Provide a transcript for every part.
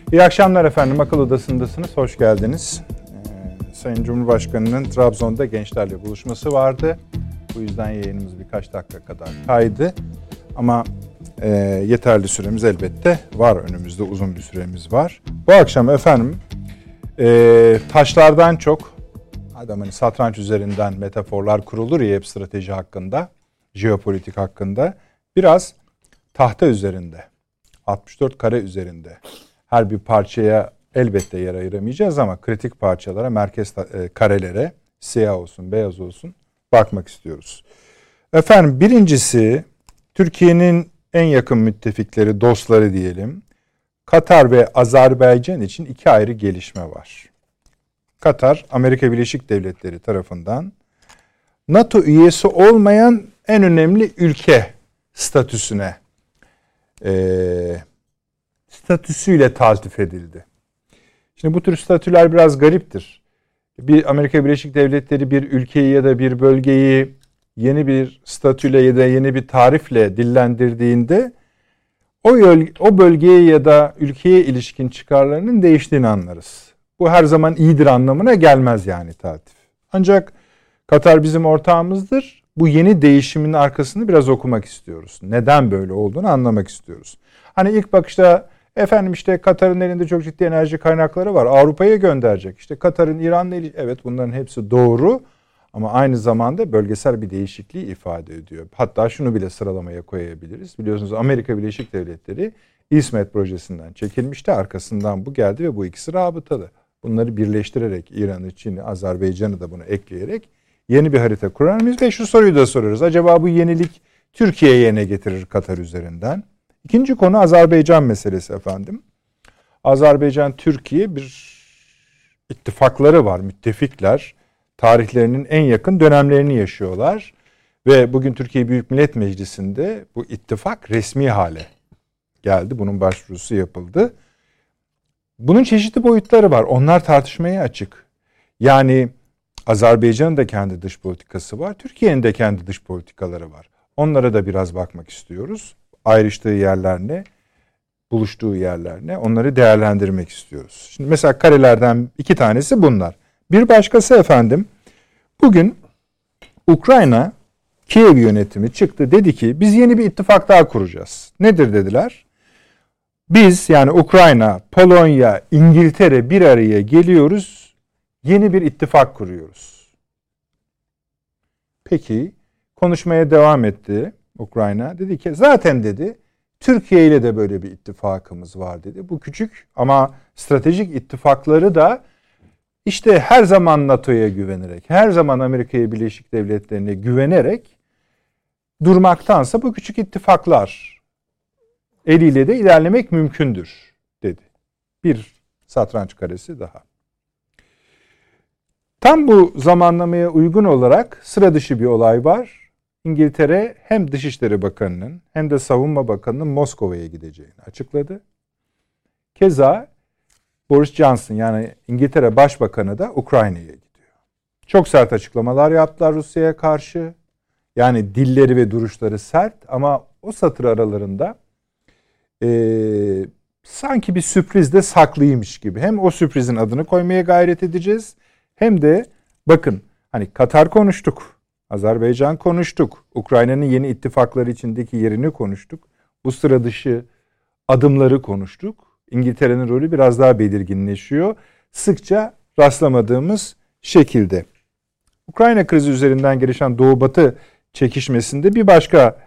İyi akşamlar efendim. Akıl Odası'ndasınız. Hoş geldiniz. Sayın Cumhurbaşkanı'nın Trabzon'da gençlerle buluşması vardı. Bu yüzden yayınımız birkaç dakika kadar kaydı. Ama yeterli süremiz elbette var. Önümüzde uzun bir süremiz var. Bu akşam efendim taşlardan çok, hani satranç üzerinden metaforlar kurulur ya hep strateji hakkında, jeopolitik hakkında. Biraz tahta üzerinde, 64 kare üzerinde. Her bir parçaya elbette yer ayıramayacağız ama kritik parçalara, merkez karelere, siyah olsun, beyaz olsun bakmak istiyoruz. Efendim birincisi Türkiye'nin en yakın müttefikleri, dostları diyelim. Katar ve Azerbaycan için iki ayrı gelişme var. Katar, Amerika Birleşik Devletleri tarafından NATO üyesi olmayan en önemli ülke statüsüyle taltif edildi. Şimdi bu tür statüler biraz gariptir. Bir Amerika Birleşik Devletleri bir ülkeyi ya da bir bölgeyi yeni bir statüyle ya da yeni bir tarifle dillendirdiğinde o bölgeye ya da ülkeye ilişkin çıkarlarının değiştiğini anlarız. Bu her zaman iyidir anlamına gelmez yani taltif. Ancak Katar bizim ortağımızdır. Bu yeni değişimin arkasını biraz okumak istiyoruz. Neden böyle olduğunu anlamak istiyoruz. Hani ilk bakışta efendim işte Katar'ın elinde çok ciddi enerji kaynakları var. Avrupa'ya gönderecek. İşte Katar'ın İran'la evet bunların hepsi doğru. Ama aynı zamanda bölgesel bir değişikliği ifade ediyor. Hatta şunu bile sıralamaya koyabiliriz. Biliyorsunuz Amerika Birleşik Devletleri İsmet projesinden çekilmişti. Arkasından bu geldi ve bu ikisi rabıtalı. Bunları birleştirerek İran'ı, Çin'i, Azerbaycan'ı da bunu ekleyerek yeni bir harita kurar mıyız? Ve şu soruyu da soruyoruz. Acaba bu yenilik Türkiye'ye ne getirir Katar üzerinden? İkinci konu Azerbaycan meselesi efendim. Azerbaycan, Türkiye bir ittifakları var, müttefikler. Tarihlerinin en yakın dönemlerini yaşıyorlar. Ve bugün Türkiye Büyük Millet Meclisi'nde bu ittifak resmi hale geldi. Bunun başvurusu yapıldı. Bunun çeşitli boyutları var. Onlar tartışmaya açık. Yani Azerbaycan'ın da kendi dış politikası var. Türkiye'nin de kendi dış politikaları var. Onlara da biraz bakmak istiyoruz. Ayrıştığı yerler ne? Buluştuğu yerler ne? Onları değerlendirmek istiyoruz. Şimdi mesela karelerden iki tanesi bunlar. Bir başkası efendim, bugün Ukrayna Kiev yönetimi çıktı, dedi ki biz yeni bir ittifak daha kuracağız. Nedir dediler? Biz yani Ukrayna, Polonya, İngiltere bir araya geliyoruz, yeni bir ittifak kuruyoruz. Peki konuşmaya devam etti Ukrayna. Dedi ki zaten dedi Türkiye ile de böyle bir ittifakımız var dedi. Bu küçük ama stratejik ittifakları da İşte her zaman NATO'ya güvenerek, her zaman Amerika Birleşik Devletleri'ne güvenerek durmaktansa bu küçük ittifaklar eliyle de ilerlemek mümkündür dedi. Bir satranç karesi daha. Tam bu zamanlamaya uygun olarak sıra dışı bir olay var. İngiltere hem Dışişleri Bakanı'nın hem de Savunma Bakanı'nın Moskova'ya gideceğini açıkladı. Keza Boris Johnson yani İngiltere Başbakanı da Ukrayna'ya gidiyor. Çok sert açıklamalar yaptılar Rusya'ya karşı. Yani dilleri ve duruşları sert ama o satır aralarında sanki bir sürpriz de saklıymış gibi. Hem o sürprizin adını koymaya gayret edeceğiz hem de bakın hani Katar konuştuk, Azerbaycan konuştuk, Ukrayna'nın yeni ittifakları içindeki yerini konuştuk. Bu sıra dışı adımları konuştuk. İngiltere'nin rolü biraz daha belirginleşiyor. Sıkça rastlamadığımız şekilde. Ukrayna krizi üzerinden gelişen Doğu-Batı çekişmesinde bir başka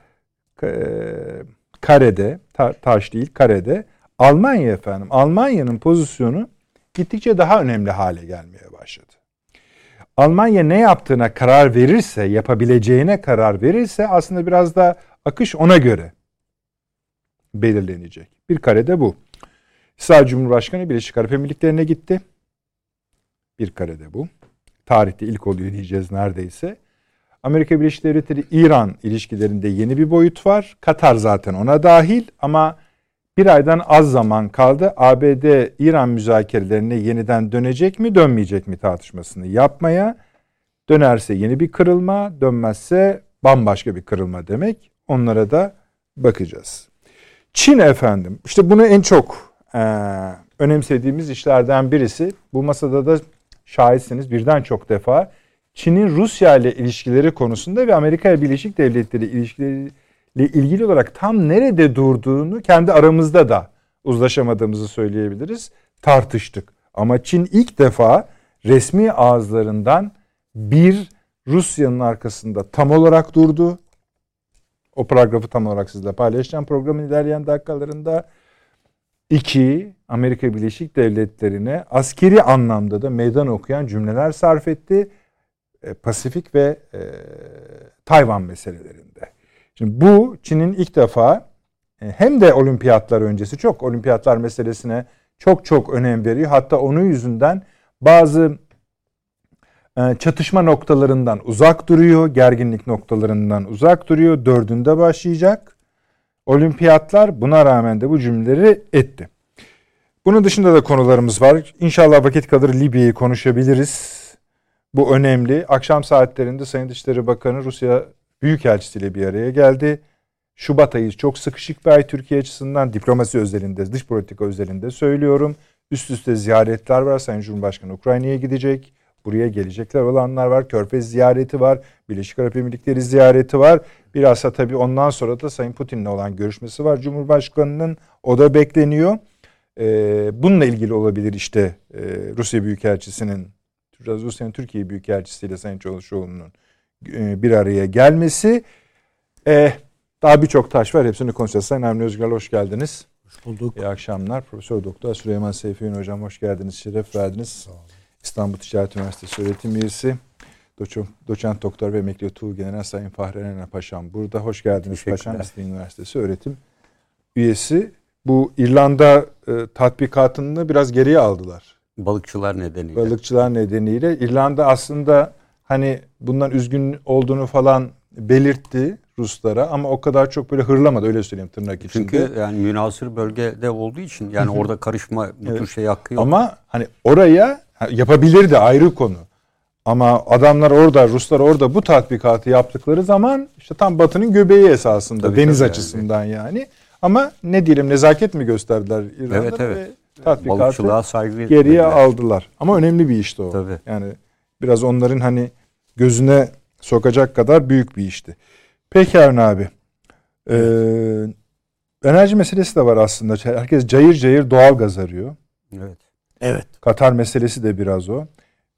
karede, taş değil karede, Almanya efendim. Almanya'nın pozisyonu gittikçe daha önemli hale gelmeye başladı. Almanya ne yaptığına karar verirse, yapabileceğine karar verirse aslında biraz da akış ona göre belirlenecek. Bir karede bu. İsrail Cumhurbaşkanı Birleşik Arap Emirlikleri'ne gitti. Bir karede bu. Tarihte ilk oluyor diyeceğiz neredeyse. Amerika Birleşik Devletleri İran ilişkilerinde yeni bir boyut var. Katar zaten ona dahil ama bir aydan az zaman kaldı. ABD-İran müzakerelerine yeniden dönecek mi dönmeyecek mi tartışmasını yapmaya. Dönerse yeni bir kırılma, dönmezse bambaşka bir kırılma demek. Onlara da bakacağız. Çin efendim, işte bunu en çok önemsediğimiz işlerden birisi. Bu masada da şahitsiniz birden çok defa. Çin'in Rusya ile ilişkileri konusunda ve Amerika Birleşik Devletleri ilişkileriyle ilgili olarak tam nerede durduğunu kendi aramızda da uzlaşamadığımızı söyleyebiliriz. Tartıştık. Ama Çin ilk defa resmi ağızlarından bir Rusya'nın arkasında tam olarak durdu. O paragrafı tam olarak sizle paylaşacağım programın ilerleyen dakikalarında. 2. Amerika Birleşik Devletleri'ne askeri anlamda da meydan okuyan cümleler sarf etti. Pasifik ve Tayvan meselelerinde. Şimdi bu Çin'in ilk defa hem de olimpiyatlar öncesi çok olimpiyatlar meselesine çok önem veriyor. Hatta onun yüzünden bazı çatışma noktalarından uzak duruyor. Gerginlik noktalarından uzak duruyor. 4'ünde başlayacak. Olimpiyatlar buna rağmen de bu cümleleri etti. Bunun dışında da konularımız var. İnşallah vakit kalır Libya'yı konuşabiliriz. Bu önemli. Akşam saatlerinde Sayın Dışişleri Bakanı Rusya Büyükelçisiyle bir araya geldi. Şubat ayı çok sıkışık bir ay Türkiye açısından. Diplomasi özelinde, dış politika özelinde söylüyorum. Üst üste ziyaretler var. Sayın Cumhurbaşkanı Ukrayna'ya gidecek. Buraya gelecekler olanlar var. Körfez ziyareti var. Birleşik Arap Emirlikleri ziyareti var. Bilhassa tabii ondan sonra da Sayın Putin'le olan görüşmesi var. Cumhurbaşkanının o da bekleniyor. Bununla ilgili olabilir işte Rusya Büyükelçisi'nin Rusya'nın Türkiye Büyükelçisi'yle Sayın Çavuşoğlu'nun bir araya gelmesi. Daha birçok taş var. Hepsini konuşacağız. Sayın Avni Özgürel hoş geldiniz. Hoş bulduk. İyi akşamlar. Profesör Doktor Süleyman Seyfi Ün hocam hoş geldiniz. Şeref verdiniz. İstanbul Ticaret Üniversitesi öğretim üyesi. Doçent Doktor ve Emekli Tuğgeneral Sayın Fahri Erener Paşam burada. Hoş geldiniz Paşam. İstanbul Üniversitesi öğretim üyesi. Bu İrlanda tatbikatını biraz geriye aldılar. Balıkçılar nedeniyle. Balıkçılar nedeniyle. İrlanda aslında hani bundan üzgün olduğunu falan belirtti Ruslara ama o kadar çok böyle hırlamadı öyle söyleyeyim tırnak içinde. Çünkü yani münhasır bölgede olduğu için yani orada karışma bu tür şey hakkı yok. Ama hani oraya yapabilirdi ayrı konu. Ama adamlar orada, Ruslar orada bu tatbikatı yaptıkları zaman işte tam Batı'nın göbeği esasında tabii, deniz tabii açısından yani. Ama ne diyelim nezaket mi gösterdiler İrlanda'da evet. ve tatbikatı saygı geriye dediler. aldılar. Ama önemli bir işti o. Tabii. Yani biraz onların hani gözüne sokacak kadar büyük bir işti. Peki Avni abi. Enerji meselesi de var aslında. Herkes cayır cayır doğalgaz arıyor. Evet. Katar meselesi de biraz o.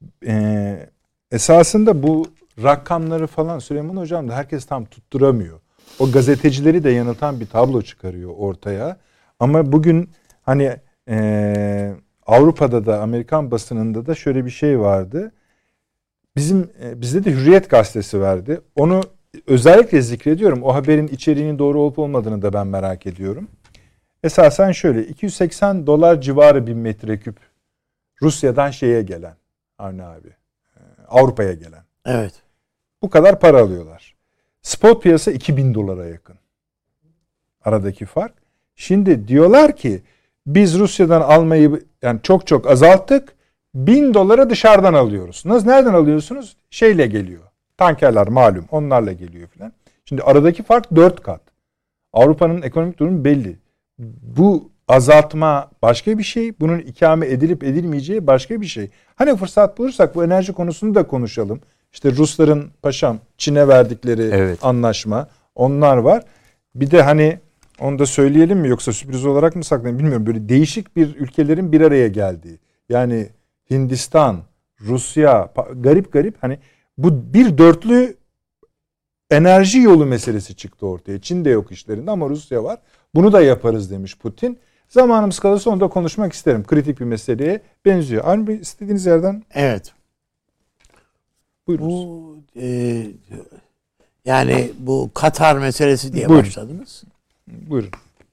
Esasında bu rakamları falan Süleyman Hocam da herkes tam tutturamıyor. O gazetecileri de yanıltan bir tablo çıkarıyor ortaya. Ama bugün hani Avrupa'da da Amerikan basınında da şöyle bir şey vardı. Bizde de Hürriyet gazetesi verdi. Onu özellikle zikrediyorum. O haberin içeriğinin doğru olup olmadığını da ben merak ediyorum. Esasen şöyle $280 civarı bir metreküp Rusya'dan şeye gelen Avni abi. Avrupa'ya gelen. Evet. Bu kadar para alıyorlar. Spot piyasa $2000'a yakın. Aradaki fark. Şimdi diyorlar ki biz Rusya'dan almayı yani çok azalttık. $1000 dışarıdan alıyoruz. Nereden alıyorsunuz? Şeyle geliyor. Tankerler malum. Onlarla geliyor filan. Şimdi aradaki fark 4 kat. Avrupa'nın ekonomik durumu belli. Bu azaltma başka bir şey. Bunun ikame edilip edilmeyeceği başka bir şey. Hani fırsat bulursak bu enerji konusunu da konuşalım. İşte Rusların paşam Çin'e verdikleri anlaşma. Onlar var. Bir de hani onu da söyleyelim mi yoksa sürpriz olarak mı saklayayım bilmiyorum. Böyle değişik bir ülkelerin bir araya geldiği. Yani Hindistan, Rusya garip hani bu bir dörtlü enerji yolu meselesi çıktı ortaya. Çin de yok işlerinde ama Rusya var. Bunu da yaparız demiş Putin. Zamanımız kalırsa onu da konuşmak isterim. Kritik bir meseleye benziyor. Avni Bey istediğiniz yerden. Evet. Buyurunuz. Bu yani bu Katar meselesi diye Buyurun. başladınız. Buyurun.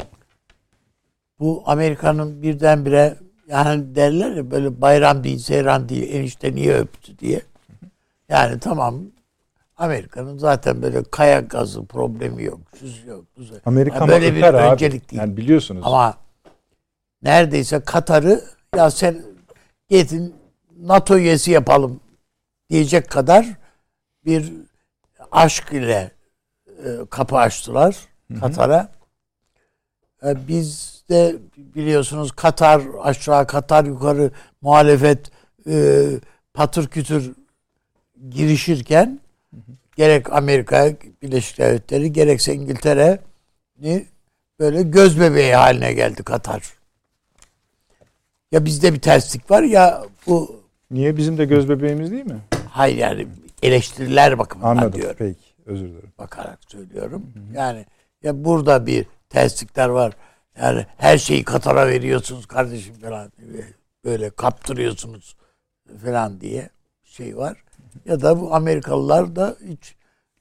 Bu Amerika'nın birdenbire yani derler ya böyle bayram değil, seyran değil, enişte niye öptü diye. Yani tamam Amerika'nın zaten böyle kaya gazı problemi yok. Yok. Amerika yani böyle bir öncelik değil. Yani biliyorsunuz. Ama neredeyse Katar'ı ya sen gidin NATO üyesi yapalım diyecek kadar bir aşk ile kapı açtılar Katar'a. Biz de biliyorsunuz Katar aşağı Katar yukarı muhalefet patır kütür girişirken gerek Amerika Birleşik Devletleri gerekse İngiltere'ni böyle göz bebeği haline geldi Katar. Ya bizde bir terslik var ya bu. Niye, bizim de göz bebeğimiz değil mi? Hayır yani eleştiriler bakımından Anladım, diyorum. peki, özür dilerim. Bakarak söylüyorum. Yani ya burada bir terslikler var. Yani her şeyi Katar'a veriyorsunuz kardeşim falan. Böyle kaptırıyorsunuz falan diye şey var. Ya da bu Amerikalılar da hiç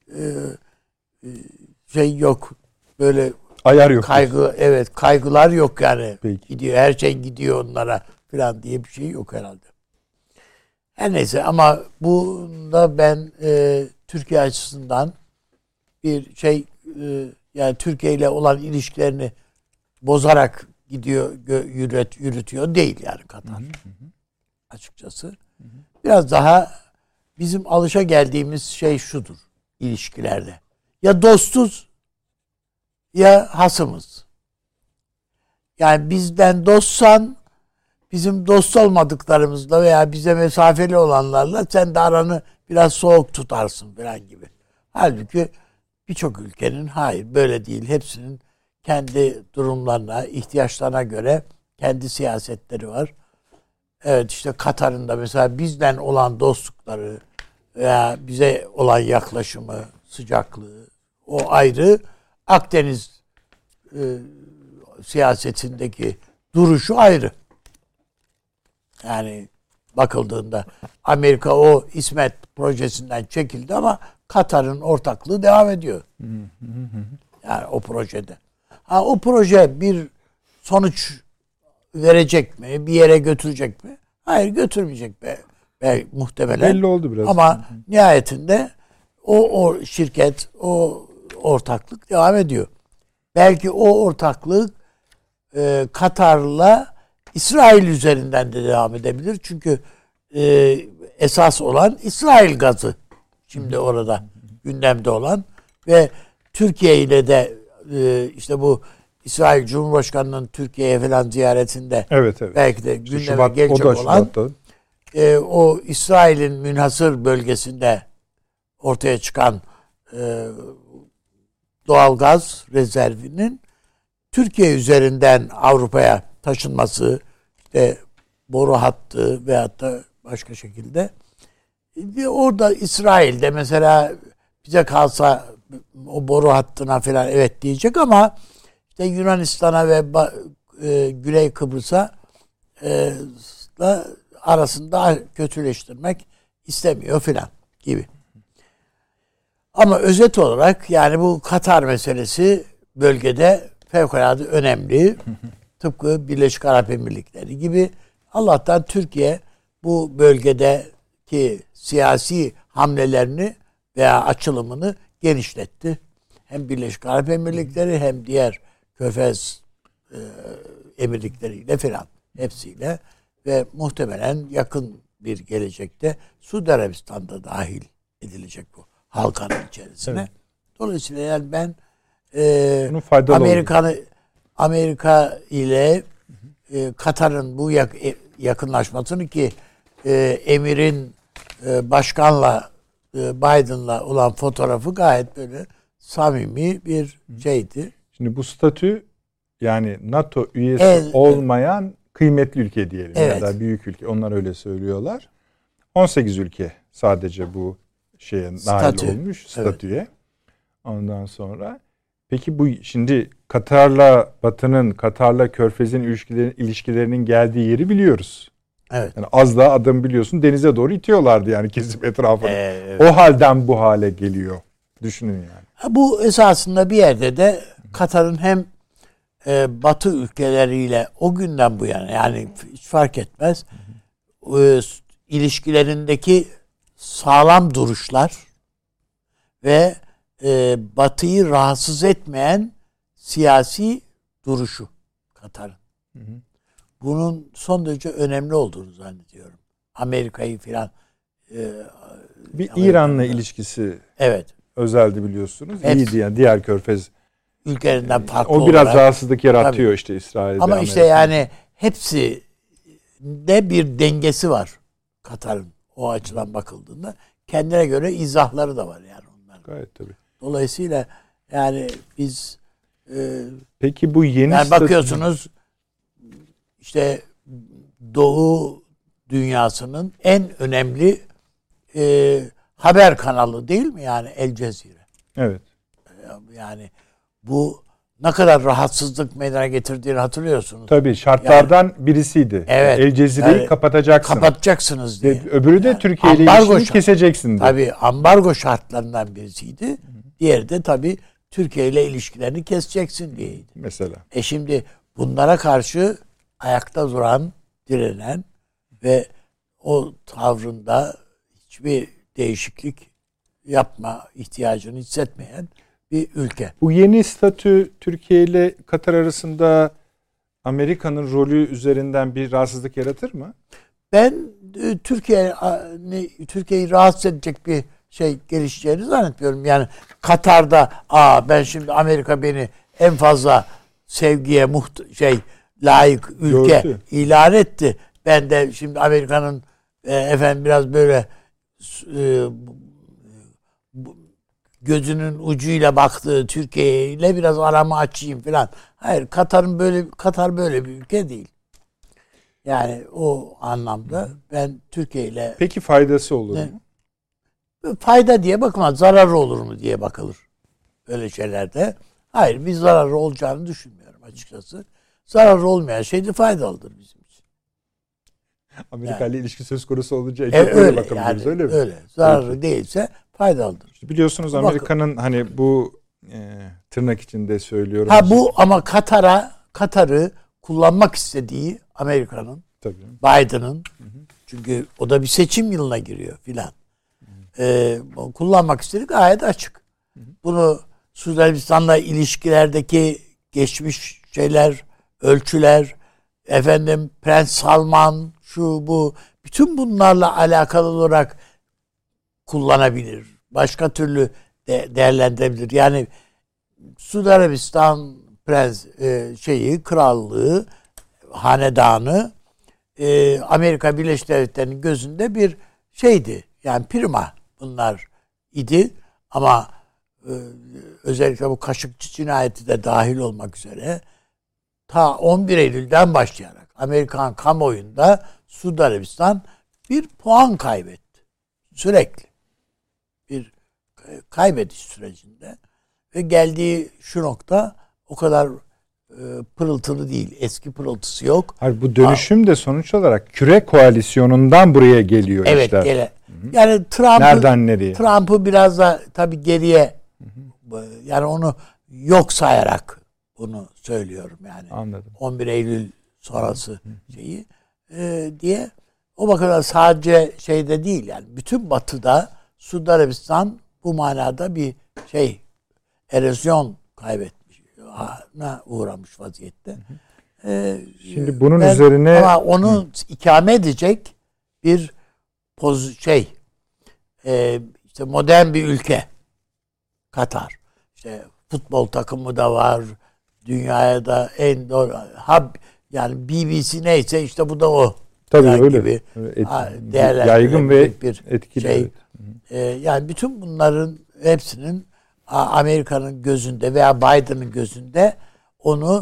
şey yok. Böyle ayar yok. Kaygılar yok yani. Peki. Gidiyor, her şey gidiyor onlara falan diye bir şey yok herhalde. Her neyse ama bunda ben Türkiye açısından bir şey yani Türkiye ile olan ilişkilerini bozarak gidiyor yürütüyor değil yani Katar. Açıkçası. Biraz daha bizim alışa geldiğimiz şey şudur ilişkilerde. Ya dostuz ya hasımız. Yani bizden dostsan bizim dost olmadıklarımızla veya bize mesafeli olanlarla sen de aranı biraz soğuk tutarsın falan gibi. Halbuki birçok ülkenin hayır böyle değil. Hepsinin kendi durumlarına, ihtiyaçlarına göre kendi siyasetleri var. Evet işte Katar'ın da mesela bizden olan dostlukları veya bize olan yaklaşımı, sıcaklığı o ayrı. Akdeniz siyasetindeki duruşu ayrı. Yani bakıldığında Amerika o İsmet projesinden çekildi ama Katar'ın ortaklığı devam ediyor. Yani o projede. O proje bir sonuç verecek mi? Bir yere götürecek mi? Hayır, götürmeyecek muhtemelen. Belli oldu biraz. Ama nihayetinde o şirket, o ortaklık devam ediyor. Belki o ortaklık Katar'la İsrail üzerinden de devam edebilir. Çünkü esas olan İsrail gazı. Şimdi orada gündemde olan ve Türkiye ile de işte bu İsrail Cumhurbaşkanı'nın Türkiye'ye falan ziyaretinde evet. belki de gündeme gelecek olan o İsrail'in münhasır bölgesinde ortaya çıkan doğal gaz rezervinin Türkiye üzerinden Avrupa'ya taşınması, işte boru hattı veyahut da başka şekilde. Orada İsrail'de mesela bize kalsa o boru hattına falan evet diyecek ama işte Yunanistan'a ve Güney Kıbrıs'a arasında kötüleştirmek istemiyor filan gibi. Ama özet olarak yani bu Katar meselesi bölgede fevkalade önemli. Tıpkı Birleşik Arap Emirlikleri gibi. Allah'tan Türkiye bu bölgedeki siyasi hamlelerini veya açılımını genişletti. Hem Birleşik Arap Emirlikleri hem diğer Körfez emirlikleriyle filan hepsiyle ve muhtemelen yakın bir gelecekte Suudi Arabistan'da dahil edilecek bu halkanın içerisine. Evet. Dolayısıyla yani ben Amerika ile Katar'ın bu yakınlaşmasını ki Emir'in başkanla Biden'la olan fotoğrafı gayet böyle samimi bir şeydi. Şimdi bu statü yani NATO üyesi olmayan kıymetli ülke diyelim ya da büyük ülke. Onlar öyle söylüyorlar. 18 ülke sadece bu şeye nail olmuş statüye. Evet. Ondan sonra peki bu şimdi Katar'la Batı'nın, Katar'la Körfez'in ilişkilerinin geldiği yeri biliyoruz. Evet. Yani az daha adım biliyorsun denize doğru itiyorlardı yani kesip etrafını. Evet. O halden bu hale geliyor. Düşünün yani. Bu esasında bir yerde de Katar'ın hem Batı ülkeleriyle o günden bu yana yani hiç fark etmez ilişkilerindeki sağlam duruşlar ve Batı'yı rahatsız etmeyen siyasi duruşu Katar'ın. Bunun son derece önemli olduğunu zannediyorum. Amerika'yı filan bir İran'la ilişkisi özeldi biliyorsunuz. İyiydi yani diğer Körfez ülkelerinden farklı o biraz olarak. rahatsızlık yaratıyor Tabii. işte İsrail'de. Ama işte yani hepsi de bir dengesi var Katar'ın o açıdan bakıldığında. Kendine göre izahları da var yani onların. Gayet tabii. Dolayısıyla yani biz peki bu yeni yani bakıyorsunuz işte Doğu dünyasının en önemli haber kanalı değil mi yani El Cezire? Evet. Yani bu ne kadar rahatsızlık meydana getirdiğini hatırlıyorsunuz. Tabii şartlardan birisiydi. Evet. El Cezire'yi kapatacaksınız diye. Öbürü de yani, Türkiye ile ilişkini keseceksin diye. Tabii ambargo şartlarından birisiydi. Diğeri de tabii Türkiye ile ilişkilerini keseceksin diyeydi. Mesela. Şimdi bunlara karşı ayakta duran, direnen ve o tavrında hiçbir değişiklik yapma ihtiyacını hissetmeyen bir ülke. Bu yeni statü Türkiye ile Katar arasında Amerika'nın rolü üzerinden bir rahatsızlık yaratır mı? Ben Türkiye'yi rahatsız edecek bir şey gelişeceğini zannetmiyorum. Yani Katar'da ben şimdi Amerika beni en fazla sevgiye layık ülke ilan etti. Ben de şimdi Amerika'nın biraz böyle gözünün ucuyla baktığı Türkiye ile biraz aramı açayım falan. Hayır, Katar böyle bir ülke değil. Yani o anlamda ben Türkiye ile... Peki faydası olur mu? Fayda diye bakılmaz. Zararı olur mu diye bakılır. Öyle şeylerde. Hayır, bir zararı olacağını düşünmüyorum açıkçası. Zararı olmayan şey de faydalıdır bizim için. Amerika ile ilişki söz konusu olunca öyle bakabiliriz, öyle mi? Öyle. Zararı değilse faydalıdır. İşte biliyorsunuz Amerika'nın hani bu tırnak içinde söylüyorum. Ama Katar'ı kullanmak istediği Amerika'nın, Biden'ın, çünkü o da bir seçim yılına giriyor filan. Kullanmak istediği gayet açık. Bunu Suudi Arabistan'la ilişkilerdeki geçmiş ölçüler, Prens Salman, bu, bütün bunlarla alakalı olarak kullanabilir. Başka türlü değerlendirebilir. Yani Suudi Arabistan krallığı, hanedanı Amerika Birleşik Devletleri'nin gözünde bir şeydi. Yani prima bunlar idi. Ama özellikle bu Kaşıkçı cinayeti de dahil olmak üzere ta 11 Eylül'den başlayarak Amerikan kamuoyunda Suudi Arabistan bir puan kaybetti. Sürekli. Bir kaybediş sürecinde. Ve geldiği şu nokta o kadar pırıltılı değil. Eski pırıltısı yok. Hayır, bu dönüşüm de sonuç olarak küre koalisyonundan buraya geliyor işler. Evet. Yani nereden nereye? Trump'ı biraz da tabii geriye, yani onu yok sayarak bunu söylüyorum yani. Anladım. 11 Eylül sonrası diye. O bakımdan sadece şeyde değil yani. Bütün Batı'da Suudi Arabistan bu manada bir erozyon kaybetmiş. Uğramış vaziyette. Şimdi bunun üzerine... Ama onu ikame edecek bir işte modern bir ülke. Katar. İşte futbol takımı da var. Dünyaya da en doğru yani BBC neyse işte bu da o. Tabii öyle. Gibi yaygın ve etkili. Yani bütün bunların hepsinin Amerika'nın gözünde veya Biden'ın gözünde onu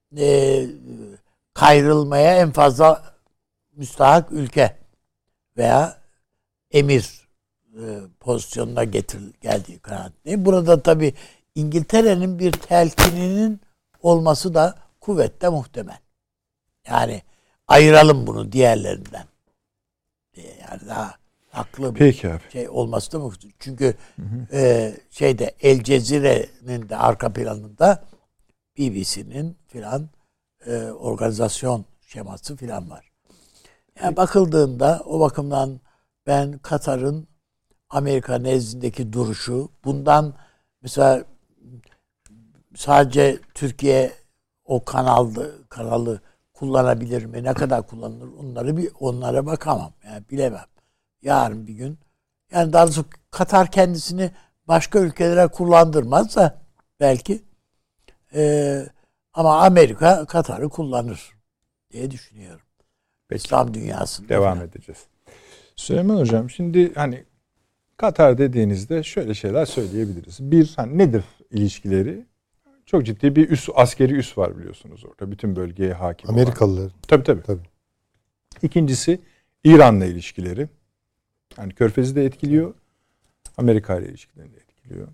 kayrılmaya en fazla müstahak ülke veya emir pozisyonuna geldiği kanaatindeyim. Burada tabii İngiltere'nin bir telkininin olması da kuvvetle muhtemel. Yani ayıralım bunu diğerlerinden. Yani daha haklı bir olması da muhtemel. Çünkü El Cezire'nin de arka planında BBC'nin filan organizasyon şeması filan var. Yani bakıldığında o bakımdan ben Katar'ın Amerika nezdindeki duruşu, bundan mesela sadece Türkiye o kanalı kullanabilir mi? Ne kadar kullanılır? Onlara bakamam. Yani bilemem. Yarın bir gün. Yani daha doğrusu Katar kendisini başka ülkelere kullandırmaz da belki Ama Amerika Katar'ı kullanır diye düşünüyorum. Peki. İslam dünyasında. Devam edeceğiz. Süleyman Hocam, şimdi hani Katar dediğinizde şöyle şeyler söyleyebiliriz. Bir, hani nedir ilişkileri? Çok ciddi bir askeri üs var biliyorsunuz orada. Bütün bölgeye hakim. Amerikalılar. Tabii. İkincisi İran'la ilişkileri. Yani Körfez'i de etkiliyor. Amerika ile ilişkilerini de etkiliyor.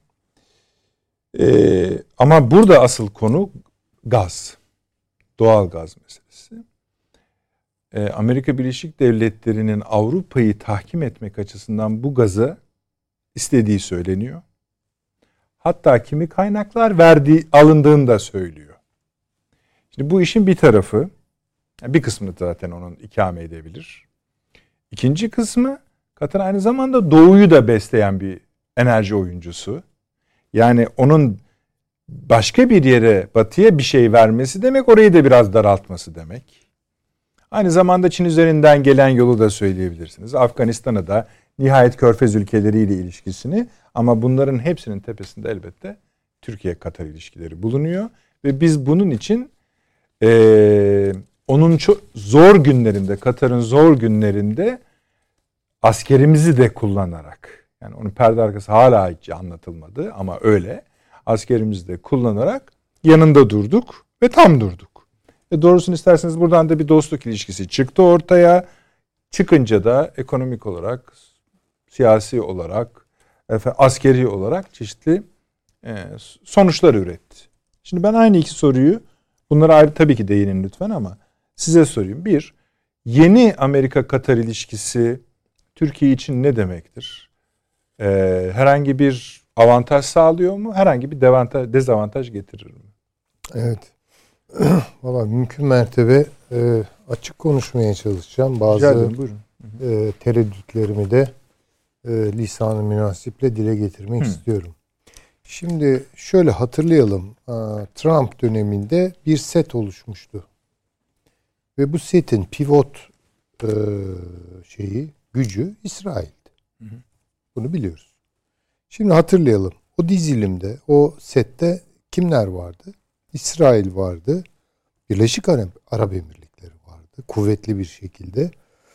Ama burada asıl konu gaz. Doğal gaz meselesi. Amerika Birleşik Devletleri'nin Avrupa'yı tahkim etmek açısından bu gazı istediği söyleniyor. Hatta kimi kaynaklar alındığını da söylüyor. Şimdi bu işin bir tarafı, bir kısmını zaten onun ikame edebilir. İkinci kısmı, Katar aynı zamanda Doğu'yu da besleyen bir enerji oyuncusu. Yani onun başka bir yere, batıya bir şey vermesi demek, orayı da biraz daraltması demek. Aynı zamanda Çin üzerinden gelen yolu da söyleyebilirsiniz. Afganistan'a da, nihayet Körfez ülkeleriyle ilişkisini, ama bunların hepsinin tepesinde elbette Türkiye-Katar ilişkileri bulunuyor. Ve biz bunun için onun çok zor günlerinde, Katar'ın zor günlerinde askerimizi de kullanarak, yani onun perde arkası hala hiç anlatılmadı ama öyle, askerimizi de kullanarak yanında durduk ve tam durduk. Doğrusunu isterseniz buradan da bir dostluk ilişkisi çıktı ortaya. Çıkınca da ekonomik olarak, siyasi olarak, askeri olarak çeşitli sonuçlar üretti. Şimdi ben aynı iki soruyu, bunlara ayrı tabii ki değinin lütfen ama size sorayım. Bir, yeni Amerika-Katar ilişkisi Türkiye için ne demektir? Herhangi bir avantaj sağlıyor mu? Herhangi bir dezavantaj getirir mi? Evet. Valla mümkün mertebe açık konuşmaya çalışacağım. Bazı tereddütlerimi de lisan-ı münasiple dile getirmek istiyorum. Şimdi şöyle hatırlayalım. Trump döneminde bir set oluşmuştu. Ve bu setin pivot gücü İsrail'di. Bunu biliyoruz. Şimdi hatırlayalım. O dizilimde, o sette kimler vardı? İsrail vardı. Birleşik Arap Emirlikleri vardı. Kuvvetli bir şekilde.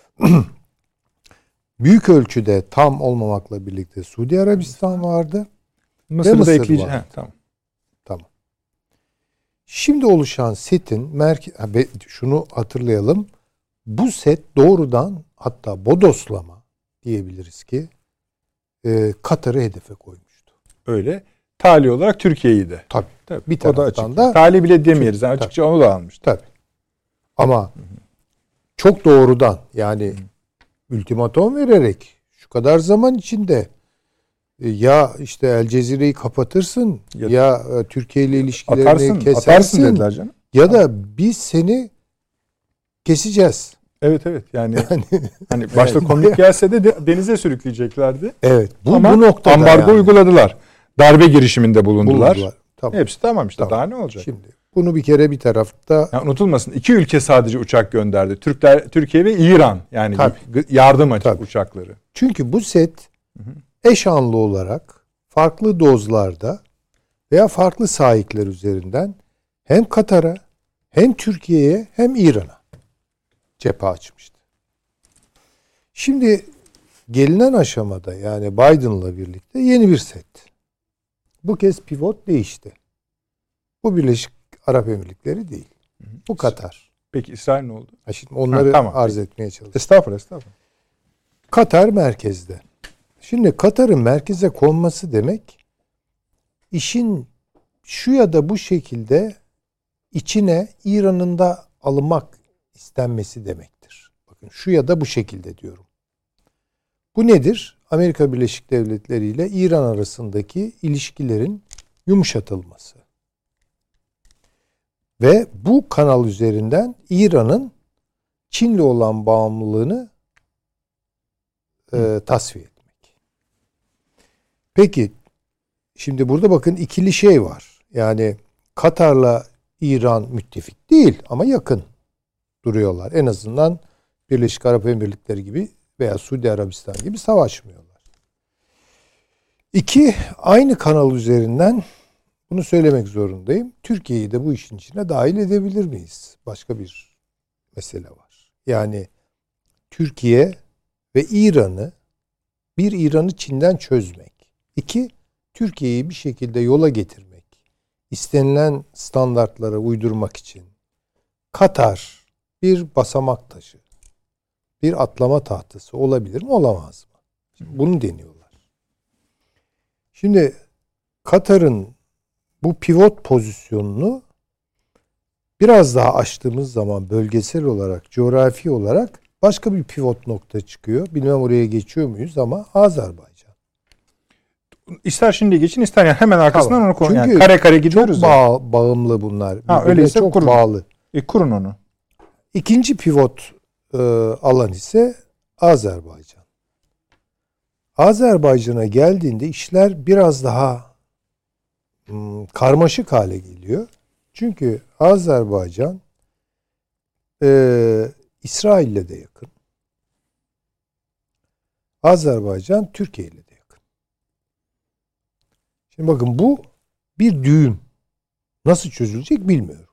Büyük ölçüde tam olmamakla birlikte Suudi Arabistan vardı. Mısır'da ekleyeceğim. Tamam. Şimdi oluşan setin şunu hatırlayalım. Bu set doğrudan, hatta bodoslama diyebiliriz ki Katar'ı hedefe koymuştu. Öyle. Tali olarak Türkiye'yi de. Tabii. Bir taraftan da tali bile demeyiz. Yani açıkça onu da almıştı. Tabii. Ama çok doğrudan, yani ultimatom vererek şu kadar zaman içinde ya işte El Cezire'yi kapatırsın ya Türkiye ile ilişkilerini kesersin dediler canım. Ya da biz seni keseceğiz. Evet yani hani başta komik gelse de denize sürükleyeceklerdi. Evet. Bu noktada ambargo uyguladılar. Darbe girişiminde bulundular. Tamam. Hepsi tamam işte. Tamam. Daha ne olacak? Şimdi bunu bir kere bir tarafta unutulmasın. İki ülke sadece uçak gönderdi. Türkiye ve İran. Yani yardım uçakları. Çünkü bu set eş anlı olarak farklı dozlarda veya farklı sahipler üzerinden hem Katar'a hem Türkiye'ye hem İran'a cephe açmıştı. Şimdi gelinen aşamada, yani Biden'la birlikte yeni bir set. Bu kez pivot değişti. Bu Birleşik Arap Emirlikleri değil. Bu Katar. Peki İsrail ne oldu? Şimdi onları arz etmeye çalışıyorum. Estağfurullah. Katar merkezde. Şimdi Katar'ın merkeze konması demek, işin şu ya da bu şekilde içine İran'ın da alınmak istenmesi demektir. Bakın, şu ya da bu şekilde diyorum. Bu nedir? Amerika Birleşik Devletleri ile İran arasındaki ilişkilerin yumuşatılması. Ve bu kanal üzerinden İran'ın Çin'le olan bağımlılığını tasfiye etmek. Peki, şimdi burada bakın ikili şey var. Yani Katar'la İran müttefik değil ama yakın duruyorlar. En azından Birleşik Arap Emirlikleri gibi veya Suudi Arabistan gibi savaşmıyorlar. İki, aynı kanal üzerinden bunu söylemek zorundayım. Türkiye'yi de bu işin içine dahil edebilir miyiz? Başka bir mesele var. Yani Türkiye ve İran'ı Çin'den çözmek. 2, Türkiye'yi bir şekilde yola getirmek. İstenilen standartlara uydurmak için. Katar bir basamak taşı, bir atlama tahtası olabilir mi, olamaz mı? Şimdi bunu deniyorlar. Şimdi Katar'ın bu pivot pozisyonunu biraz daha açtığımız zaman bölgesel olarak, coğrafi olarak başka bir pivot nokta çıkıyor. Bilmem oraya geçiyor muyuz ama Azerbaycan. İster şimdi geçin, ister yani hemen arkasından Tamam. onu konu. Çünkü Yani kare kare gidiyoruz. Çok bağımlı bunlar. Öyleyse çok kurun. bağlı. Kurun onu. İkinci pivot alan ise Azerbaycan. Azerbaycan'a geldiğinde işler biraz daha karmaşık hale geliyor. Çünkü Azerbaycan İsrail'le de yakın. Azerbaycan Türkiye ile de yakın. Şimdi bakın, bu bir düğüm. Nasıl çözülecek bilmiyorum.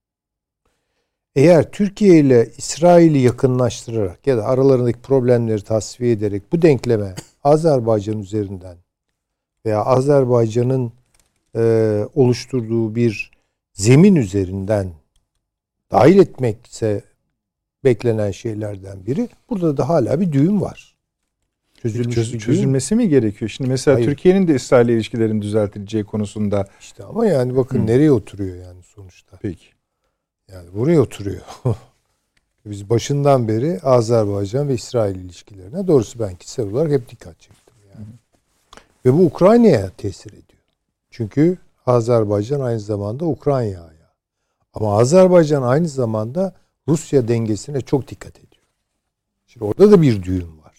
Eğer Türkiye ile İsrail'i yakınlaştırarak ya da aralarındaki problemleri tasfiye ederek bu denkleme Azerbaycan üzerinden veya Azerbaycan'ın oluşturduğu bir zemin üzerinden dahil etmekse beklenen şeylerden biri, burada da hala bir düğüm var. Çözülmesi mi gerekiyor? Şimdi mesela Hayır. Türkiye'nin de İsrail ile ilişkilerini düzeltileceği konusunda. İşte ama yani bakın nereye oturuyor yani sonuçta. Peki. Yani buraya oturuyor. Biz başından beri Azerbaycan ve İsrail ilişkilerine, doğrusu ben kişisel olarak hep dikkat çektim yani. Ve bu Ukrayna'ya tesir ediyor. Çünkü Azerbaycan aynı zamanda Ukrayna ayağı. Ama Azerbaycan aynı zamanda Rusya dengesine çok dikkat ediyor. Şimdi orada da bir düğüm var.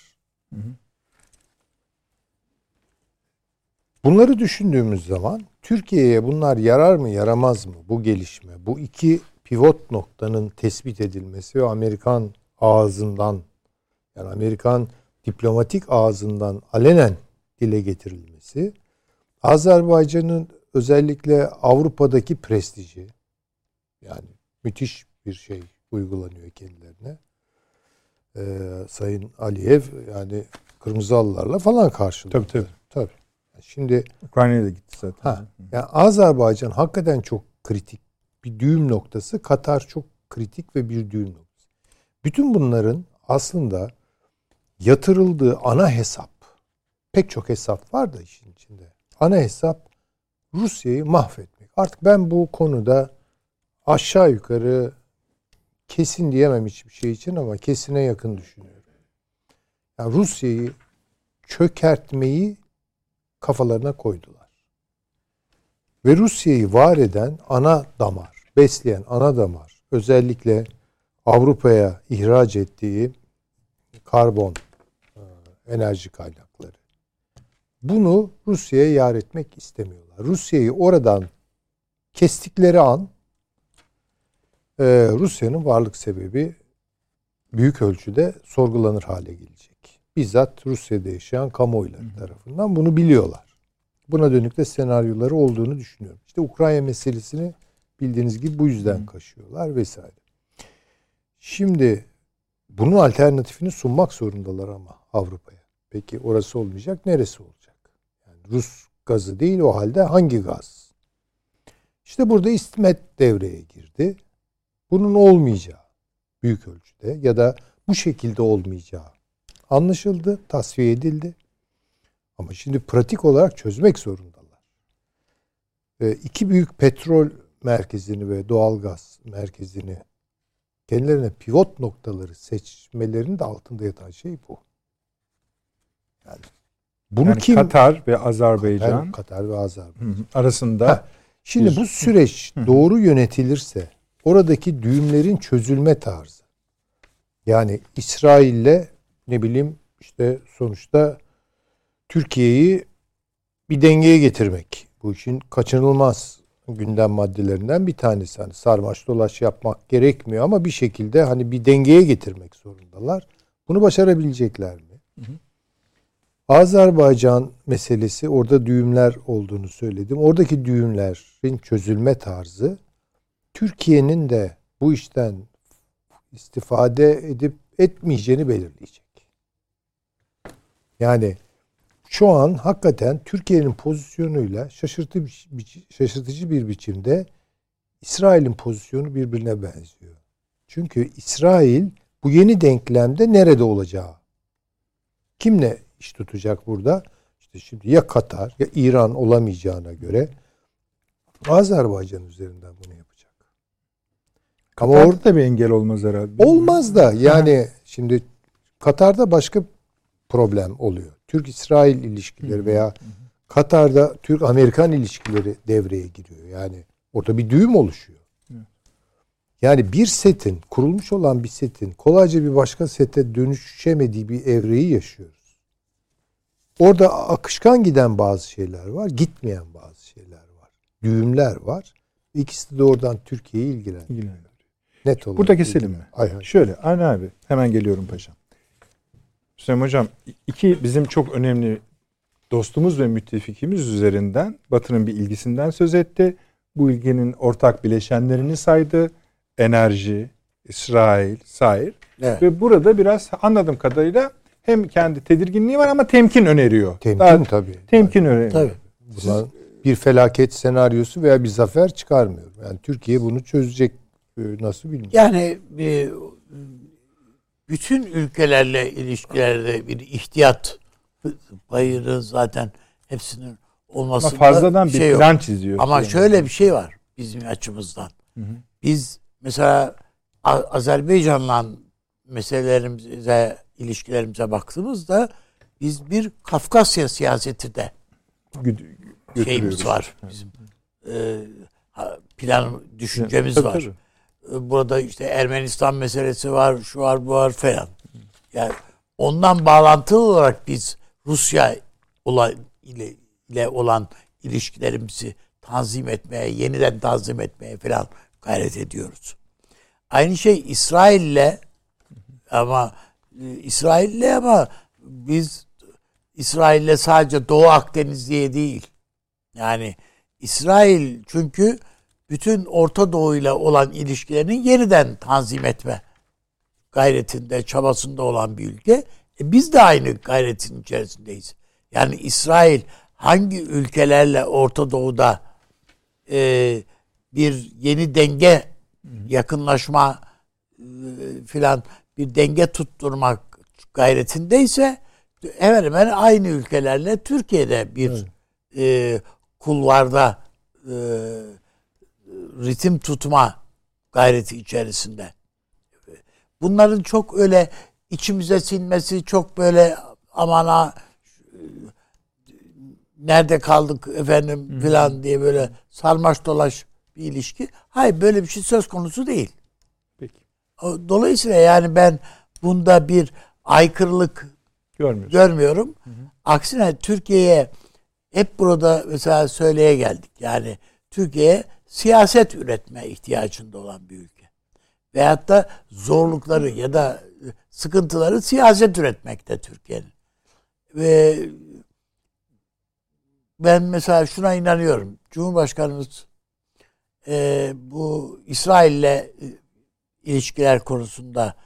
Bunları düşündüğümüz zaman Türkiye'ye bunlar yarar mı, yaramaz mı bu gelişme? Bu iki pivot noktanın tespit edilmesi ve Amerikan ağzından, yani Amerikan diplomatik ağzından alenen dile getirilmesi, Azerbaycan'ın özellikle Avrupa'daki prestiji, yani müthiş bir şey uygulanıyor kendilerine. Sayın Aliyev yani Kırmızı Halılarla falan karşıladı. Tabii. Şimdi Ukrayna'ya da gitti zaten. Yani Azerbaycan hakikaten çok kritik bir düğüm noktası. Katar çok kritik ve bir düğüm noktası. Bütün bunların aslında yatırıldığı ana hesap, pek çok hesap var da işin içinde. Ana hesap Rusya'yı mahvetmek. Artık ben bu konuda aşağı yukarı kesin diyemem hiçbir şey için ama kesine yakın düşünüyorum. Yani Rusya'yı çökertmeyi kafalarına koydular. Ve Rusya'yı var eden ana damar, besleyen ana damar, özellikle Avrupa'ya ihraç ettiği karbon enerji kaynakları. Bunu Rusya'ya yar etmek istemiyorlar. Rusya'yı oradan kestikleri an Rusya'nın varlık sebebi büyük ölçüde sorgulanır hale gelecek. Bizzat Rusya'da yaşayan kamuoyları tarafından bunu biliyorlar. Buna dönük de senaryoları olduğunu düşünüyorum. İşte Ukrayna meselesini bildiğiniz gibi bu yüzden kaşıyorlar vesaire. Şimdi bunun alternatifini sunmak zorundalar ama Avrupa'ya. Peki orası olmayacak, neresi olacak? Yani Rus gazı değil, o halde hangi gaz? İşte burada İsmet devreye girdi. Bunun olmayacağı büyük ölçüde ya da bu şekilde olmayacağı anlaşıldı, tasfiye edildi. Ama şimdi pratik olarak çözmek zorundalar. İki büyük petrol merkezini ve doğalgaz merkezini kendilerine pivot noktaları seçmelerinin de altında yatan şey bu. Yani bunu yani kim? Katar ve Azerbaycan. Katar ve Azerbaycan arasında. Şimdi bu süreç doğru yönetilirse oradaki düğümlerin çözülme tarzı. Yani İsrail'le ne bileyim işte sonuçta Türkiye'yi bir dengeye getirmek. Bu işin kaçınılmaz gündem maddelerinden bir tanesi. Hani sarmaş dolaş yapmak gerekmiyor ama bir şekilde hani bir dengeye getirmek zorundalar. Bunu başarabilecekler mi? Azerbaycan meselesi, orada düğümler olduğunu söyledim. Oradaki düğümlerin çözülme tarzı Türkiye'nin de bu işten istifade edip etmeyeceğini belirleyecek. Yani şu an hakikaten Türkiye'nin pozisyonuyla şaşırtıcı bir biçimde İsrail'in pozisyonu birbirine benziyor. Çünkü İsrail bu yeni denklemde nerede olacağı, kimle iş tutacak burada? İşte şimdi ya Katar ya İran olamayacağına göre Azerbaycan üzerinden bunu yapacak. Ama orada da bir engel olmaz herhalde. Olmaz da yani şimdi Katar'da başka problem oluyor. Türk-İsrail ilişkileri veya Katar'da Türk-Amerikan ilişkileri devreye giriyor. Yani orada bir düğüm oluşuyor. Yani bir setin, kurulmuş olan bir setin kolayca bir başka sete dönüşemediği bir evreyi yaşıyoruz. Orada akışkan giden bazı şeyler var, gitmeyen bazı şeyler var. Düğümler var. İkisi de oradan Türkiye'yi ilgilendiriyor. Net olarak. Burada keselim mi? Hay. Şöyle, Avni abi, hemen geliyorum paşam. Süleyman Hocam, iki bizim çok önemli dostumuz ve müttefikimiz üzerinden Batı'nın bir ilgisinden söz etti. Bu ilginin ortak bileşenlerini saydı. Enerji, İsrail, sair. Evet. Ve burada biraz anladığım kadarıyla hem kendi tedirginliği var ama temkin öneriyor. Temkin tabii. Temkin öneriyor. Tabii. Bir felaket senaryosu veya bir zafer çıkarmıyor. Yani Türkiye bunu çözecek nasıl bilmiyorum. Yani bütün ülkelerle ilişkilerde bir ihtiyat payının zaten hepsinin olmasında ama fazladan bir şey plan yok. çiziyor. Ama yani şöyle bir şey var bizim açımızdan. Biz mesela Azerbaycan'la meselelerimize, ilişkilerimize baktığımızda biz bir Kafkasya siyaseti de şeyimiz var. Bizim plan, düşüncemiz var. Tabii. Burada işte Ermenistan meselesi var, şu var, bu var falan. Yani ondan bağlantılı olarak biz Rusya ile olan ilişkilerimizi tanzim etmeye, yeniden tanzim etmeye falan gayret ediyoruz. Aynı şey İsrail'le ama biz İsrail'le sadece Doğu Akdeniz diye değil. Yani İsrail çünkü bütün Orta Doğu ile olan ilişkilerinin yeniden tanzim etme gayretinde, çabasında olan bir ülke. Biz de aynı gayretin içerisindeyiz. Yani İsrail hangi ülkelerle Orta Doğu'da bir yeni denge, yakınlaşma filan bir denge tutturmak gayretindeyse hemen hemen aynı ülkelerle Türkiye'de bir kulvarda ritim tutma gayreti içerisinde. Bunların çok öyle içimize sinmesi, çok böyle amana nerede kaldık efendim filan diye böyle sarmaş dolaş bir ilişki. Hayır, böyle bir şey söz konusu değil. Peki. Dolayısıyla yani ben bunda bir aykırılık görmüyorum. Aksine Türkiye'ye hep burada mesela söyleye geldik. Yani Türkiye siyaset üretme ihtiyacında olan bir ülke. Veyahut da zorlukları ya da sıkıntıları siyaset üretmekte Türkiye'nin. Ve ben mesela şuna inanıyorum. Cumhurbaşkanımız bu İsrail'le ilişkiler konusunda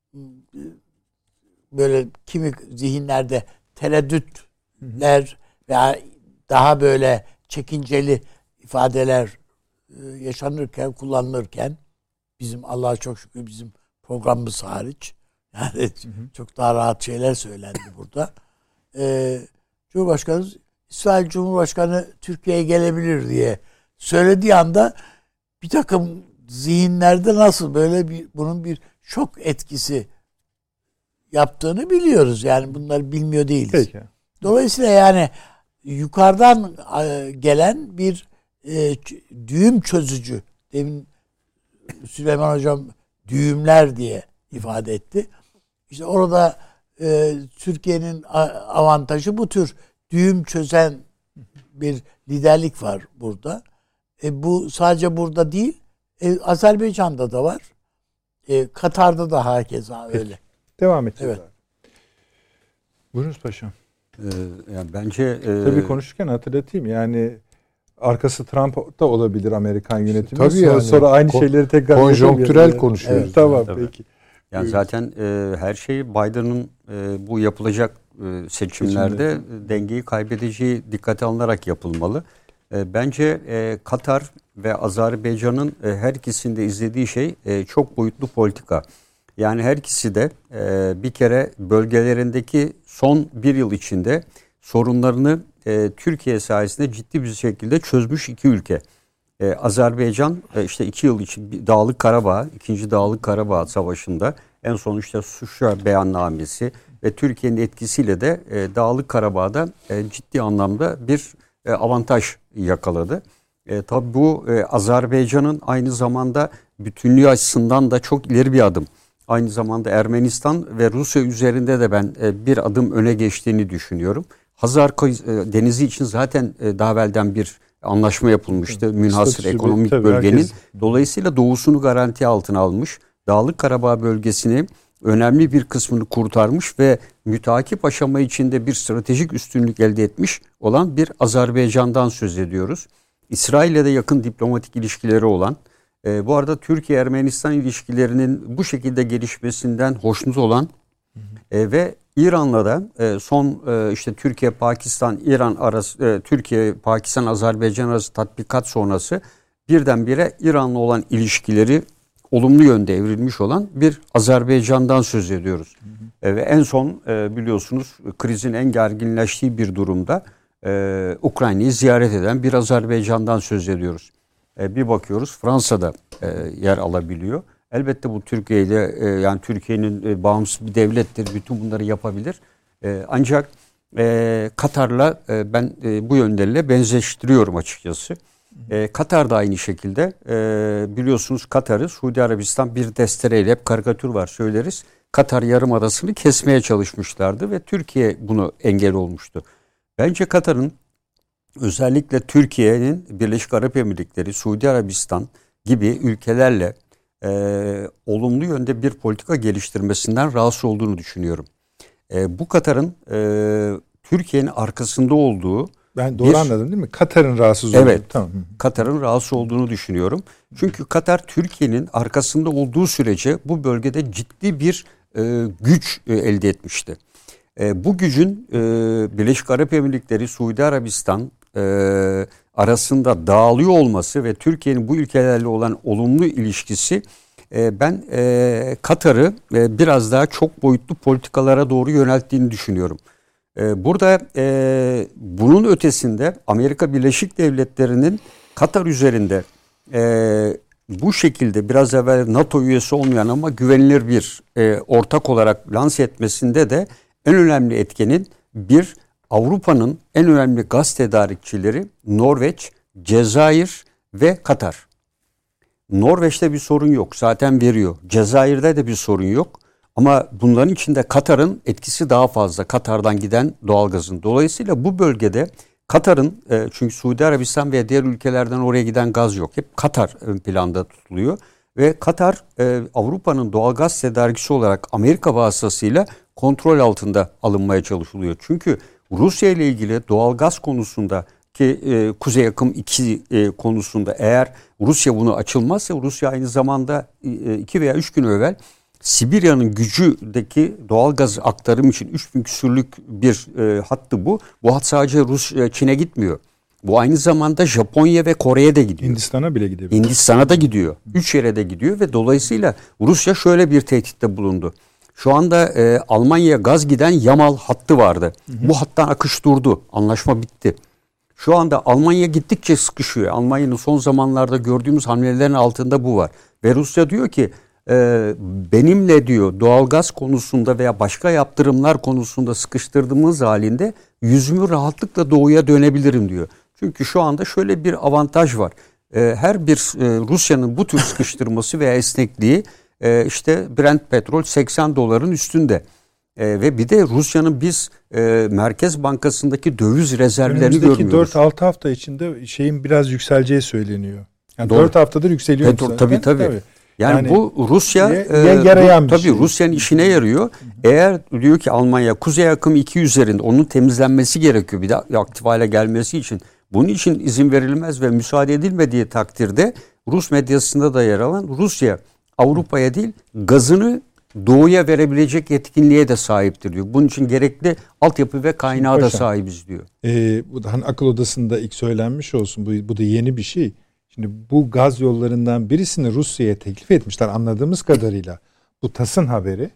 böyle kimi zihinlerde tereddütler veya daha böyle çekinceli ifadeler yaşanırken, kullanılırken bizim Allah'a çok şükür bizim programımız hariç yani çok daha rahat şeyler söylendi burada. Cumhurbaşkanımız İsrail Cumhurbaşkanı Türkiye'ye gelebilir diye söylediği anda bir takım zihinlerde nasıl böyle bunun bir şok etkisi yaptığını biliyoruz. Yani bunları bilmiyor değiliz. Peki. Dolayısıyla yani yukarıdan gelen bir düğüm çözücü, demin Süleyman Hocam düğümler diye ifade etti. İşte orada Türkiye'nin avantajı bu tür düğüm çözen bir liderlik var burada. Bu sadece burada değil, Azerbaycan'da da var. Katar'da da herkese öyle. Devam edeceğiz. Evet. Buyurunuz paşam. Yani bence tabii konuşurken hatırlatayım, yani arkası Trump da olabilir Amerikan yönetimi. Tabii yani. Sonra aynı şeyleri tekrar konjonktürel konuşuyoruz. Evet, tamam tabii. peki. Yani zaten her şey Biden'ın bu yapılacak seçimlerde dengeyi kaybedeceği dikkate alınarak yapılmalı. Bence Katar ve Azerbaycan'ın her ikisinde izlediği şey çok boyutlu politika. Yani her ikisi de bir kere bölgelerindeki son bir yıl içinde sorunlarını Türkiye sayesinde ciddi bir şekilde çözmüş iki ülke. Azerbaycan işte 2 yıl için Dağlık Karabağ, 2. Dağlık Karabağ Savaşı'nda en son işte Şuşa beyannamesi ve Türkiye'nin etkisiyle de Dağlık Karabağ'da ciddi anlamda bir avantaj yakaladı. Tabii bu Azerbaycan'ın aynı zamanda bütünlüğü açısından da çok ileri bir adım. Aynı zamanda Ermenistan ve Rusya üzerinde de ben bir adım öne geçtiğini düşünüyorum. Hazar Denizi için zaten daha evvelden bir anlaşma yapılmıştı. Münhasır ekonomik bölgenin. Herkes... Dolayısıyla doğusunu garanti altına almış. Dağlık Karabağ bölgesini önemli bir kısmını kurtarmış ve müteakip aşama içinde bir stratejik üstünlük elde etmiş olan bir Azerbaycan'dan söz ediyoruz. İsrail'le de yakın diplomatik ilişkileri olan, bu arada Türkiye-Ermenistan ilişkilerinin bu şekilde gelişmesinden hoşnut olan ve İran'la da son işte Türkiye-Pakistan-İran arası, Türkiye-Pakistan-Azerbaycan arası tatbikat sonrası birdenbire İran'la olan ilişkileri olumlu yönde evrilmiş olan bir Azerbaycan'dan söz ediyoruz. Ve en son biliyorsunuz krizin en gerginleştiği bir durumda Ukrayna'yı ziyaret eden bir Azerbaycan'dan söz ediyoruz. Bir bakıyoruz Fransa'da yer alabiliyor. Elbette bu Türkiye ile yani Türkiye'nin bağımsız bir devlettir. Bütün bunları yapabilir. Ancak Katar'la ben bu yönleriyle benzeştiriyorum açıkçası. Katar da aynı şekilde biliyorsunuz Katar'ı Suudi Arabistan bir testereyle, hep karikatür var söyleriz. Katar Yarımadası'nı kesmeye çalışmışlardı ve Türkiye bunu engel olmuştu. Bence Katar'ın özellikle Türkiye'nin Birleşik Arap Emirlikleri, Suudi Arabistan gibi ülkelerle olumlu yönde bir politika geliştirmesinden rahatsız olduğunu düşünüyorum. Bu Katar'ın Türkiye'nin arkasında olduğu... Ben doğru anladım değil mi? Katar'ın rahatsız olduğunu. Evet, tamam. Katar'ın rahatsız olduğunu düşünüyorum. Çünkü Katar Türkiye'nin arkasında olduğu sürece bu bölgede ciddi bir güç elde etmişti. Bu gücün Birleşik Arap Emirlikleri, Suudi Arabistan arasında dağılıyor olması ve Türkiye'nin bu ülkelerle olan olumlu ilişkisi ben Katar'ı biraz daha çok boyutlu politikalara doğru yönelttiğini düşünüyorum. Burada bunun ötesinde Amerika Birleşik Devletleri'nin Katar üzerinde bu şekilde biraz evvel NATO üyesi olmayan ama güvenilir bir ortak olarak lanse etmesinde de en önemli etkenin bir Avrupa'nın en önemli gaz tedarikçileri Norveç, Cezayir ve Katar. Norveç'te bir sorun yok. Zaten veriyor. Cezayir'de de bir sorun yok. Ama bunların içinde Katar'ın etkisi daha fazla. Katar'dan giden doğalgazın. Dolayısıyla bu bölgede Katar'ın çünkü Suudi Arabistan ve diğer ülkelerden oraya giden gaz yok. Hep Katar ön planda tutuluyor. Ve Katar Avrupa'nın doğalgaz tedarikçisi olarak Amerika vasıtasıyla kontrol altında alınmaya çalışılıyor. Çünkü Rusya ile ilgili doğalgaz konusunda ki Kuzey Akım 2 konusunda eğer Rusya bunu açılmazsa Rusya aynı zamanda 2 veya 3 gün evvel Sibirya'nın gücüdeki doğalgaz aktarım için 3000 küsürlük bir hattı bu. Bu hat sadece Çin'e gitmiyor. Bu aynı zamanda Japonya ve Kore'ye de gidiyor. Hindistan'a bile gidiyor. Hindistan'a da gidiyor. 3 yere de gidiyor ve dolayısıyla Rusya şöyle bir tehditte bulundu. Şu anda Almanya'ya gaz giden Yamal hattı vardı. Bu hattan akış durdu. Anlaşma bitti. Şu anda Almanya gittikçe sıkışıyor. Almanya'nın son zamanlarda gördüğümüz hamlelerin altında bu var. Ve Rusya diyor ki benimle diyor doğalgaz konusunda veya başka yaptırımlar konusunda sıkıştırdığımız halinde yüzümü rahatlıkla doğuya dönebilirim diyor. Çünkü şu anda şöyle bir avantaj var. Her bir Rusya'nın bu tür sıkıştırması veya esnekliği işte Brent petrol $80 üstünde. Ve bir de Rusya'nın biz Merkez Bankası'ndaki döviz rezervlerini görmüyoruz. 4-6 hafta içinde şeyin biraz yükseleceği söyleniyor. Yani 4 haftadır yükseliyor. Tabii. Yani bu Rusya yarayan tabii şey. Rusya'nın işine yarıyor. Eğer diyor ki Almanya Kuzey Akım 2 üzerinde onun temizlenmesi gerekiyor bir daha aktif hale gelmesi için. Bunun için izin verilmez ve müsaade edilmediği takdirde Rus medyasında da yer alan Rusya Avrupa'ya değil gazını doğuya verebilecek yetkinliğe de sahiptir diyor. Bunun için gerekli altyapı ve kaynağı da sahibiz diyor. Bu da hani akıl odasında ilk söylenmiş olsun. Bu da yeni bir şey. Şimdi bu gaz yollarından birisini Rusya'ya teklif etmişler anladığımız kadarıyla. Bu TASS'ın haberi.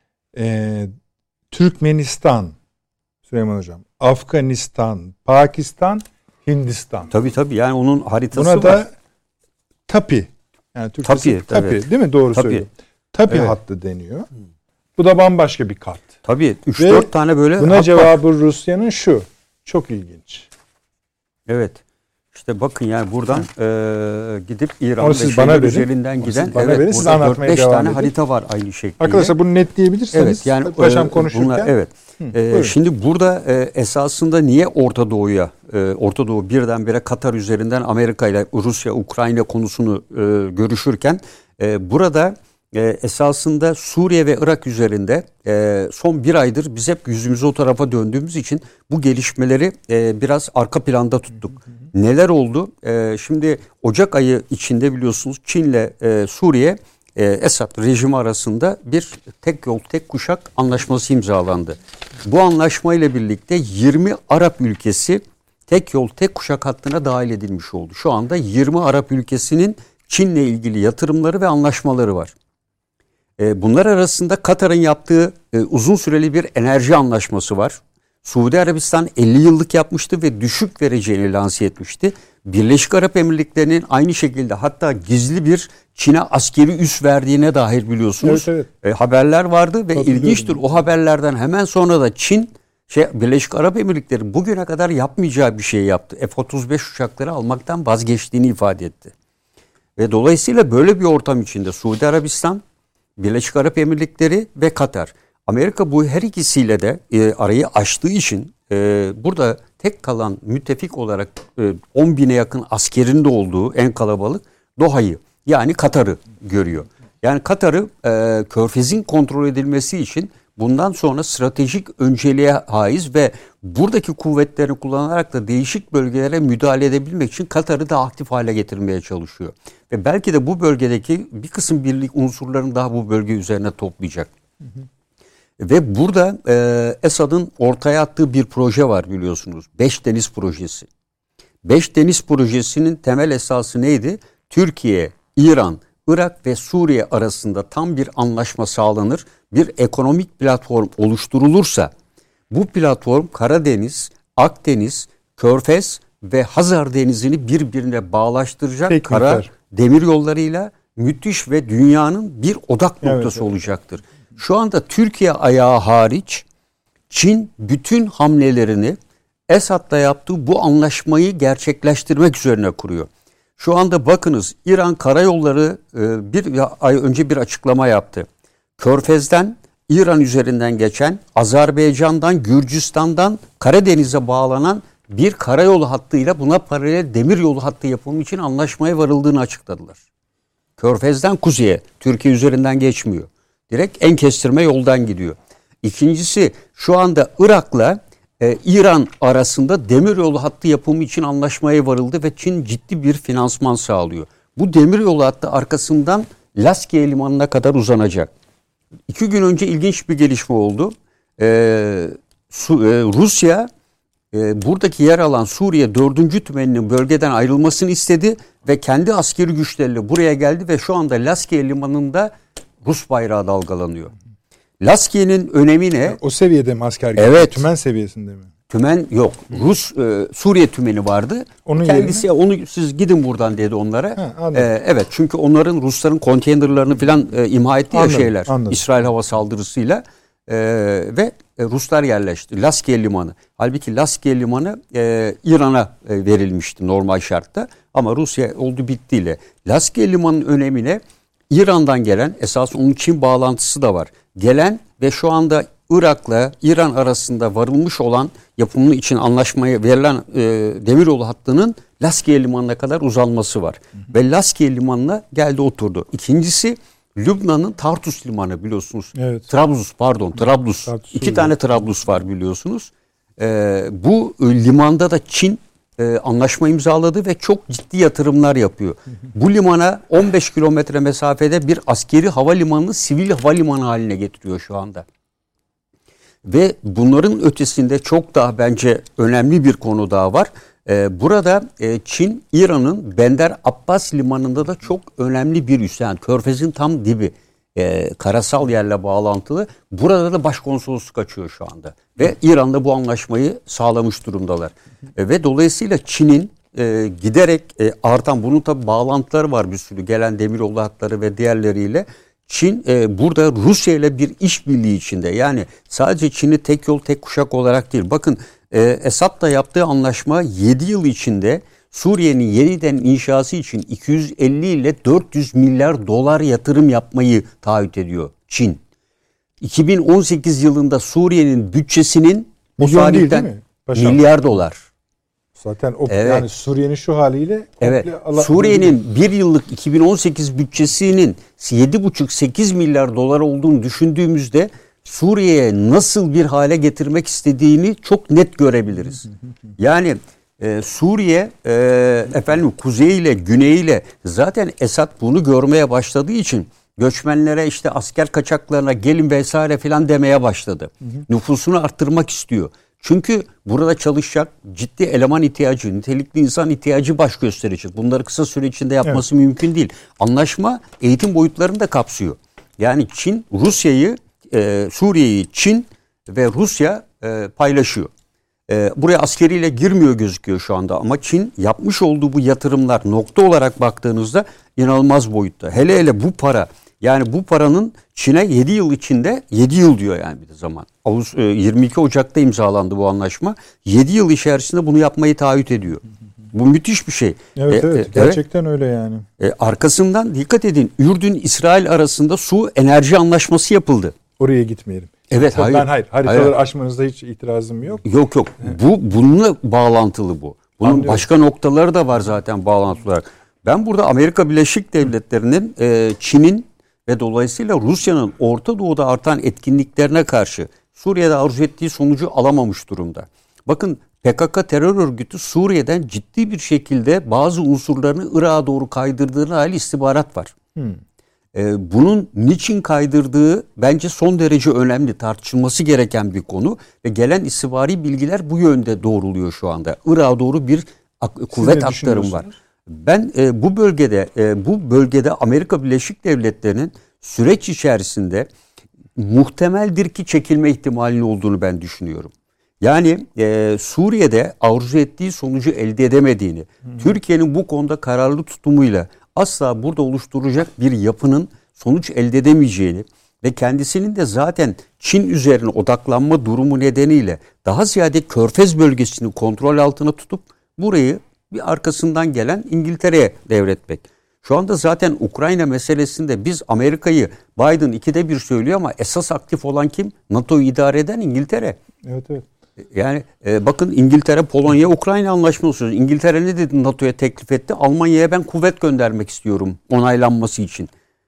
Türkmenistan, Süleyman Hocam, Afganistan, Pakistan, Hindistan. Tabii yani onun haritası buna var. Da TAPI. Yani Türkçesi TAPI evet. Değil mi? Doğru söylüyorum. TAPI evet. Hattı deniyor. Bu da bambaşka bir kat. Tabii 3-4 tane böyle buna cevabı Rusya'nın şu. Çok ilginç. Evet. İşte bakın yani buradan gidip İran ve şeyler üzerinden giden evet, burada 4-5 tane harita var aynı şekilde. Arkadaşlar bunu netleyebilirsiniz. Evet yani paşam konuşurken. Bunlar, evet. Şimdi burada esasında niye Orta Doğu'ya Orta Doğu birdenbire Katar üzerinden Amerika ile Rusya Ukrayna konusunu görüşürken burada esasında Suriye ve Irak üzerinde son bir aydır biz hep yüzümüzü o tarafa döndüğümüz için bu gelişmeleri biraz arka planda tuttuk. Neler oldu? Şimdi Ocak ayı içinde biliyorsunuz Çin'le Suriye Esad rejimi arasında bir tek yol tek kuşak anlaşması imzalandı. Bu anlaşma ile birlikte 20 Arap ülkesi tek yol tek kuşak hattına dahil edilmiş oldu. Şu anda 20 Arap ülkesinin Çin'le ilgili yatırımları ve anlaşmaları var. Bunlar arasında Katar'ın yaptığı uzun süreli bir enerji anlaşması var. Suudi Arabistan 50 yıllık yapmıştı ve düşük vereceğini lanse etmişti. Birleşik Arap Emirlikleri'nin aynı şekilde hatta gizli bir Çin'e askeri üs verdiğine dair biliyorsunuz. Evet. Haberler vardı ve ilginçtir o haberlerden hemen sonra da Çin Birleşik Arap Emirlikleri bugüne kadar yapmayacağı bir şey yaptı. F-35 uçakları almaktan vazgeçtiğini ifade etti. Ve dolayısıyla böyle bir ortam içinde Suudi Arabistan, Birleşik Arap Emirlikleri ve Katar. Amerika bu her ikisiyle de arayı aştığı için burada tek kalan müttefik olarak 10 bine yakın askerin de olduğu en kalabalık Doha'yı yani Katar'ı görüyor. Yani Katar'ı Körfez'in kontrol edilmesi için bundan sonra stratejik önceliğe haiz ve buradaki kuvvetlerini kullanarak da değişik bölgelere müdahale edebilmek için Katar'ı da aktif hale getirmeye çalışıyor. Ve belki de bu bölgedeki bir kısım birlik unsurlarını daha bu bölge üzerine toplayacak. Ve burada Esad'ın ortaya attığı bir proje var biliyorsunuz. 5 Deniz Projesi. 5 Deniz Projesi'nin temel esası neydi? Türkiye, İran, Irak ve Suriye arasında tam bir anlaşma sağlanır. Bir ekonomik platform oluşturulursa bu platform Karadeniz, Akdeniz, Körfez ve Hazar Denizi'ni birbirine bağlaştıracak kara demir yollarıyla müthiş ve dünyanın bir odak noktası olacaktır. Şu anda Türkiye ayağı hariç Çin bütün hamlelerini Esad'la yaptığı bu anlaşmayı gerçekleştirmek üzerine kuruyor. Şu anda bakınız İran Karayolları bir ay önce bir açıklama yaptı. Körfez'den İran üzerinden geçen Azerbaycan'dan Gürcistan'dan Karadeniz'e bağlanan bir karayolu hattıyla buna paralel demiryolu hattı yapımı için anlaşmaya varıldığını açıkladılar. Körfez'den kuzeye Türkiye üzerinden geçmiyor. Direkt en kestirme yoldan gidiyor. İkincisi şu anda Irak'la İran arasında demiryolu hattı yapımı için anlaşmaya varıldı ve Çin ciddi bir finansman sağlıyor. Bu demiryolu hattı arkasından Laskiye limanına kadar uzanacak. 2 gün önce ilginç bir gelişme oldu. Rusya buradaki yer alan Suriye 4. tümeninin bölgeden ayrılmasını istedi ve kendi askeri güçleriyle buraya geldi ve şu anda Laskiye limanında Rus bayrağı dalgalanıyor. Laskiye'nin önemi ne? O seviyede mi asker gibi? Evet. Tümen seviyesinde mi? Tümen yok. Suriye tümeni vardı. Onun kendisi yerine... onu siz gidin buradan dedi onlara. Evet çünkü onların Rusların konteynerlarını falan imha ettiği şeyler. Anladım. İsrail hava saldırısıyla ve Ruslar yerleşti. Laskiye limanı. Halbuki Laskiye limanı İran'a verilmişti normal şartta. Ama Rusya oldu bittiyle. Laskiye limanının önemine İran'dan gelen esas onun Çin bağlantısı da var. Gelen ve şu anda Irak'la İran arasında varılmış olan yapımı için anlaşmaya verilen demiryolu hattının Laskiye Limanı'na kadar uzanması var. Ve Laskiye Limanı'na geldi oturdu. İkincisi Lübnan'ın Tartus Limanı biliyorsunuz. Evet. Trablus. İki tane Trablus var biliyorsunuz. Bu limanda da Çin anlaşma imzaladı ve çok ciddi yatırımlar yapıyor. Bu limana 15 kilometre mesafede bir askeri havalimanını sivil havalimanı haline getiriyor şu anda. Ve bunların ötesinde çok daha bence önemli bir konu daha var. Burada Çin, İran'ın Bender Abbas limanında da çok önemli bir üs. Yani Körfez'in tam dibi. Karasal yerle bağlantılı. Burada da başkonsolosluk açıyor şu anda. Ve İran'da bu anlaşmayı sağlamış durumdalar. Ve dolayısıyla Çin'in giderek artan, bunun tabi bağlantıları var bir sürü. Gelen demiryolu hatları ve diğerleriyle. Çin burada Rusya ile bir işbirliği içinde. Yani sadece Çin'i tek yol tek kuşak olarak değil. Bakın Esad'la yaptığı anlaşma 7 yıl içinde Suriye'nin yeniden inşası için 250 ile 400 milyar dolar yatırım yapmayı taahhüt ediyor Çin. 2018 yılında Suriye'nin bütçesinin milyon değil mi? Milyar dolar. Zaten yani Suriye'nin şu haliyle Suriye'nin bir yıllık 2018 bütçesinin 7,5-8 milyar dolar olduğunu düşündüğümüzde Suriye'ye nasıl bir hale getirmek istediğini çok net görebiliriz. Yani Suriye kuzeyiyle güneyiyle zaten Esad bunu görmeye başladığı için göçmenlere işte asker kaçaklarına gelin vesaire filan demeye başladı. Nüfusunu arttırmak istiyor. Çünkü burada çalışacak ciddi eleman ihtiyacı, nitelikli insan ihtiyacı baş gösterecek. Bunları kısa süre içinde yapması mümkün değil. Anlaşma eğitim boyutlarını da kapsıyor. Yani Çin, Suriye'yi Çin ve Rusya paylaşıyor. Buraya askeriyle girmiyor gözüküyor şu anda ama Çin yapmış olduğu bu yatırımlar nokta olarak baktığınızda inanılmaz boyutta. Hele bu para, yani bu paranın Çin'e 7 yıl içinde, 7 yıl diyor yani bir de zaman. 22 Ocak'ta imzalandı bu anlaşma. 7 yıl içerisinde bunu yapmayı taahhüt ediyor. Bu müthiş bir şey. Evet, gerçekten öyle yani. Arkasından dikkat edin, Ürdün-İsrail arasında su enerji anlaşması yapıldı. Oraya gitmeyelim. Evet, hayır. Ben haritaları aşmanızda hiç itirazım yok. Yok. Bununla bağlantılı bu. Bunun Anlıyorum. başka noktaları da var zaten bağlantılı olarak. Ben burada Amerika Birleşik Devletleri'nin, Çin'in ve dolayısıyla Rusya'nın Orta Doğu'da artan etkinliklerine karşı Suriye'de arzu ettiği sonucu alamamış durumda. Bakın PKK terör örgütü Suriye'den ciddi bir şekilde bazı unsurlarını Irak'a doğru kaydırdığına dair istihbarat var. Bunun niçin kaydırdığı bence son derece önemli, tartışılması gereken bir konu ve gelen istihbari bilgiler bu yönde doğruluyor şu anda. Irak'a doğru bir kuvvet aktarım var. Ben bu bölgede Amerika Birleşik Devletleri'nin süreç içerisinde muhtemeldir ki çekilme ihtimalinin olduğunu ben düşünüyorum. Yani Suriye'de arzu ettiği sonucu elde edemediğini, Türkiye'nin bu konuda kararlı tutumuyla asla burada oluşturacak bir yapının sonuç elde edemeyeceğini ve kendisinin de zaten Çin üzerine odaklanma durumu nedeniyle daha ziyade Körfez bölgesini kontrol altına tutup burayı bir arkasından gelen İngiltere'ye devretmek. Şu anda zaten Ukrayna meselesinde biz Amerika'yı Biden 2'de 1 söylüyor ama esas aktif olan kim? NATO'yu idare eden İngiltere. Evet. Yani bakın İngiltere, Polonya, Ukrayna anlaşması. İngiltere ne dedi NATO'ya teklif etti? Almanya'ya ben kuvvet göndermek istiyorum onaylanması için.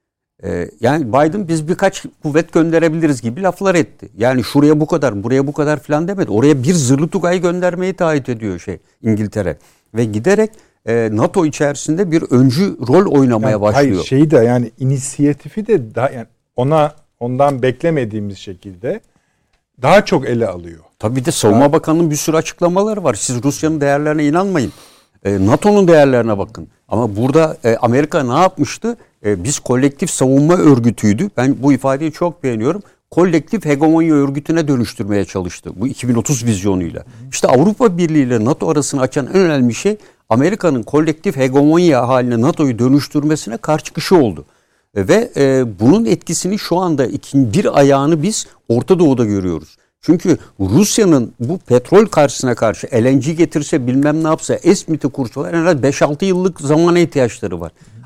Yani Biden biz birkaç kuvvet gönderebiliriz gibi laflar etti. Yani şuraya bu kadar, buraya bu kadar falan demedi. Oraya bir zırhlı tugay göndermeyi taahhüt ediyor İngiltere. Ve giderek NATO içerisinde bir öncü rol oynamaya başlıyor. Hayır, şeyi de yani inisiyatifi de daha yani ondan beklemediğimiz şekilde daha çok ele alıyor. Tabii de Savunma Bakanı'nın bir sürü açıklamaları var. Siz Rusya'nın değerlerine inanmayın. NATO'nun değerlerine bakın. Ama burada Amerika ne yapmıştı? Biz kolektif savunma örgütüydü. Ben bu ifadeyi çok beğeniyorum. Kolektif hegemonya örgütüne dönüştürmeye çalıştı. Bu 2030 vizyonuyla. İşte Avrupa Birliği ile NATO arasını açan en önemli şey Amerika'nın kolektif hegemonya haline NATO'yu dönüştürmesine karşı çıkışı oldu. Ve bunun etkisini şu anda bir ayağını biz Orta Doğu'da görüyoruz. Çünkü Rusya'nın bu petrol karşısına karşı LNG getirse bilmem ne yapsa, Esmit'i kursalar en az 5-6 yıllık zamana ihtiyaçları var.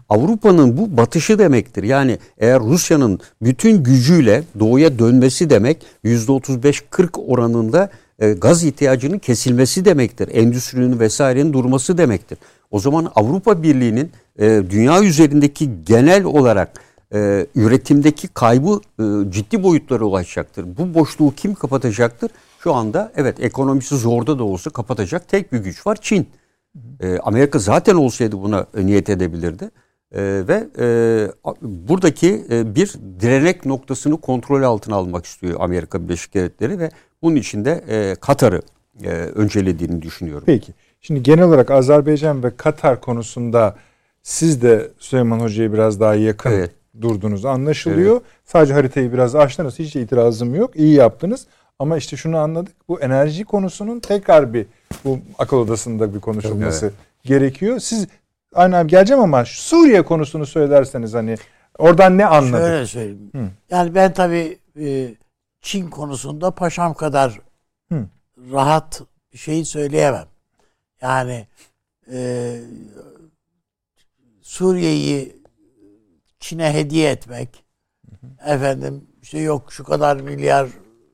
Avrupa'nın bu batışı demektir. Yani eğer Rusya'nın bütün gücüyle doğuya dönmesi demek %35-40 oranında gaz ihtiyacının kesilmesi demektir. Endüstrinin vesairenin durması demektir. O zaman Avrupa Birliği'nin dünya üzerindeki genel olarak üretimdeki kaybı ciddi boyutlara ulaşacaktır. Bu boşluğu kim kapatacaktır? Şu anda evet ekonomisi zorda da olsa kapatacak tek bir güç var, Çin. Amerika zaten olsaydı buna niyet edebilirdi. Ve buradaki bir direnek noktasını kontrol altına almak istiyor Amerika Birleşik Devletleri ve bunun için de Katar'ı öncelediğini düşünüyorum. Peki. Şimdi genel olarak Azerbaycan ve Katar konusunda siz de Süleyman Hoca'ya biraz daha yakın durdunuz anlaşılıyor. Evet. Sadece haritayı biraz açtınız. Hiç itirazım yok. İyi yaptınız. Ama işte şunu anladık. Bu enerji konusunun tekrar bir bu akıl odasında bir konuşulması gerekiyor. Siz aynı abi geleceğim ama Suriye konusunu söylerseniz hani oradan ne anladık? Şöyle söyleyeyim. Yani ben tabii Çin konusunda paşam kadar rahat bir şey söyleyemem. Yani Suriye'yi Çin'e hediye etmek, efendim işte yok şu kadar milyar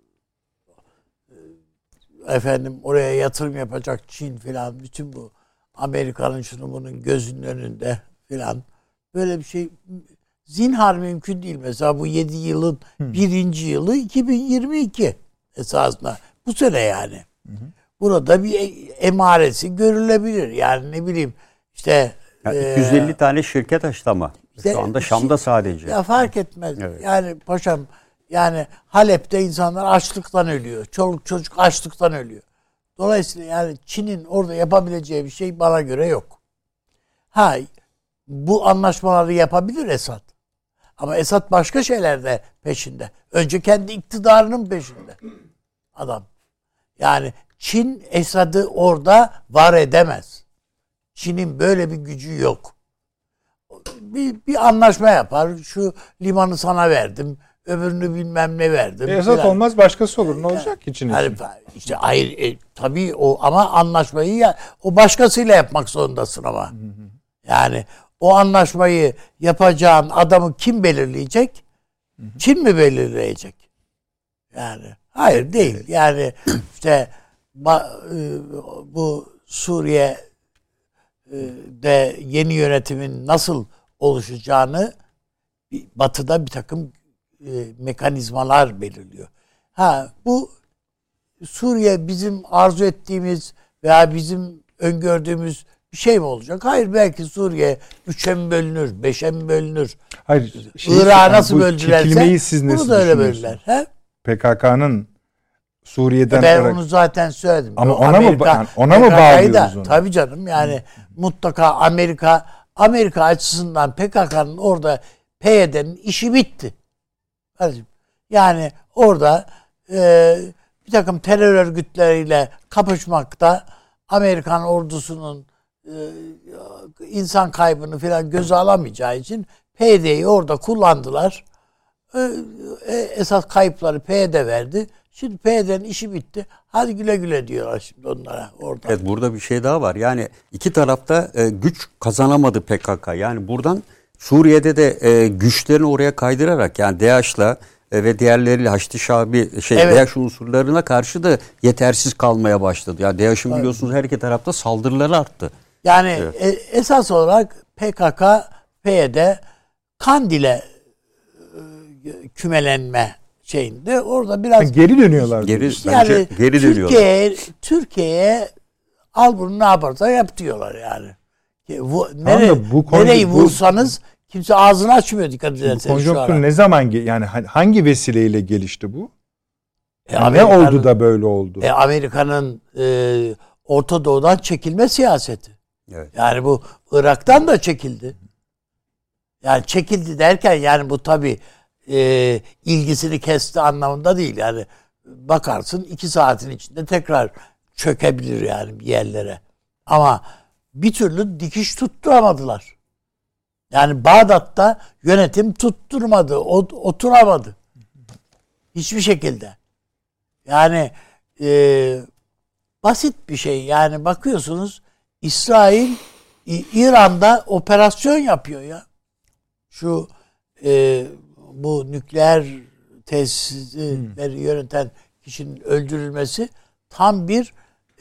efendim oraya yatırım yapacak Çin filan, bütün bu Amerika'nın şunu bunun gözünün önünde filan, böyle bir şey zinhar mümkün değil. Mesela bu 7 yılın birinci yılı 2022 esasında bu sene yani. Burada bir emaresi görülebilir. Yani ne bileyim işte yani 250 tane şirket açtı ama şu anda Şam'da sadece. Ya fark etmez. Evet. Yani paşam yani Halep'te insanlar açlıktan ölüyor. Çoluk çocuk açlıktan ölüyor. Dolayısıyla yani Çin'in orada yapabileceği bir şey bana göre yok. Bu anlaşmaları yapabilir Esad. Ama Esad başka şeylerde peşinde. Önce kendi iktidarının peşinde adam. Yani Çin Esad'ı orada var edemez. Çin'in böyle bir gücü yok. Bir anlaşma yapar. Şu limanı sana verdim. Öbürünü bilmem ne verdim. Esad olmaz başkası olur. Ne olacak ki Çin için? Yani işte hayır tabii o ama anlaşmayı o başkasıyla yapmak zorundasın ama. Yani o anlaşmayı yapacağın adamı kim belirleyecek? Çin mi belirleyecek? Yani hayır değil. Yani işte bu Suriye'de yeni yönetimin nasıl oluşacağını Batı'da bir takım mekanizmalar belirliyor. Bu Suriye bizim arzu ettiğimiz veya bizim öngördüğümüz bir şey mi olacak? Hayır, belki Suriye 3'e mi bölünür, 5'e mi bölünür? Hayır. Irak'ı nasıl böldülerse bunu da öyle bölürler. PKK'nın Suriye'den... Ben onu zaten söyledim. Ama ona mı bağlıyoruz onu? Tabii canım yani mutlaka Amerika açısından PKK'nın orada PYD'nin işi bitti. Yani orada bir takım terör örgütleriyle kapışmakta Amerikan ordusunun insan kaybını falan göze alamayacağı için PYD'yi orada kullandılar. Esas kayıpları PYD verdi. Şimdi PYD'nin işi bitti. Hadi güle güle diyorlar şimdi onlara orada. Evet, burada bir şey daha var. Yani iki tarafta güç kazanamadı PKK. Yani buradan Suriye'de de güçlerini oraya kaydırarak yani DAEŞ'la ve diğerleriyle Haçlı Şabi DAEŞ unsurlarına karşı da yetersiz kalmaya başladı. Yani DAEŞ'in biliyorsunuz her iki tarafta saldırıları arttı. Yani esas olarak PKK, PYD Kandil'e kümelenme şeyinde orada biraz geri dönüyorlar. Geri dönüyorlar. Türkiye'ye al bunu ne yaparsa yap diyorlar yani. Nereyi vursanız kimse ağzını açmıyor, dikkat ederseniz. Bu konjonktür ne zaman yani hangi vesileyle gelişti bu? Ne oldu da böyle oldu? Amerika'nın Orta Doğu'dan çekilme siyaseti. Evet. Yani bu Irak'tan da çekildi. Yani çekildi derken yani bu tabii ilgisini kesti anlamında değil. Yani bakarsın 2 saatin içinde tekrar çökebilir yani bir yerlere. Ama bir türlü dikiş tutturamadılar. Yani Bağdat'ta yönetim tutturmadı, oturamadı. Hiçbir şekilde. Yani basit bir şey. Yani bakıyorsunuz İsrail İran'da operasyon yapıyor ya. Şu bu nükleer tesisleri yöneten kişinin öldürülmesi tam bir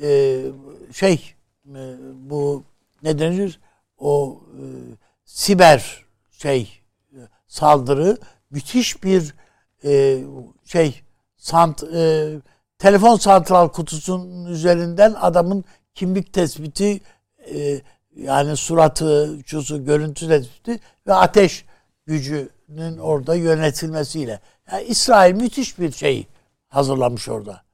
bu ne denir? O siber saldırı müthiş bir telefon santral kutusunun üzerinden adamın kimlik tespiti, yani suratı, şusu, görüntü tespiti ve ateş gücünün orada yönetilmesiyle. Yani İsrail müthiş bir şey hazırlamış orada.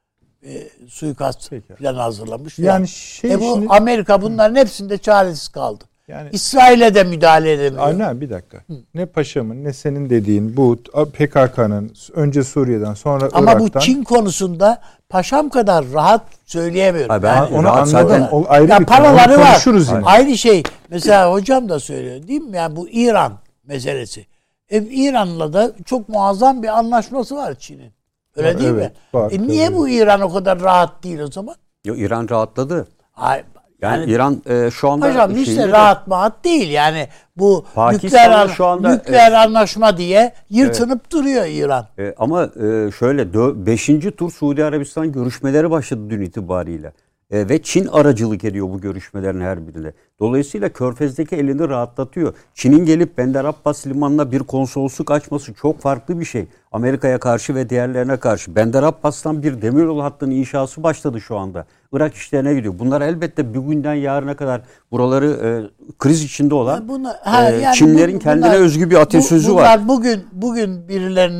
Suikast planı hazırlamış. Yani bu Amerika bunların hepsinde çaresiz kaldı. Yani İsrail'e de müdahale edemiyor. Aynen, bir dakika. Ne paşamın ne senin dediğin bu PKK'nın önce Suriye'den sonra ama Irak'tan. Bu Çin konusunda paşam kadar rahat söyleyemiyorum. Ben yani onu anladım. O ayrı ya bir paraları konu. var. Yine. Aynı şey. Mesela hocam da söylüyor değil mi? Yani bu İran meselesi. İran'la da çok muazzam bir anlaşması var Çin'in. Öyle değil mi? Var, niye bu İran o kadar rahat değil o zaman? Yok, İran rahatladı. Hayır. Yani İran şu anda... Hocam hiç de rahat değil. Yani bu Pakistan'da nükleer anlaşma diye yırtınıp duruyor İran. Ama şöyle 5. tur Suudi Arabistan görüşmeleri başladı dün itibariyle. Ve Çin aracılık ediyor bu görüşmelerin her birinde. Dolayısıyla Körfez'deki elini rahatlatıyor. Çin'in gelip Bender Abbas limanına bir konsolosluk açması çok farklı bir şey. Amerika'ya karşı ve diğerlerine karşı. Bender Abbas'tan bir demiryolu hattının inşası başladı şu anda. Irak işlerine gidiyor. Bunlar elbette bugünden yarına kadar buraları kriz içinde olan Çinlerin kendine özgü bir atasözü var. Bugün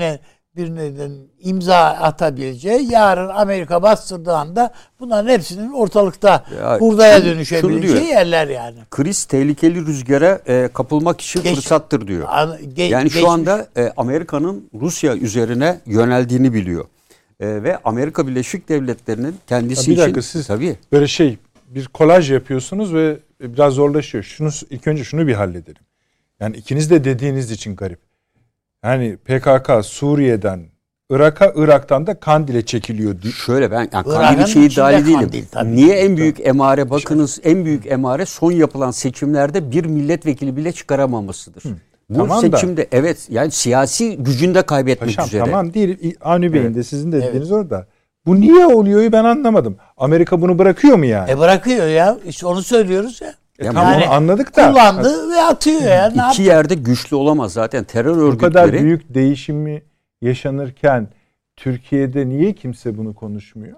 birinin imza atabileceği, yarın Amerika bastırdığı anda bunların hepsinin ortalıkta hurdaya dönüşebileceği yerler yani. Kriz tehlikeli rüzgara kapılmak için fırsattır diyor. Yani şu anda Amerika'nın Rusya üzerine yöneldiğini biliyor. Ve Amerika Birleşik Devletleri'nin kendisi için... Siz tabii böyle bir kolaj yapıyorsunuz ve biraz zorlaşıyor. İlk önce şunu bir halledelim. Yani ikiniz de dediğiniz için garip. Yani PKK Suriye'den Irak'a, Irak'tan da Kandil'e çekiliyor. Şöyle ben Kandil iddialı değilim. Niye en büyük emare bakınız, en büyük emare son yapılan seçimlerde bir milletvekili bile çıkaramamasıdır. Bu tamam seçimde yani siyasi gücünde kaybetmek üzere. Tamam değil. Avni Bey'in de sizin de dediğiniz orada. Bu niye oluyor ben anlamadım. Amerika bunu bırakıyor mu yani? Bırakıyor ya. İşte onu söylüyoruz ya. Tamam onu anladık da. Kullandı ve atıyor ya. İki yerde güçlü olamaz zaten. Terör örgütleri. Bu kadar büyük değişimi yaşanırken Türkiye'de niye kimse bunu konuşmuyor?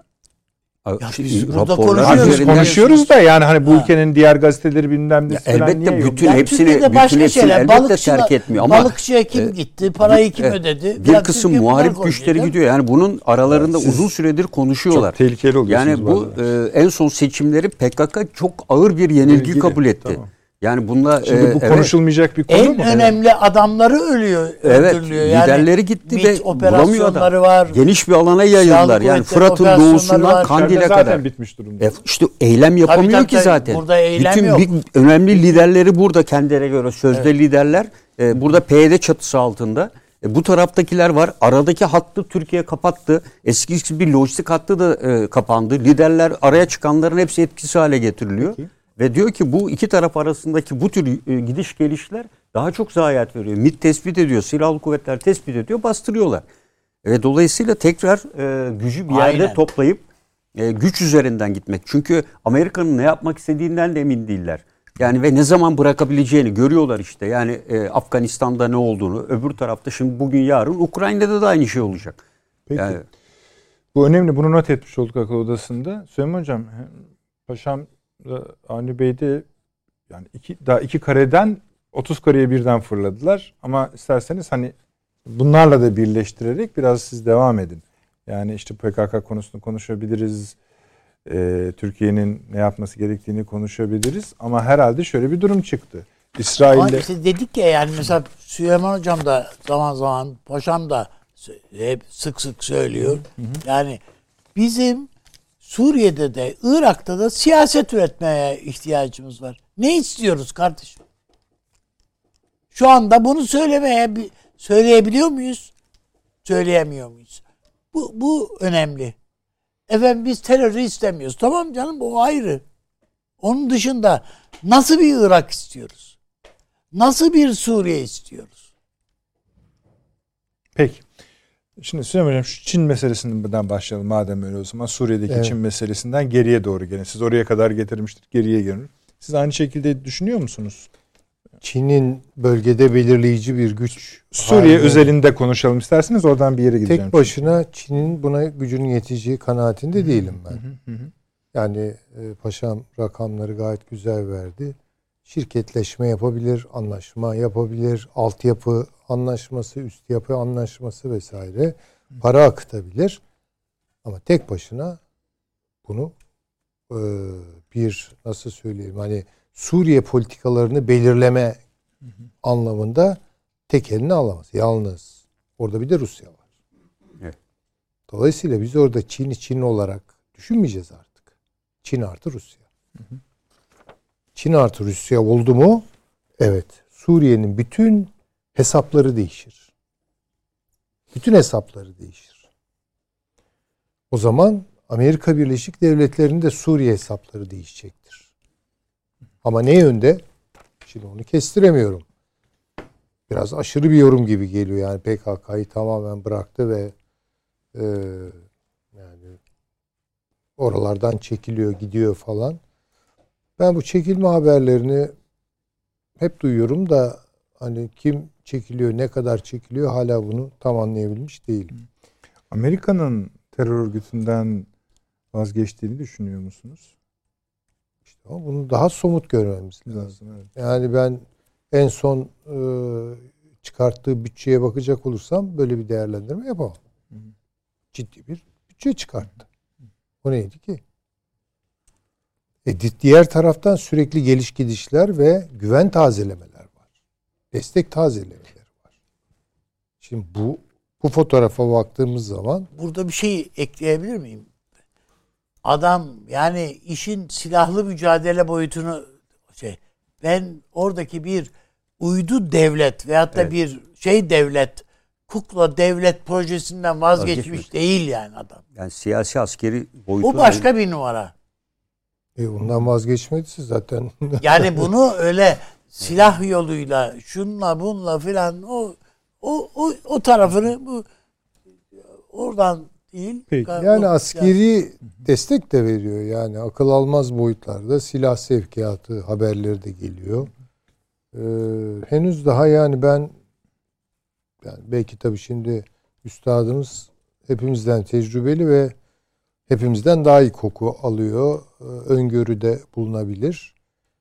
Biz burada konuşuyoruz da yani hani bu ülkenin diğer gazeteleri bilmem ne falan elbette niye bütün hepsini elbette terk etmiyor ama balıkçıya kim gitti, parayı kim ödedi? Bir kısım muharip güçleri gidiyor. Yani bunun aralarında uzun süredir konuşuyorlar. Çok tehlikeli oluyorsunuz. Yani bu en son seçimleri PKK çok ağır bir yenilgi kabul etti. Tamam. Yani bununla şimdi bu konuşulmayacak bir konu mu? En önemli adamları öldürülüyor. Liderleri gitti ve bulamıyor adam. Var. Geniş bir alana yayıldılar. Yani Fırat'ın doğusundan Kandil'e kadar. Zaten bitmiş durumda. İşte eylem yapamıyor ki zaten. Burada eylem bütün yok. Önemli liderleri burada kendilerine göre sözde liderler. Burada PYD çatısı altında. Bu taraftakiler var. Aradaki hattı Türkiye kapattı. Eskisi bir lojistik hattı da kapandı. Liderler araya çıkanların hepsi etkisiz hale getiriliyor. Peki. Ve diyor ki bu iki taraf arasındaki bu tür gidiş gelişler daha çok zayiat veriyor. MİT tespit ediyor, silahlı kuvvetler tespit ediyor, bastırıyorlar. Ve dolayısıyla tekrar gücü bir yerde toplayıp güç üzerinden gitmek. Çünkü Amerika'nın ne yapmak istediğinden de emin değiller. Yani ve ne zaman bırakabileceğini görüyorlar işte. Yani Afganistan'da ne olduğunu, öbür tarafta şimdi bugün yarın Ukrayna'da da aynı şey olacak. Peki. Yani, bu önemli. Bunu not etmiş olduk akıl odasında. Süleyman Hocam, Paşam Avni Bey'de yani iki kareden 30 kareye birden fırladılar. Ama isterseniz hani bunlarla da birleştirerek biraz siz devam edin. Yani işte PKK konusunu konuşabiliriz. Türkiye'nin ne yapması gerektiğini konuşabiliriz. Ama herhalde şöyle bir durum çıktı. İsrail'de... İşte dedik ya yani mesela Süleyman Hocam da zaman zaman, Paşam da hep sık sık söylüyor. Yani bizim Suriye'de de Irak'ta da siyaset üretmeye ihtiyacımız var. Ne istiyoruz kardeşim? Şu anda bunu söyleyebiliyor muyuz? Söyleyemiyor muyuz? Bu önemli. Efendim biz terörü istemiyoruz. Tamam canım o ayrı. Onun dışında nasıl bir Irak istiyoruz? Nasıl bir Suriye istiyoruz? Peki. Şimdi Süleyman Hocam şu Çin meselesinden başlayalım madem öyle o zaman. Suriye'deki Çin meselesinden geriye doğru gelin. Siz oraya kadar getirmiştik, geriye gelin. Siz aynı şekilde düşünüyor musunuz? Çin'in bölgede belirleyici bir güç. Suriye özelinde konuşalım isterseniz, oradan bir yere gideceğim. Tek başına Çin'in buna gücünün yeteceği kanaatinde değilim ben. Yani paşam rakamları gayet güzel verdi. Şirketleşme yapabilir, anlaşma yapabilir, altyapı anlaşması, üst yapı anlaşması vesaire, para akıtabilir. Ama tek başına bunu bir, nasıl söyleyeyim, hani Suriye politikalarını belirleme anlamında tek eline alamaz. Yalnız orada bir de Rusya var. Evet. Dolayısıyla biz orada Çin olarak düşünmeyeceğiz artık. Çin artı Rusya. Çin artı Rusya oldu mu? Evet. Suriye'nin bütün hesapları değişir. Bütün hesapları değişir. O zaman Amerika Birleşik Devletleri'nin de Suriye hesapları değişecektir. Ama ne yönde? Şimdi onu kestiremiyorum. Biraz aşırı bir yorum gibi geliyor. Yani PKK'yı tamamen bıraktı ve yani oralardan çekiliyor, gidiyor falan. Ben bu çekilme haberlerini hep duyuyorum da hani kim çekiliyor, ne kadar çekiliyor hala bunu tam anlayabilmiş değilim. Amerika'nın terör örgütünden vazgeçtiğini düşünüyor musunuz? İşte ama bunu daha somut görmemiz lazım. Evet. Yani ben en son çıkarttığı bütçeye bakacak olursam böyle bir değerlendirme yapamam. Ciddi bir bütçe çıkarttı. O neydi ki? Diğer taraftan sürekli geliş gidişler ve güven tazelemeler var. Destek tazelemeleri var. Şimdi bu fotoğrafa baktığımız zaman Burada bir şey ekleyebilir miyim? Adam yani işin silahlı mücadele boyutunu ben oradaki bir uydu devlet veyahut da bir devlet, kukla devlet projesinden vazgeçmiş değil yani adam. Yani siyasi askeri boyutu. O başka bir numara. ondan vazgeçmedisi zaten. Yani bunu öyle silah yoluyla şunla bunla filan o tarafını bu oradan değil. Peki. Yani askeri destek de veriyor. Yani akıl almaz boyutlarda silah sevkiyatı haberleri de geliyor. Henüz daha yani belki tabii şimdi üstadımız hepimizden tecrübeli ve hepimizden daha iyi koku alıyor. Öngörüde bulunabilir.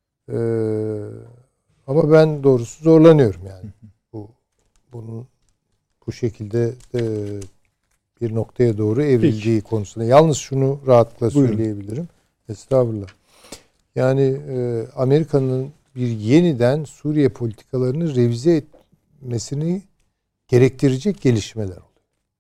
Ama ben doğrusu zorlanıyorum yani. Bunun bu şekilde bir noktaya doğru evrildiği konusunda. Yalnız şunu rahatlıkla söyleyebilirim. Estağfurullah. Yani Amerika'nın bir yeniden Suriye politikalarını revize etmesini gerektirecek gelişmeler oluyor.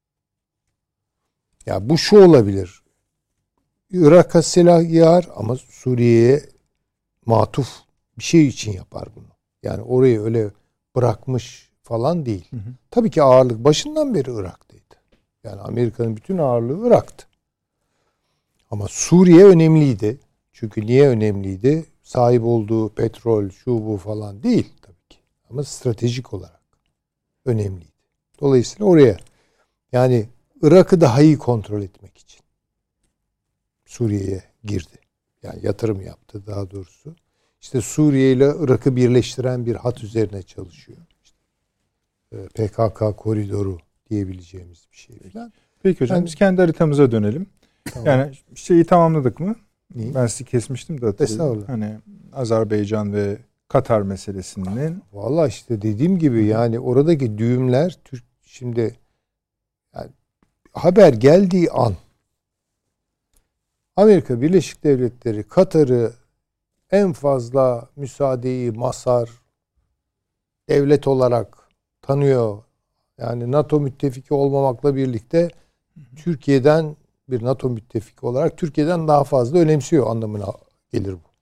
Ya bu şu olabilir. Irak'a silah yağar ama Suriye'ye matuf bir şey için yapar bunu. Yani orayı öyle bırakmış falan değil. Tabii ki ağırlık başından beri Irak'taydı. Yani Amerika'nın bütün ağırlığı Irak'tı. Ama Suriye önemliydi. Çünkü niye önemliydi? Sahip olduğu petrol, şu bu falan değil tabii ki. Ama stratejik olarak önemliydi. Dolayısıyla oraya yani Irak'ı daha iyi kontrol etmek için Suriye'ye girdi. Yani yatırım yaptı daha doğrusu. İşte Suriye ile Irak'ı birleştiren bir hat üzerine çalışıyor. İşte PKK koridoru diyebileceğimiz bir şey falan. Peki hocam biz kendi haritamıza dönelim. Tamam. Yani şeyi tamamladık mı? Neyi? Ben sizi kesmiştim de hatırlıyorum. Hani Azerbaycan ve Katar meselesinin. Vallahi işte dediğim gibi yani oradaki düğümler şimdi yani haber geldiği an Amerika Birleşik Devletleri Katar'ı en fazla müsaadeyi mazhar devlet olarak tanıyor. Yani NATO müttefiki olmamakla birlikte Türkiye'den bir NATO müttefiki olarak Türkiye'den daha fazla önemsiyor anlamına gelir bu.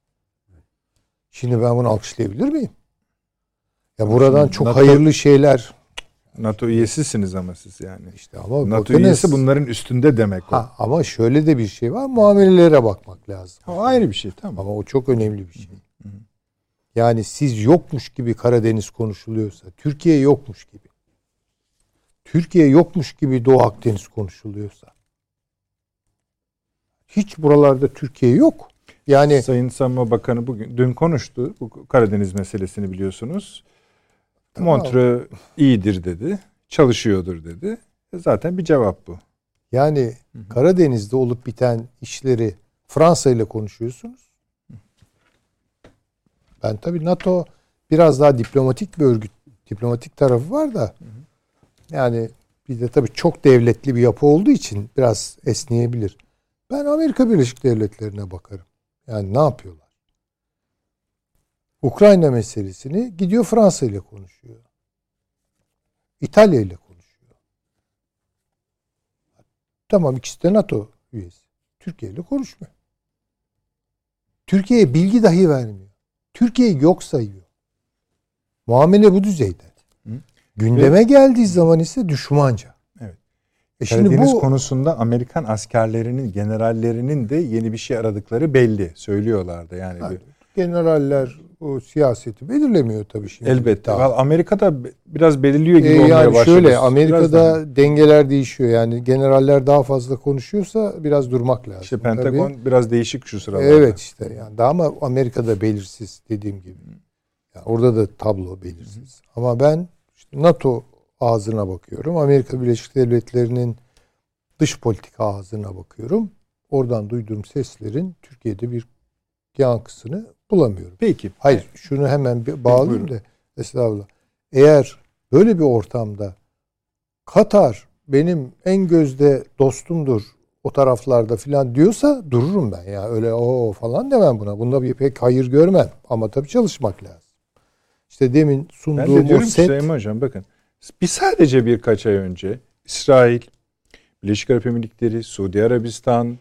Şimdi ben bunu alkışlayabilir miyim? Ya buradan çok NATO, hayırlı şeyler. NATO üyesisiniz ama siz yani. İşte ama NATO bakınız, üyesi bunların üstünde demek o. ama şöyle de bir şey var. Muamelelere bakmak lazım. O ayrı bir şey, tamam. Ama o çok önemli bir şey. Yani siz yokmuş gibi Karadeniz konuşuluyorsa, Türkiye yokmuş gibi, Türkiye yokmuş gibi Doğu Akdeniz konuşuluyorsa, hiç buralarda Türkiye yok. Yani Sayın Savunma Bakanı dün konuştu. Bu Karadeniz meselesini biliyorsunuz. Tamam. Montreux iyidir dedi. Çalışıyordur dedi. Zaten bir cevap bu. yani Karadeniz'de olup biten işleri Fransa ile konuşuyorsunuz. Ben tabii NATO biraz daha diplomatik bir örgüt, diplomatik tarafı var da yani bir de tabii çok devletli bir yapı olduğu için biraz esneyebilir. Ben Amerika Birleşik Devletleri'ne bakarım. Yani ne yapıyorlar? Ukrayna meselesini gidiyor Fransa ile konuşuyor. İtalya ile konuşuyor. Tamam, ikisi de NATO üyesi. Türkiye ile konuşmuyor. Türkiye'ye bilgi dahi vermiyor. Türkiye'yi yok sayıyor. Muamele bu düzeyde. Gündeme geldiği zaman ise düşmanca. Evet. Şimdi Karadeniz bu konusunda Amerikan askerlerinin, generallerinin de yeni bir şey aradıkları belli. Söylüyorlardı yani. yani, generaller o siyaseti belirlemiyor tabii şimdi. Elbette. Amerika'da biraz belirliyor gibi olmaya yani başladı. şöyle, Amerika'da Biraz dengeler değişiyor. Yani generaller daha fazla konuşuyorsa biraz durmak lazım. İşte Pentagon biraz değişik şu sıralarda. Evet işte yani daha ama Amerika'da belirsiz dediğim gibi. Yani orada da tablo belirsiz. Ama ben işte NATO ağzına bakıyorum. Amerika Birleşik Devletleri'nin dış politika ağzına bakıyorum. Oradan duyduğum seslerin Türkiye'de bir yankısını bulamıyorum. Peki. Hayır, şunu hemen bir bağlayayım da estağfurullah. Eğer böyle bir ortamda Katar benim en gözde dostumdur o taraflarda filan diyorsa dururum ben. Ya öyle o falan demem buna. Bunda bir pek hayır görmem. Ama tabii çalışmak lazım. İşte demin sunduğum Ben de diyorum o ki set... Süleyman Hocam bakın. Sadece birkaç ay önce İsrail, Birleşik Arap Emirlikleri, Suudi Arabistan,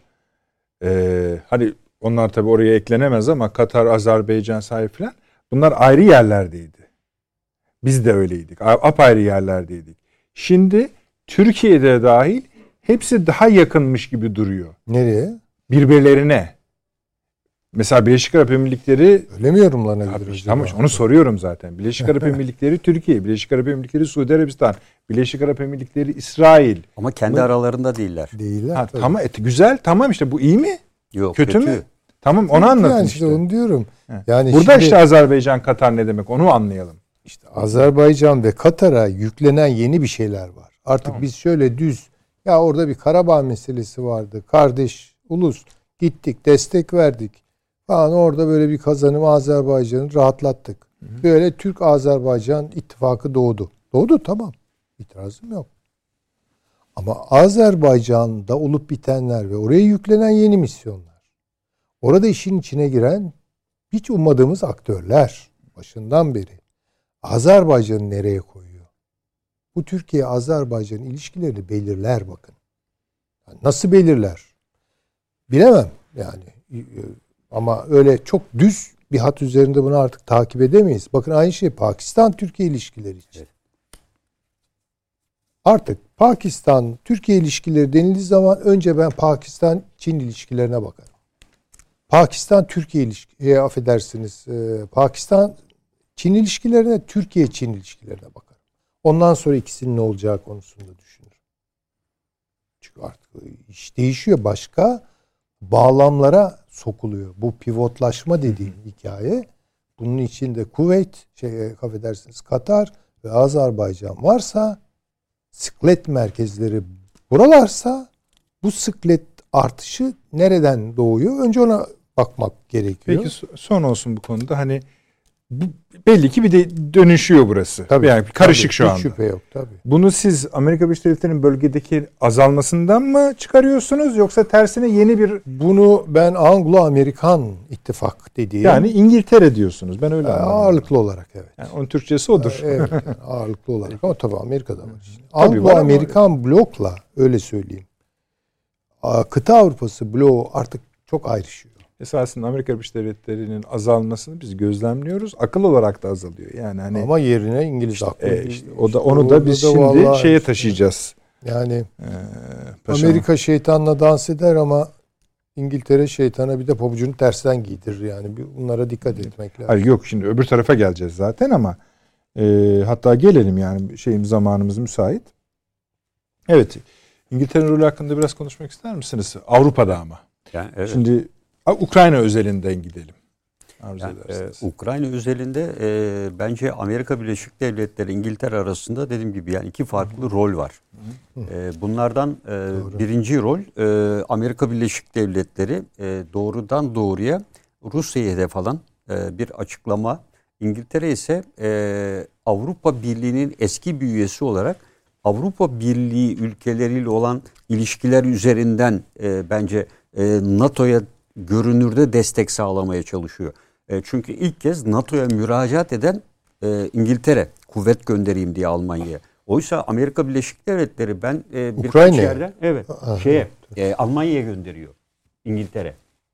hani onlar tabii oraya eklenemez ama Katar, Azerbaycan sahip falan. Bunlar ayrı yerlerdeydi. Biz de öyleydik. Apayrı yerlerdeydik. Şimdi Türkiye'de dahil hepsi daha yakınmış gibi duruyor. Nereye? Birbirlerine. Mesela Birleşik Arap Emirlikleri Öyle mi yorumlanabilir? Tamam, onu soruyorum zaten. Birleşik Arap Emirlikleri Türkiye, Birleşik Arap Emirlikleri Suudi Arabistan, Birleşik Arap Emirlikleri İsrail. Ama kendi aralarında değiller. Değiller. Tamam, güzel, tamam işte bu iyi mi? Yok, kötü mü? Tamam, onu anlatın yani işte. onu diyorum. Yani burada şimdi, işte Azerbaycan, Katar ne demek onu anlayalım. İşte Azerbaycan ve Katar'a yüklenen yeni bir şeyler var. Artık biz şöyle düz ya orada bir Karabağ meselesi vardı. Kardeş ulus gittik, destek verdik falan, orada böyle bir kazanım Azerbaycan'ı rahatlattık. Böyle Türk-Azerbaycan ittifakı doğdu. Doğdu, tamam. İtirazım yok. Ama Azerbaycan'da olup bitenler ve oraya yüklenen yeni misyonlar. Orada işin içine giren hiç ummadığımız aktörler başından beri. Azerbaycan'ı nereye koyuyor? Bu Türkiye-Azerbaycan ilişkilerini belirler bakın. Yani nasıl belirler? Bilemem yani. Ama öyle çok düz bir hat üzerinde bunu artık takip edemeyiz. Bakın aynı şey Pakistan-Türkiye ilişkileri için. Evet. Artık Pakistan-Türkiye ilişkileri denildiği zaman önce ben Pakistan-Çin ilişkilerine bakarım. Pakistan-Türkiye ilişkileri, affedersiniz, Pakistan-Çin ilişkilerine, Türkiye-Çin ilişkilerine bakarım. Ondan sonra ikisinin ne olacağı konusunda düşünürüm. Çünkü artık iş değişiyor. Başka bağlamlara sokuluyor. Bu pivotlaşma dediğim hikaye. Bunun içinde Kuveyt, affedersiniz, Katar ve Azerbaycan varsa, sıklet merkezleri buralarsa, bu sıklet artışı nereden doğuyor? Önce ona bakmak gerekiyor. Peki son olsun bu konuda. Hani belli ki bir de dönüşüyor burası. Tabii, yani karışık tabii, şu anda. Hiç şüphe yok tabii. Bunu siz Amerika Birleşik Devletleri'nin bölgedeki azalmasından mı çıkarıyorsunuz yoksa tersine yeni bir... Bunu ben Anglo-Amerikan ittifak dediğim... Yani İngiltere diyorsunuz. Ben öyle anladım. Ağırlıklı olarak evet. Yani onun Türkçesi odur. Evet, yani ağırlıklı olarak ama tabii Amerika'da var. Tabii Anglo-Amerikan blokla öyle söyleyeyim. Kıta Avrupası bloğu artık çok ayrışıyor. esasında Amerika Birleşik Devletleri'nin azalmasını biz gözlemliyoruz. Akıl olarak da azalıyor. Yani hani ama yerine İngiliz aklı. İşte onu da biz şimdi şeye taşıyacağız. Yani Amerika şeytanla dans eder ama İngiltere şeytana bir de pabucunu tersten giydirir. Yani bunlara dikkat etmek lazım. Hayır, yok, şimdi öbür tarafa geleceğiz zaten ama hatta gelelim, yani zamanımız müsait. Evet, İngiltere'nin rolü hakkında biraz konuşmak ister misiniz? Avrupa'da ama. Yani, evet. Şimdi Ukrayna özelinden gidelim. Ukrayna özelinde bence Amerika Birleşik Devletleri İngiltere arasında dediğim gibi yani iki farklı rol var. Bunlardan birinci rol Amerika Birleşik Devletleri doğrudan doğruya Rusya'yı hedef alan bir açıklama. İngiltere ise Avrupa Birliği'nin eski bir üyesi olarak Avrupa Birliği ülkeleriyle olan ilişkiler üzerinden bence NATO'ya görünürde destek sağlamaya çalışıyor. Çünkü ilk kez NATO'ya müracaat eden İngiltere, kuvvet göndereyim diye Almanya'ya. Oysa Amerika Birleşik Devletleri birkaç yerden Almanya'ya gönderiyor İngiltere.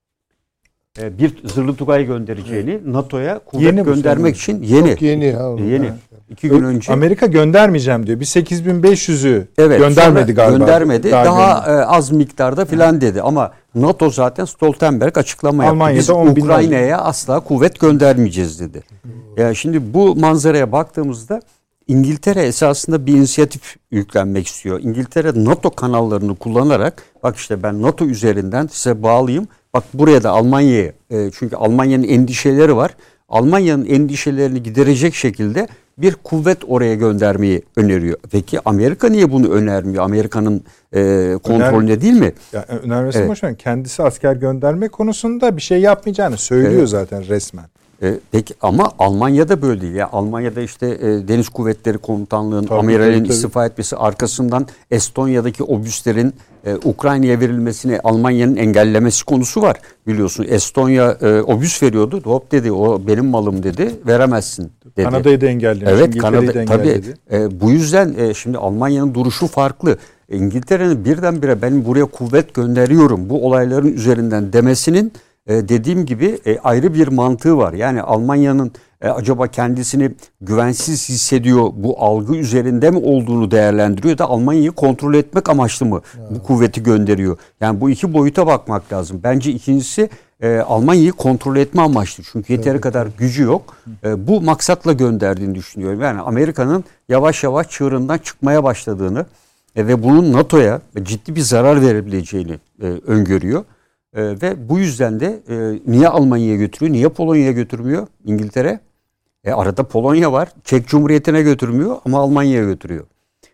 Bir zırhlı Tugay göndereceğini NATO'ya kuvvet göndermek için yeni. 2 gün önce Amerika göndermeyeceğim diyor. Bir 8.500'ü göndermedi galiba. Göndermedi. Daha az miktarda filan dedi. Ama NATO zaten Stoltenberg açıklama yaptı. Biz Ukrayna'ya asla kuvvet göndermeyeceğiz dedi. Yani şimdi bu manzaraya baktığımızda İngiltere esasında bir inisiyatif yüklenmek istiyor. İngiltere NATO kanallarını kullanarak bak işte ben NATO üzerinden size bağlıyım. Bak buraya da Almanya'ya çünkü Almanya'nın endişeleri var. Almanya'nın endişelerini giderecek şekilde bir kuvvet oraya göndermeyi öneriyor. Peki Amerika niye bunu önermiyor? Amerika'nın kontrolünde değil mi? Ya, önermesi boş ver. Kendisi asker gönderme konusunda bir şey yapmayacağını söylüyor zaten resmen. Peki ama Almanya'da böyle değil. Ya Almanya'da işte Deniz Kuvvetleri Komutanlığı'nın amiralin istifa etmesi arkasından Estonya'daki obüslerin Ukrayna'ya verilmesini Almanya'nın engellemesi konusu var. Biliyorsun Estonya obüs veriyordu. Hop dedi o benim malım dedi. Veremezsin dedi. Kanada'yı da engellemiş. Evet Kanada tabii. Bu yüzden şimdi Almanya'nın duruşu farklı. İngiltere'nin birdenbire ben buraya kuvvet gönderiyorum bu olayların üzerinden demesinin dediğim gibi ayrı bir mantığı var. Yani Almanya'nın acaba kendisini güvensiz hissediyor bu algı üzerinde mi olduğunu değerlendiriyor da Almanya'yı kontrol etmek amaçlı mı bu kuvveti gönderiyor? Yani bu iki boyuta bakmak lazım. Bence ikincisi Almanya'yı kontrol etme amaçlı. Çünkü yeteri kadar gücü yok. Bu maksatla gönderdiğini düşünüyorum. Yani Amerika'nın yavaş yavaş çığırından çıkmaya başladığını ve bunun NATO'ya ciddi bir zarar verebileceğini öngörüyor. Ve bu yüzden de niye Almanya'ya götürüyor, niye Polonya'ya götürmüyor İngiltere? Arada Polonya var, Çek Cumhuriyeti'ne götürmüyor ama Almanya'ya götürüyor.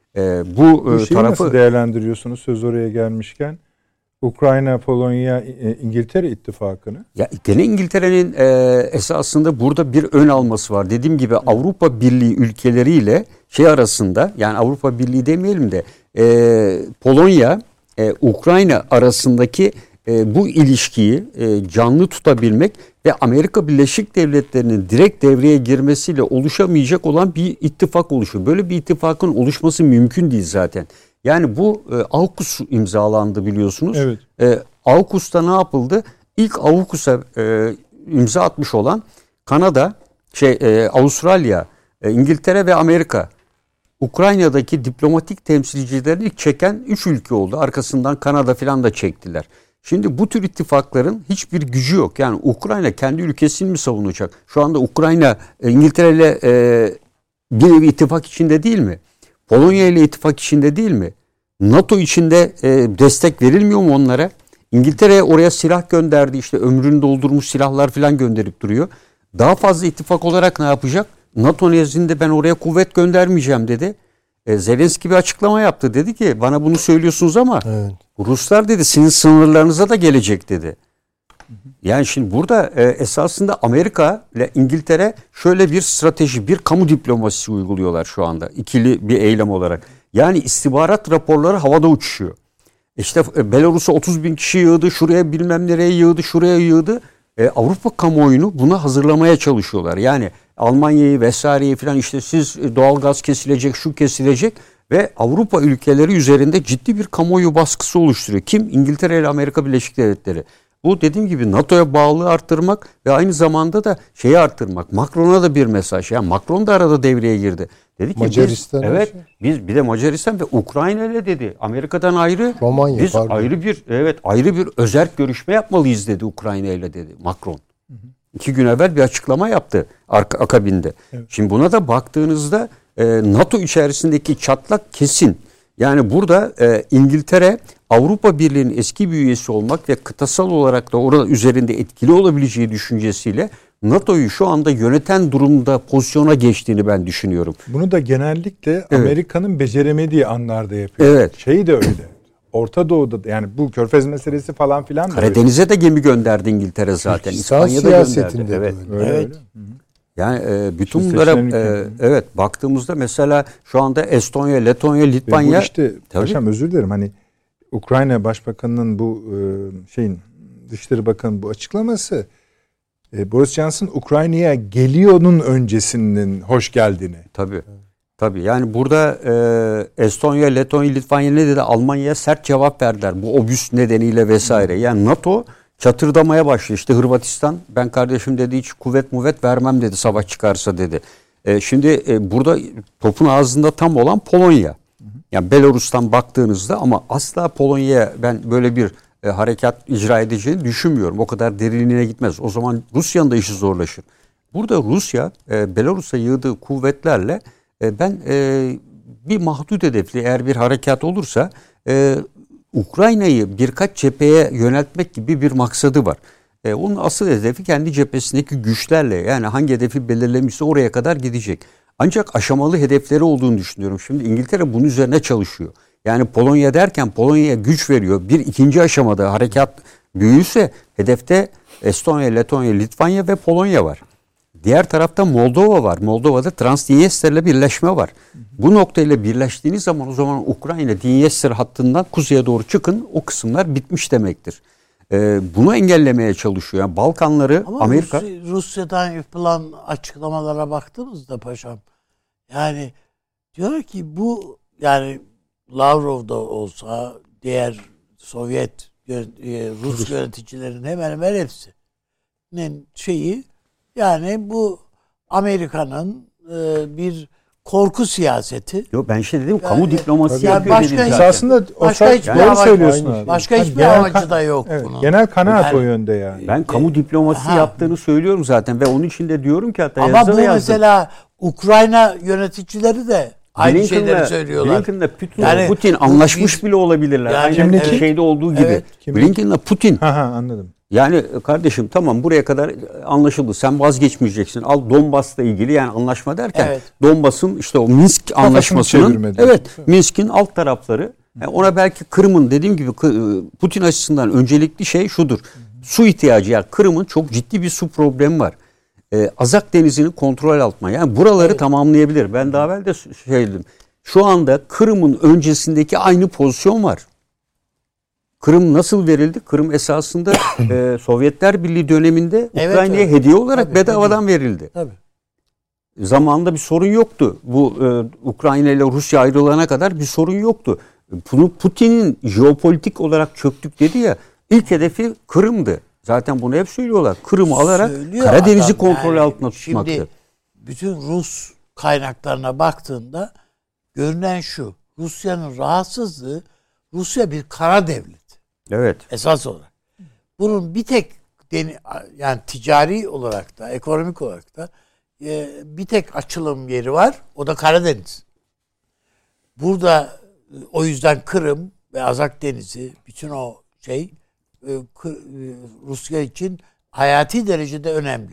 Bu tarafı nasıl değerlendiriyorsunuz söz oraya gelmişken? Ukrayna, Polonya, İngiltere ittifakını. Ya gene İngiltere'nin esasında burada bir ön alması var. Dediğim gibi Avrupa Birliği ülkeleriyle arasında yani Avrupa Birliği demeyelim de Polonya, Ukrayna arasındaki bu ilişkiyi canlı tutabilmek ve Amerika Birleşik Devletleri'nin direkt devreye girmesiyle oluşamayacak olan bir ittifak oluşuyor. Böyle bir ittifakın oluşması mümkün değil zaten. Yani bu AUKUS imzalandı biliyorsunuz. Evet. AUKUS'ta ne yapıldı? İlk AUKUS'a imza atmış olan Kanada, Avustralya, İngiltere ve Amerika. Ukrayna'daki diplomatik temsilcilerini ilk çeken 3 ülke oldu. Arkasından Kanada filan da çektiler. Şimdi bu tür ittifakların hiçbir gücü yok. Yani Ukrayna kendi ülkesini mi savunacak? Şu anda Ukrayna İngiltere ile bir ittifak içinde değil mi? Polonya ile ittifak içinde değil mi? NATO içinde destek verilmiyor mu onlara? İngiltere oraya silah gönderdi. İşte ömrünü doldurmuş silahlar falan gönderip duruyor. Daha fazla ittifak olarak ne yapacak? NATO nezdinde ben oraya kuvvet göndermeyeceğim dedi. Zelenski bir açıklama yaptı. Dedi ki bana bunu söylüyorsunuz ama Ruslar dedi sizin sınırlarınıza da gelecek dedi. Yani şimdi burada esasında Amerika ile İngiltere şöyle bir strateji, bir kamu diplomasisi uyguluyorlar şu anda. İkili bir eylem olarak. Yani istihbarat raporları havada uçuşuyor. İşte Belarus'a 30.000 kişi yığdı, şuraya bilmem nereye yığdı, şuraya yığdı. Avrupa kamuoyunu buna hazırlamaya çalışıyorlar. Yani Almanya'yı vesaireyi falan işte siz doğalgaz kesilecek, şu kesilecek ve Avrupa ülkeleri üzerinde ciddi bir kamuoyu baskısı oluşturuyor. Kim? İngiltere ile Amerika Birleşik Devletleri. Bu dediğim gibi NATO'ya bağlılığı arttırmak ve aynı zamanda da şeyi arttırmak. Macron'a da bir mesaj. Yani Macron da arada devreye girdi. Dedi ki Macaristan biz bir de Macaristan ve Ukrayna ile dedi. Amerika'dan ayrı Romanya, biz ayrı bir özerk görüşme yapmalıyız dedi Ukrayna ile dedi Macron. 2 gün evvel bir açıklama yaptı akabinde. Evet. Şimdi buna da baktığınızda NATO içerisindeki çatlak kesin. Yani burada İngiltere Avrupa Birliği'nin eski bir üyesi olmak ve kıtasal olarak da orada üzerinde etkili olabileceği düşüncesiyle NATO'yu şu anda yöneten durumda pozisyona geçtiğini ben düşünüyorum. Bunu da genellikle Amerika'nın beceremediği anlarda yapıyor. Evet. Şey de öyle. Orta Doğu'da yani bu Körfez meselesi falan filan da Karadeniz'e de gemi gönderdi İngiltere zaten. İspanya'da gönderdi. Evet. Öyle. Yani bütün bunlara baktığımızda mesela şu anda Estonya, Letonya, Litvanya. Bu işte paşam özür dilerim hani Ukrayna Başbakanı'nın bu Dışişleri Bakanı bu açıklaması Boris Johnson Ukrayna'ya geliyor'nun öncesinin hoş geldiğini. Tabii yani burada Estonya, Letonya, Litvanya ne dedi? Almanya'ya sert cevap verdiler. Bu obüs nedeniyle vesaire. Yani NATO çatırdamaya başlıyor. İşte Hırvatistan ben kardeşim dedi hiç kuvvet vermem dedi savaş çıkarsa dedi. Şimdi burada topun ağzında tam olan Polonya. Yani Belarus'tan baktığınızda ama asla Polonya'ya ben böyle bir harekat icra edeceğini düşünmüyorum. O kadar derinliğine gitmez. O zaman Rusya'nın da işi zorlaşır. Burada Rusya Belarus'a yığdığı kuvvetlerle ben bir mahdut hedefli eğer bir harekat olursa Ukrayna'yı birkaç cepheye yöneltmek gibi bir maksadı var. Onun asıl hedefi kendi cephesindeki güçlerle yani hangi hedefi belirlemişse oraya kadar gidecek. Ancak aşamalı hedefleri olduğunu düşünüyorum. Şimdi İngiltere bunun üzerine çalışıyor. Yani Polonya derken Polonya'ya güç veriyor. Bir ikinci aşamada harekat büyürse hedefte Estonya, Letonya, Litvanya ve Polonya var. Diğer tarafta Moldova var. Moldova'da Transdniester'le birleşme var. Bu noktayla birleştiğiniz zaman o zaman Ukrayna Dniester hattından kuzeye doğru çıkın. O kısımlar bitmiş demektir. Bunu engellemeye çalışıyor. Yani Balkanları ama Amerika... Rusya'dan yapılan açıklamalara baktığımızda paşam yani diyor ki bu yani Lavrov'da olsa diğer Sovyet Rus yöneticilerin hemen hemen hepsinin şeyi yani bu Amerika'nın bir korku siyaseti. Yok ben şey dedim kamu diplomasisi yani yapıyor başka, dedim esasında başka hiçbir doğru amacı, söylüyorsun abi. Başka hiçbir amacı da yok bunun. Genel kanaat yani, o yönde yani. Ben kamu diplomasisi yaptığını söylüyorum zaten ve onun için de diyorum ki hatta ama bu mesela Ukrayna yöneticileri de aynı şeyleri söylüyorlar. Blinken'la Putin anlaşmış bile olabilirler. Yani, aynı şeyde olduğu gibi. Evet. Blinken'la Putin. Anladım. Yani kardeşim tamam buraya kadar anlaşıldı. Sen vazgeçmeyeceksin. Al Donbas'la ilgili yani anlaşma derken Donbas'ın işte o Minsk anlaşmasının Minsk'in alt tarafları. Yani ona belki Kırım'ın dediğim gibi Putin açısından öncelikli şey şudur. Su ihtiyacı yani Kırım'ın çok ciddi bir su problemi var. Azak Denizi'ni kontrol altına yani buraları tamamlayabilir. Ben daha evvel de dedim. Şu anda Kırım'ın öncesindeki aynı pozisyon var. Kırım nasıl verildi? Kırım esasında Sovyetler Birliği döneminde Ukrayna'ya hediye olarak bedavadan verildi. Tabii. Zamanında bir sorun yoktu. Bu Ukrayna ile Rusya ayrılana kadar bir sorun yoktu. Putin'in jeopolitik olarak çöktük dedi ya ilk hedefi Kırım'dı. Zaten bunu hep söylüyorlar. Kırım'ı alarak Karadeniz'i kontrol altına tutmaktı. Şimdi bütün Rus kaynaklarına baktığında görünen şu. Rusya'nın rahatsızlığı Rusya bir kara devlet. Evet. Esas olarak. Bunun bir tek yani ticari olarak da ekonomik olarak da bir tek açılım yeri var. O da Karadeniz. Burada o yüzden Kırım ve Azak Denizi bütün o şey Rusya için hayati derecede önemli.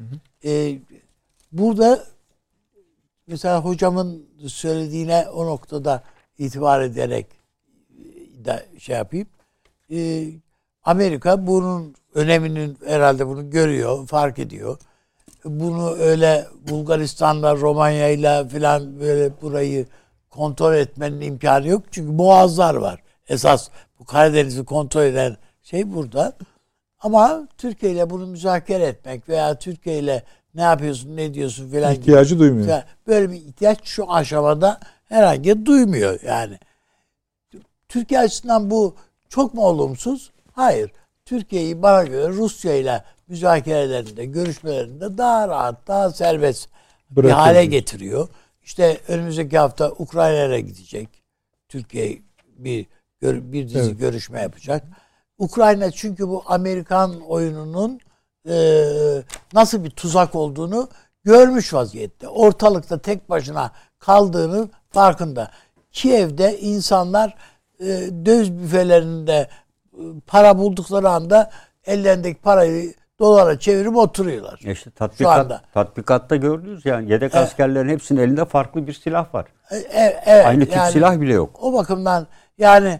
Burada mesela hocamın söylediğine o noktada itibar ederek de şey yapayım. Amerika bunun öneminin herhalde bunu görüyor, fark ediyor. Bunu öyle Bulgaristan'la, Romanya'yla falan böyle burayı kontrol etmenin imkanı yok. Çünkü boğazlar var. Esas bu Karadeniz'i kontrol eden şey burada. Ama Türkiye ile bunu müzakere etmek veya Türkiye ile ne yapıyorsun, ne diyorsun falan İhtiyacı duymuyor. Böyle bir ihtiyaç şu aşamada herhangi duymuyor yani. Türkiye açısından bu çok mu olumsuz? Hayır. Türkiye'yi bana göre Rusya ile müzakerelerinde, görüşmelerinde daha rahat, daha serbest bir hale getiriyor. İşte önümüzdeki hafta Ukrayna'ya gidecek. Türkiye bir dizi görüşme yapacak. Ukrayna çünkü bu Amerikan oyununun nasıl bir tuzak olduğunu görmüş vaziyette. Ortalıkta tek başına kaldığını farkında. Kiev'de insanlar döviz büfelerinde para buldukları anda ellerindeki parayı dolara çevirip oturuyorlar. İşte tatbikatta gördünüz yani yedek askerlerin hepsinin elinde farklı bir silah var. Evet, aynı tip silah bile yok. O bakımdan yani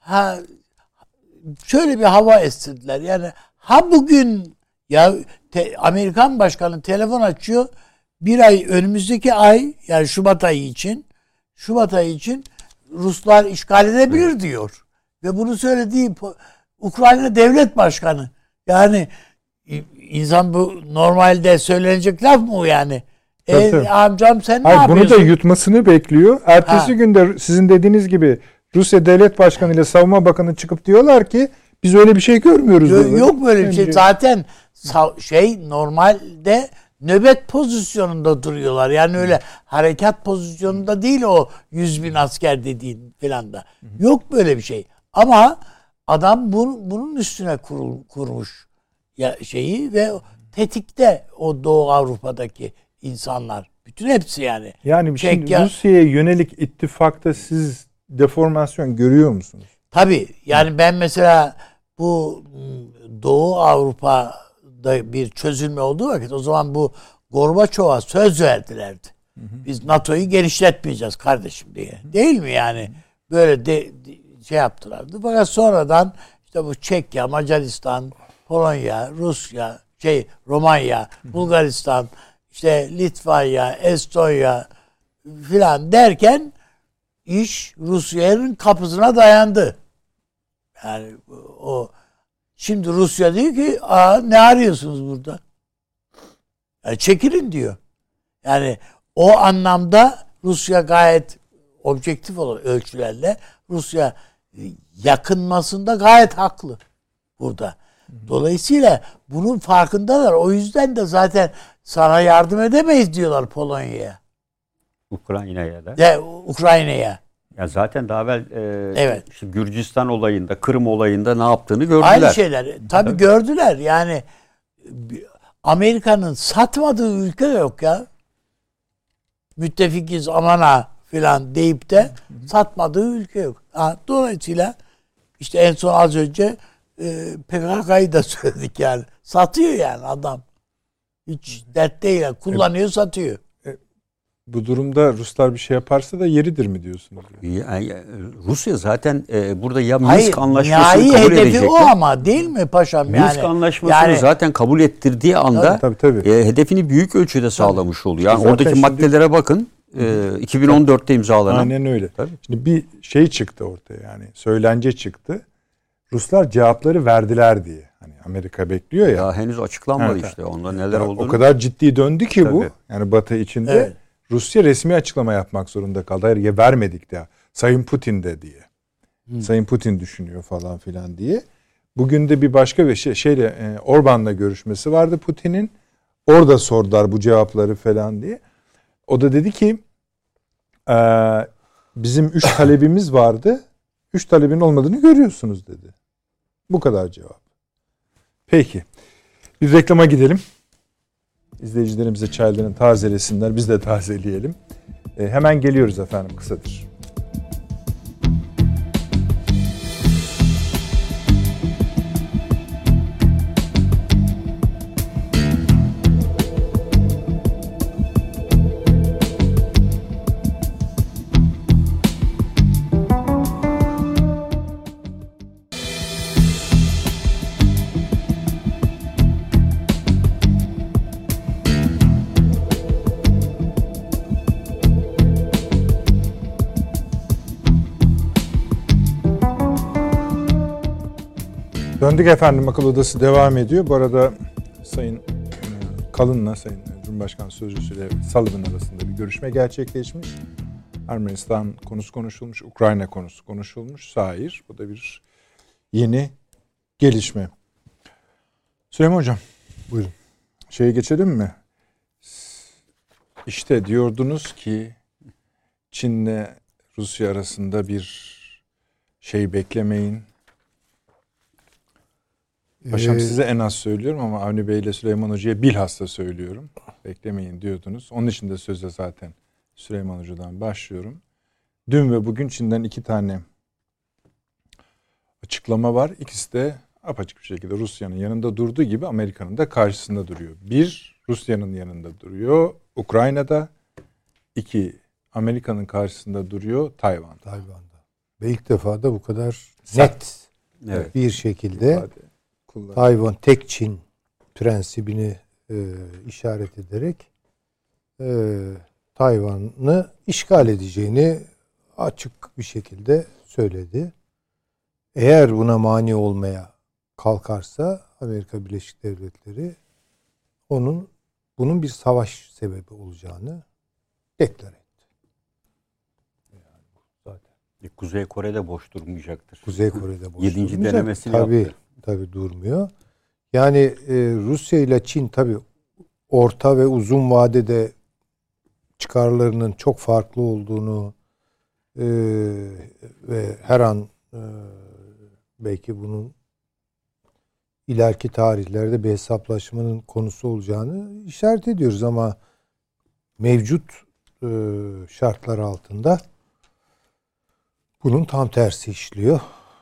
şöyle bir hava estirdiler. Yani bugün ya Amerikan başkanı telefon açıyor. Bir ay önümüzdeki ay yani Şubat ayı için Ruslar işgal edebilir diyor. Ve bunu söylediği Ukrayna devlet başkanı. Yani insan bu normalde söylenecek laf mı o yani? Amcam sen ne yapıyorsun? Bunu da yutmasını bekliyor. Ertesi günde sizin dediğiniz gibi Rusya Devlet Başkanı ile Savunma Bakanı çıkıp diyorlar ki biz öyle bir şey görmüyoruz. Yok böyle bir şey. Zaten normalde nöbet pozisyonunda duruyorlar. Yani öyle harekat pozisyonunda değil o 100.000 asker dediğin falan da. Yok böyle bir şey. Ama adam bunun üstüne kurmuş şeyi ve tetikte o Doğu Avrupa'daki insanlar. Bütün hepsi yani. Yani şimdi Rusya'ya yönelik ittifakta siz deformasyon görüyor musunuz? Tabii. Yani ben mesela bu Doğu Avrupa'da bir çözülme olduğu vakit o zaman bu Gorbaçov'a söz verdilerdi. Biz NATO'yu genişletmeyeceğiz kardeşim diye. Değil mi yani? Böyle şey yaptılardı. Fakat sonradan işte bu Çekya, Macaristan, Polonya, Rusya, Romanya, Bulgaristan, işte Litvanya, Estonya filan derken iş Rusya'nın kapısına dayandı. Yani şimdi Rusya diyor ki ne arıyorsunuz burada? Yani çekilin diyor. Yani o anlamda Rusya gayet objektif olan ölçülerle Rusya yakınmasında gayet haklı burada. Dolayısıyla bunun farkındalar. O yüzden de zaten sana yardım edemeyiz diyorlar Polonya'ya. Ukrayna'ya da. Ukrayna'ya. Ya zaten daha evvel evet. işte Gürcistan olayında, Kırım olayında ne yaptığını gördüler. Aynı şeyler. Tabii gördüler. Yani Amerika'nın satmadığı ülke yok ya. Müttefikiz amana filan deyip de satmadığı ülke yok. Dolayısıyla işte en son az önce PKK'yı da söyledik yani. Satıyor yani adam. Hiç dert değil. Kullanıyor, satıyor. Bu durumda Ruslar bir şey yaparsa da yeridir mi diyorsunuz? Yani Rusya zaten burada ya Minsk Anlaşması'nı kabul hedefi edecekler. o ama değil mi paşam? Minsk Anlaşması'nı zaten kabul ettirdiği anda tabii. Hedefini büyük ölçüde sağlamış oluyor. Yani oradaki maddelere bakın. 2014'te imzalanan. Aynen öyle. Tabii. Şimdi bir şey çıktı ortaya yani söylence çıktı. Ruslar cevapları verdiler diye. Hani Amerika bekliyor ya. Ya henüz açıklanmadı işte. Onda neler olduğunu. O kadar ciddi döndü ki tabii. bu. Yani Batı içinde. Evet. Rusya resmi açıklama yapmak zorunda kaldı. Hayır ya vermedik de. Sayın Putin de diye. Sayın Putin düşünüyor falan filan diye. Bugün de bir başka bir Orban'la görüşmesi vardı Putin'in. Orada sordular bu cevapları falan diye. O da dedi ki bizim 3 talebimiz vardı. 3 talebin olmadığını görüyorsunuz dedi. Bu kadar cevap. Peki. Bir reklama gidelim. İzleyicilerimize çaylarını tazelesinler. Biz de tazeleyelim. Hemen geliyoruz efendim. Kısadır. Döndük efendim. Akıl Odası devam ediyor. Bu arada Sayın Kalın'la Sayın Cumhurbaşkanı Sözcüsü ile Sullivan arasında bir görüşme gerçekleşmiş. Ermenistan konusu konuşulmuş. Ukrayna konusu konuşulmuş. Şair. Bu da bir yeni gelişme. Süleyman Hocam. Buyurun. Şeye geçelim mi? İşte diyordunuz ki Çin'le Rusya arasında bir şey beklemeyin. Paşam size en az söylüyorum ama Avni Bey ile Süleyman Hoca'ya bilhassa söylüyorum. Beklemeyin diyordunuz. Onun için de söze zaten Süleyman Hoca'dan başlıyorum. Dün ve bugün Çin'den 2 tane açıklama var. İkisi de apaçık bir şekilde Rusya'nın yanında durduğu gibi Amerika'nın da karşısında duruyor. Bir, Rusya'nın yanında duruyor Ukrayna'da. 2, Amerika'nın karşısında duruyor Tayvan'da. Ve ilk defa da bu kadar net bir şekilde Tayvan tek Çin prensibini işaret ederek Tayvan'ı işgal edeceğini açık bir şekilde söyledi. Eğer buna mani olmaya kalkarsa Amerika Birleşik Devletleri bunun bir savaş sebebi olacağını deklar etti. Kuzey Kore'de boş durmayacaktır. Kuzey Kore'de boş 7. durmayacak. denemesini yaptı. Tabii durmuyor. Yani Rusya ile Çin tabii orta ve uzun vadede çıkarlarının çok farklı olduğunu ve her an belki bunun ileriki tarihlerde bir hesaplaşmanın konusu olacağını işaret ediyoruz ama mevcut şartlar altında bunun tam tersi işliyor.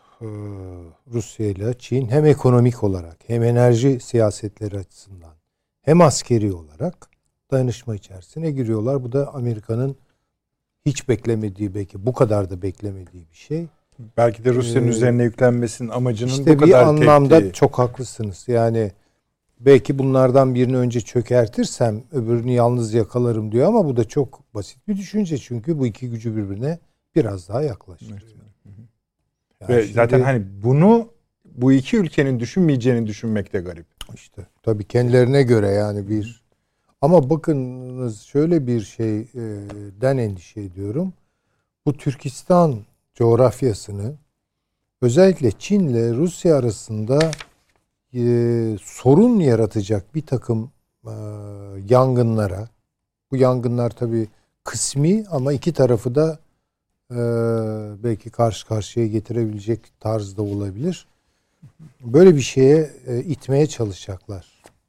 Rusya ile Çin hem ekonomik olarak hem enerji siyasetleri açısından hem askeri olarak dayanışma içerisine giriyorlar. Bu da Amerika'nın hiç beklemediği, belki bu kadar da beklemediği bir şey. Belki de Rusya'nın üzerine yüklenmesinin amacının işte bu kadar bir anlamda tepki. çok haklısınız. Yani belki bunlardan birini önce çökertirsem öbürünü yalnız yakalarım diyor ama bu da çok basit bir düşünce. Çünkü bu iki gücü birbirine biraz daha yaklaştırıyor. Yani ve zaten hani bu iki ülkenin düşünmeyeceğini düşünmek de garip. İşte tabii kendilerine göre yani bir ama bakınız şöyle bir şeyden endişe ediyorum. Bu Türkistan coğrafyasını özellikle Çin ile Rusya arasında sorun yaratacak bir takım yangınlara, bu yangınlar tabii kısmi ama iki tarafı da belki karşı karşıya getirebilecek tarzda olabilir. Böyle bir şeye itmeye çalışacaklar.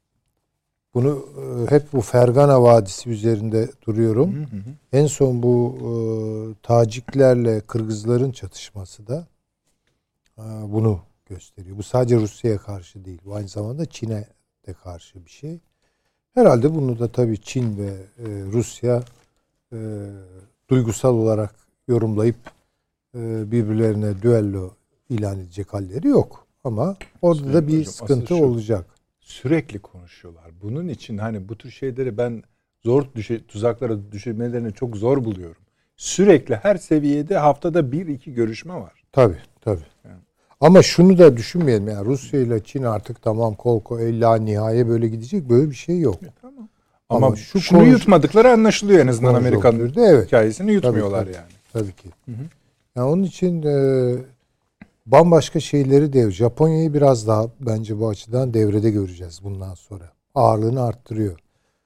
Bunu hep bu Fergana Vadisi üzerinde duruyorum. En son bu Taciklerle Kırgızların çatışması da bunu gösteriyor. Bu sadece Rusya'ya karşı değil. Bu aynı zamanda Çin'e de karşı bir şey. Herhalde bunu da tabii Çin ve Rusya duygusal olarak yorumlayıp birbirlerine düello ilan edecek halleri yok. Ama orada da bir sıkıntı olacak. Sürekli konuşuyorlar. Bunun için hani bu tür şeyleri ben tuzaklara düşürmelerini çok zor buluyorum. Sürekli her seviyede haftada 1-2 görüşme var. Tabii. Yani. Ama şunu da düşünmeyelim. Yani Rusya ile Çin artık tamam kol illa nihaya böyle gidecek. Böyle bir şey yok. Tamam. Ama şunu yutmadıkları anlaşılıyor en azından Amerika'nın hikayesini yutmuyorlar tabii. yani. Tabii ki. Yani onun için bambaşka şeyleri Japonya'yı biraz daha bence bu açıdan devrede göreceğiz bundan sonra. Ağırlığını arttırıyor.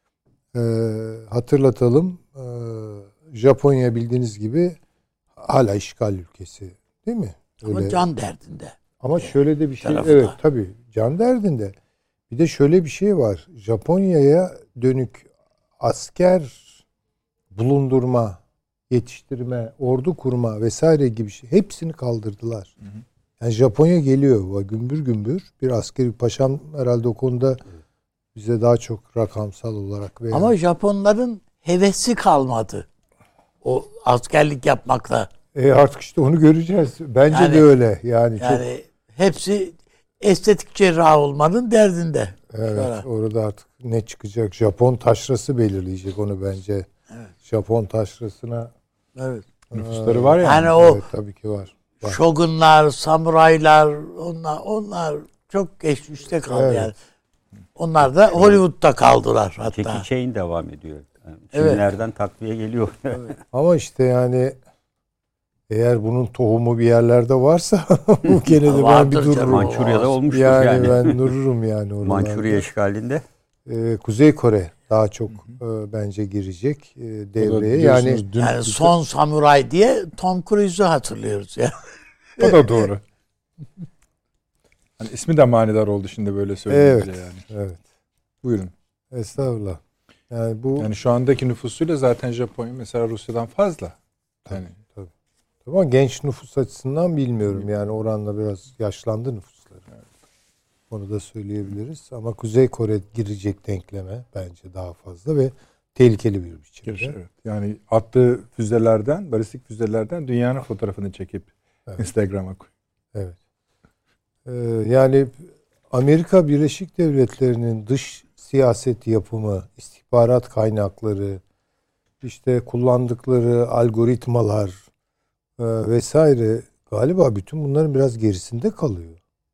Hatırlatalım. Japonya bildiğiniz gibi hala işgal ülkesi. Değil mi? Ama can derdinde. Ama şöyle de bir şey. Evet tabii. Can derdinde. Bir de şöyle bir şey var. Japonya'ya dönük asker bulundurma, yetiştirme, ordu kurma vesaire gibi şey hepsini kaldırdılar. Yani Japonya geliyor gümbür gümbür bir askeri paşam herhalde o konuda bize daha çok rakamsal olarak ama Japonların hevesi kalmadı. O askerlik yapmakla. Artık işte onu göreceğiz. Bence de öyle. Yani çok hepsi estetik cerrah olmanın derdinde. Evet, orada artık ne çıkacak? Japon taşrası belirleyecek onu bence. Evet. Japon taşrasına nüfusları var ya. Yani o tabii ki var. Shogunlar, samuraylar onlar çok geçmişte kaldı yani. Onlar da Hollywood'da kaldılar hatta. Jackie Chan devam ediyor. Yani Çinlerden takviye geliyor. Ama işte yani Eğer bunun tohumu bir yerlerde varsa bu gene de ben bir Vardır dururum. canım. Mançurya'da olmuştur Yani, yani. ben dururum yani oralarda. Mançurya işgalinde. Kuzey Kore daha çok bence girecek devreye. Yani Yani Son Samuray diye Tom Cruise'u hatırlıyoruz ya. o da doğru. Hani ismi de manidar oldu şimdi böyle söyleyince evet, yani. evet. Buyurun. Estağfurullah. Yani bu Yani şu andaki nüfusuyla zaten Japonya mesela Rusya'dan fazla. Yani tabii. Ama genç nüfus açısından bilmiyorum. Yani oranla biraz yaşlandı nüfusları. Evet. Onu da söyleyebiliriz. Ama Kuzey Kore girecek denkleme bence daha fazla ve tehlikeli bir biçimde. evet. Yani attığı füzelerden, balistik füzelerden dünyanın fotoğrafını çekip Instagram'a koy. Evet. Yani Amerika Birleşik Devletleri'nin dış siyaset yapımı, istihbarat kaynakları, işte kullandıkları algoritmalar vesaire galiba bütün bunların biraz gerisinde kalıyor.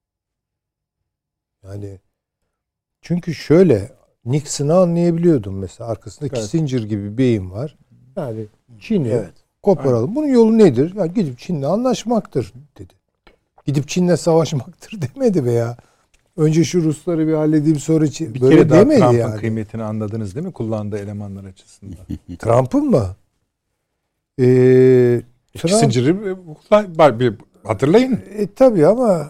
Yani çünkü şöyle Nixon'ı anlayabiliyordum mesela arkasında Kissinger gibi bir beyim var. Yani Çin'i koparalım. Aynen. Bunun yolu nedir? Ya gidip Çin'le anlaşmaktır dedi. Gidip Çin'le savaşmaktır demedi veya önce şu Rusları bir halledeyim sonra Çin. Bir böyle kere daha demedi Trump'ın yani. kıymetini anladınız değil mi? Kullandığı elemanlar açısından. Trump'ın mı? Kissinger'ı hatırlayın. Tabii ama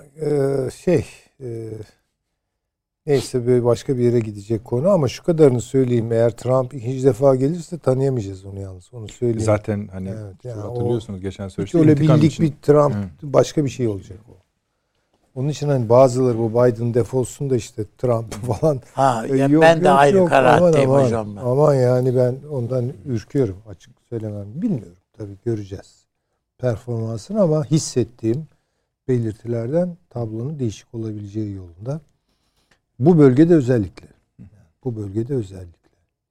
neyse böyle başka bir yere gidecek konu ama şu kadarını söyleyeyim. Eğer Trump ikinci defa gelirse tanıyamayacağız onu yalnız. Onu söyleyeyim. Zaten hani yani hatırlıyorsunuz geçen hiç öyle bildik bir Trump başka bir şey olacak o. Onun için hani bazıları bu Biden defolsun da işte Trump falan. Ben de ayrı kararttayım hocam ben. Aman yani ben ondan ürküyorum açık söylemem. Bilmiyorum tabii göreceğiz performansını ama hissettiğim belirtilerden tablonun değişik olabileceği yolunda. Bu bölgede özellikle. Bu bölgede özellikle.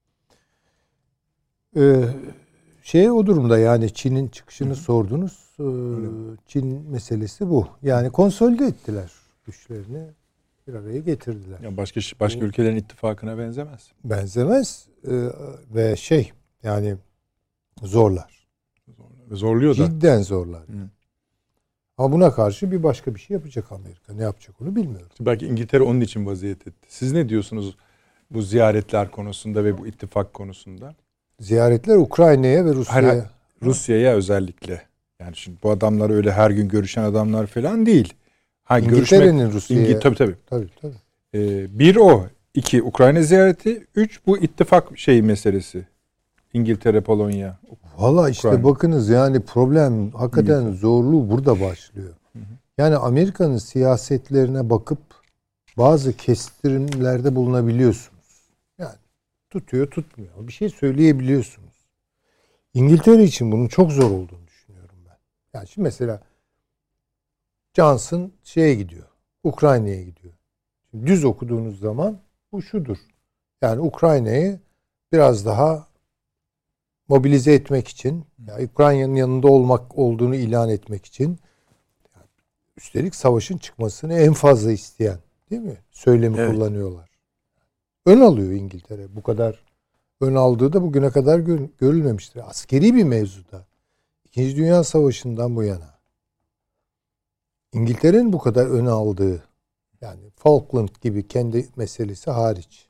O durumda yani Çin'in çıkışını sordunuz. Çin meselesi bu. Yani konsolide ettiler güçlerini. Bir araya getirdiler. Ya başka ülkelerin ittifakına benzemez. Benzemez ve yani zorlar. Zorluyor da. Cidden zorlar. Ama buna karşı bir başka bir şey yapacak Amerika. Ne yapacak onu bilmiyorum. Belki İngiltere onun için vaziyet etti. Siz ne diyorsunuz bu ziyaretler konusunda ve bu ittifak konusunda? Ziyaretler Ukrayna'ya ve Rusya'ya. Rusya'ya özellikle. Yani şimdi bu adamlar öyle her gün görüşen adamlar falan değil. İngiltere'nin Rusya'ya. Tabii. Bir o. 2 Ukrayna ziyareti. 3 bu ittifak meselesi. İngiltere, Polonya. Valla işte Ukrayna. Bakınız yani problem hakikaten zorluğu burada başlıyor. Yani Amerika'nın siyasetlerine bakıp bazı kestirimlerde bulunabiliyorsunuz. Yani tutuyor tutmuyor. Bir şey söyleyebiliyorsunuz. İngiltere için bunun çok zor olduğunu düşünüyorum ben. Yani şimdi mesela Johnson gidiyor. Ukrayna'ya gidiyor. Şimdi düz okuduğunuz zaman bu şudur. Yani Ukrayna'yı biraz daha mobilize etmek için, yani Ukrayna'nın yanında olduğunu ilan etmek için, üstelik savaşın çıkmasını en fazla isteyen, değil mi? Söylemi kullanıyorlar. Ön alıyor İngiltere. Bu kadar ön aldığı da bugüne kadar görülmemiştir. Askeri bir mevzuda. İkinci Dünya Savaşı'ndan bu yana. İngiltere'nin bu kadar ön aldığı, yani Falkland gibi kendi meselesi hariç.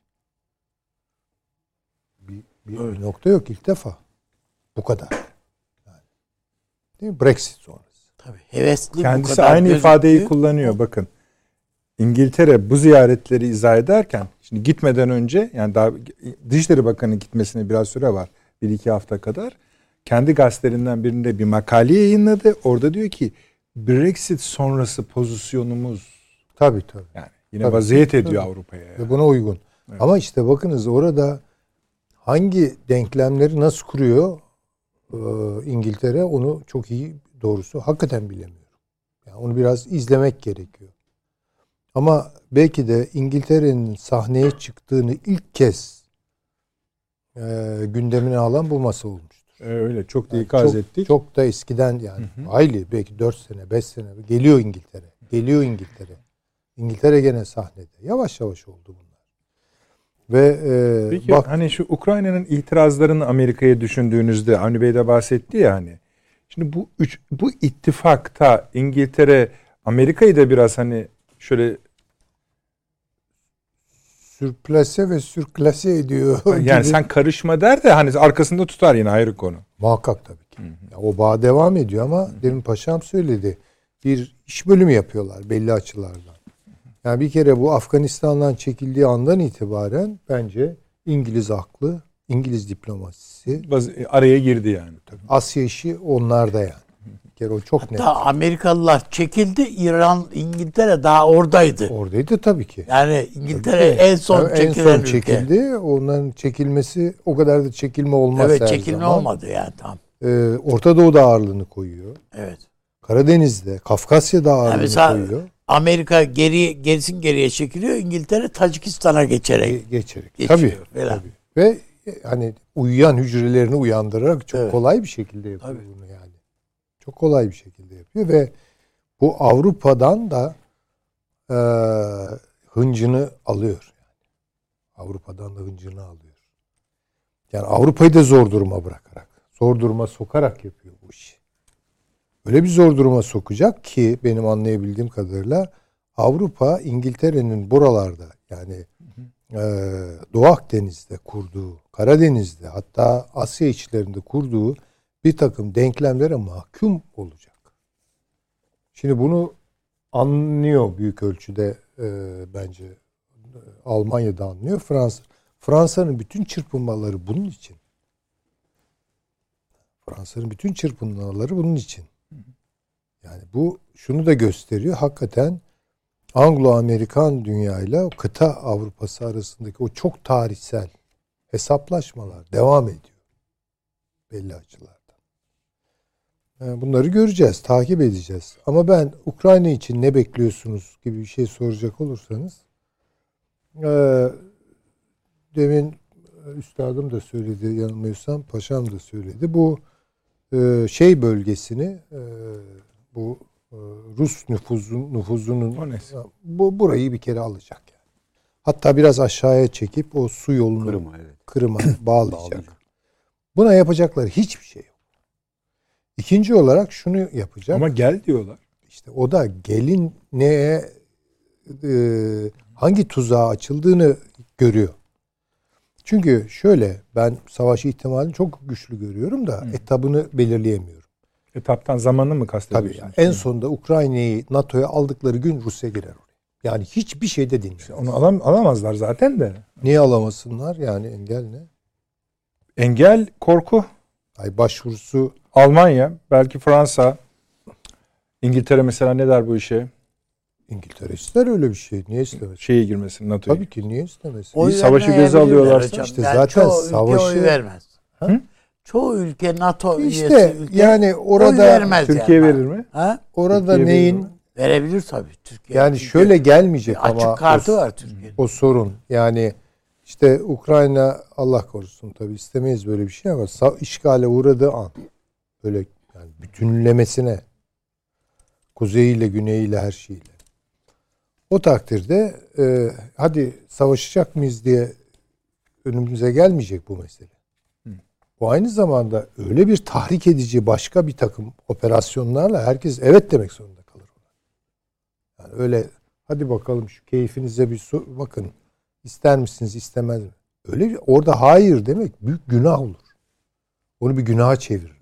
Bir nokta yok ilk defa. Bu kadar. Yani, değil mi? Brexit sonrası. Tabii hevesli kendisi bu kadar aynı gözüktü. ifadeyi kullanıyor. Bakın. İngiltere bu ziyaretleri izah ederken şimdi gitmeden önce yani daha Dışişleri Bakanı'nın gitmesine biraz süre var. 1-2 hafta kadar. Kendi gazetelerinden birinde bir makale yayınladı. Orada diyor ki Brexit sonrası pozisyonumuz tabii. Yani yine vaziyet ediyor Avrupa'ya. Yani. Ve buna uygun. Evet. Ama işte bakınız orada hangi denklemleri nasıl kuruyor İngiltere onu çok iyi doğrusu hakikaten bilemiyorum. Yani onu biraz izlemek gerekiyor. Ama belki de İngiltere'nin sahneye çıktığını ilk kez gündemine alan bu masa olmuştur. Öyle çok da ikaz ettik. Çok da eskiden yani hayli belki 4 sene 5 sene geliyor İngiltere. İngiltere gene sahnede. Yavaş yavaş oldu bunlar. Ve peki hani şu Ukrayna'nın itirazlarını Amerika'ya düşündüğünüzde Avni Bey de bahsetti ya hani Şimdi bu ittifakta İngiltere Amerika'yı da biraz hani şöyle sürplase ve sürklase ediyor. Yani gibi. sen karışma der de hani arkasında tutar yine, ayrı konu. Muhakkak tabii ki. Ya, o bağ devam ediyor ama demin paşam söyledi. Bir iş bölümü yapıyorlar belli açılardan. Yani bir kere bu Afganistan'dan çekildiği andan itibaren bence İngiliz aklı, İngiliz diplomasisi Araya girdi yani. tabii. Asya işi onlarda yani. Bir kere o çok net. Hatta Amerikalılar çekildi, İngiltere daha oradaydı. Oradaydı tabii ki. Yani İngiltere en son en çekilen son ülke. çekildi. Onların çekilmesi o kadar da çekilme olmaz Evet, her çekilme zaman. olmadı yani tam. Orta Doğu'da ağırlığını koyuyor. Evet. Karadeniz'de, Kafkasya'da ağırlığını mesela koyuyor. Amerika geriye çekiliyor. İngiltere Tacikistan'a geçerek. Geçerek. Geçiyor Tabii, falan. tabii. Ve hani uyuyan hücrelerini uyandırarak çok Evet. kolay bir şekilde yapıyor Tabii. bunu yani. Çok kolay bir şekilde yapıyor ve bu Avrupa'dan da hıncını alıyor. Yani. Avrupa'dan da hıncını alıyor. Yani Avrupa'yı da zor duruma bırakarak, zor duruma sokarak yapıyor bu işi. Öyle bir zor duruma sokacak ki benim anlayabildiğim kadarıyla Avrupa İngiltere'nin buralarda yani Doğu Akdeniz'de kurduğu, Karadeniz'de hatta Asya içlerinde kurduğu bir takım denklemlere mahkum olacak. Şimdi bunu anlıyor büyük ölçüde bence Almanya'da anlıyor. Fransa'nın bütün çırpınmaları bunun için. Fransa'nın bütün çırpınmaları bunun için. Yani bu şunu da gösteriyor. Hakikaten Anglo-Amerikan dünyayla kıta Avrupa'sı arasındaki o çok tarihsel hesaplaşmalar devam ediyor. Belli açılardan. Yani bunları göreceğiz, takip edeceğiz. Ama ben Ukrayna için ne bekliyorsunuz gibi bir şey soracak olursanız demin üstadım da söyledi, yanılmıyorsam paşam da söyledi. Bu bölgesini bu Rus nüfuzunun burayı bir kere alacak yani. Hatta biraz aşağıya çekip o su yolunu Kırım'a bağlayacak. Buna yapacakları hiçbir şey yok. İkinci olarak şunu yapacak. Ama gel diyorlar. İşte o da gelin neye hangi tuzağa açıldığını görüyor. Çünkü şöyle, ben savaş ihtimalini çok güçlü görüyorum da etabını belirleyemiyorum. Etaptan zamanını mı kastediyorsunuz? Tabii yani. En sonunda Ukrayna'yı NATO'ya aldıkları gün Rusya girer oraya. Yani hiçbir şeyde dinlemez. İşte onu alamazlar zaten de. Niye alamasınlar? Yani engel ne? Engel korku. Ay başvurusu Almanya, belki Fransa, İngiltere mesela ne der bu işe? İngiltere ister öyle bir şey. Niye istemez? Şeye girmesin, NATO'ya. Tabii ki niye istemesin? İyi, savaşı göze alıyorlarsa hocam. işte Yani zaten çoğu savaşı ülke oy vermez. Hı? Çoğu ülke NATO İşte üyesi ülke yani orada oy vermez Türkiye yani. verir mi? Ha? orada Türkiye neyin verir mi? Verebilir tabii Türkiye. yani Çünkü şöyle gelmeyecek bir açık ama kartı var Türkiye'nin. o sorun. Yani işte Ukrayna Allah korusun tabii istemeyiz böyle bir şey ama işgale uğradığı an böyle yani bütünlemesine kuzeyiyle güneyiyle her şeyle. O takdirde hadi savaşacak mıyız diye önümüze gelmeyecek bu mesele. Bu aynı zamanda öyle bir tahrik edici başka bir takım operasyonlarla herkes evet demek zorunda kalır. Yani öyle hadi bakalım şu keyfinize bir bakın ister misiniz istemez mi? Öyle bir, orada hayır demek büyük günah olur. Onu bir günaha çevirirler.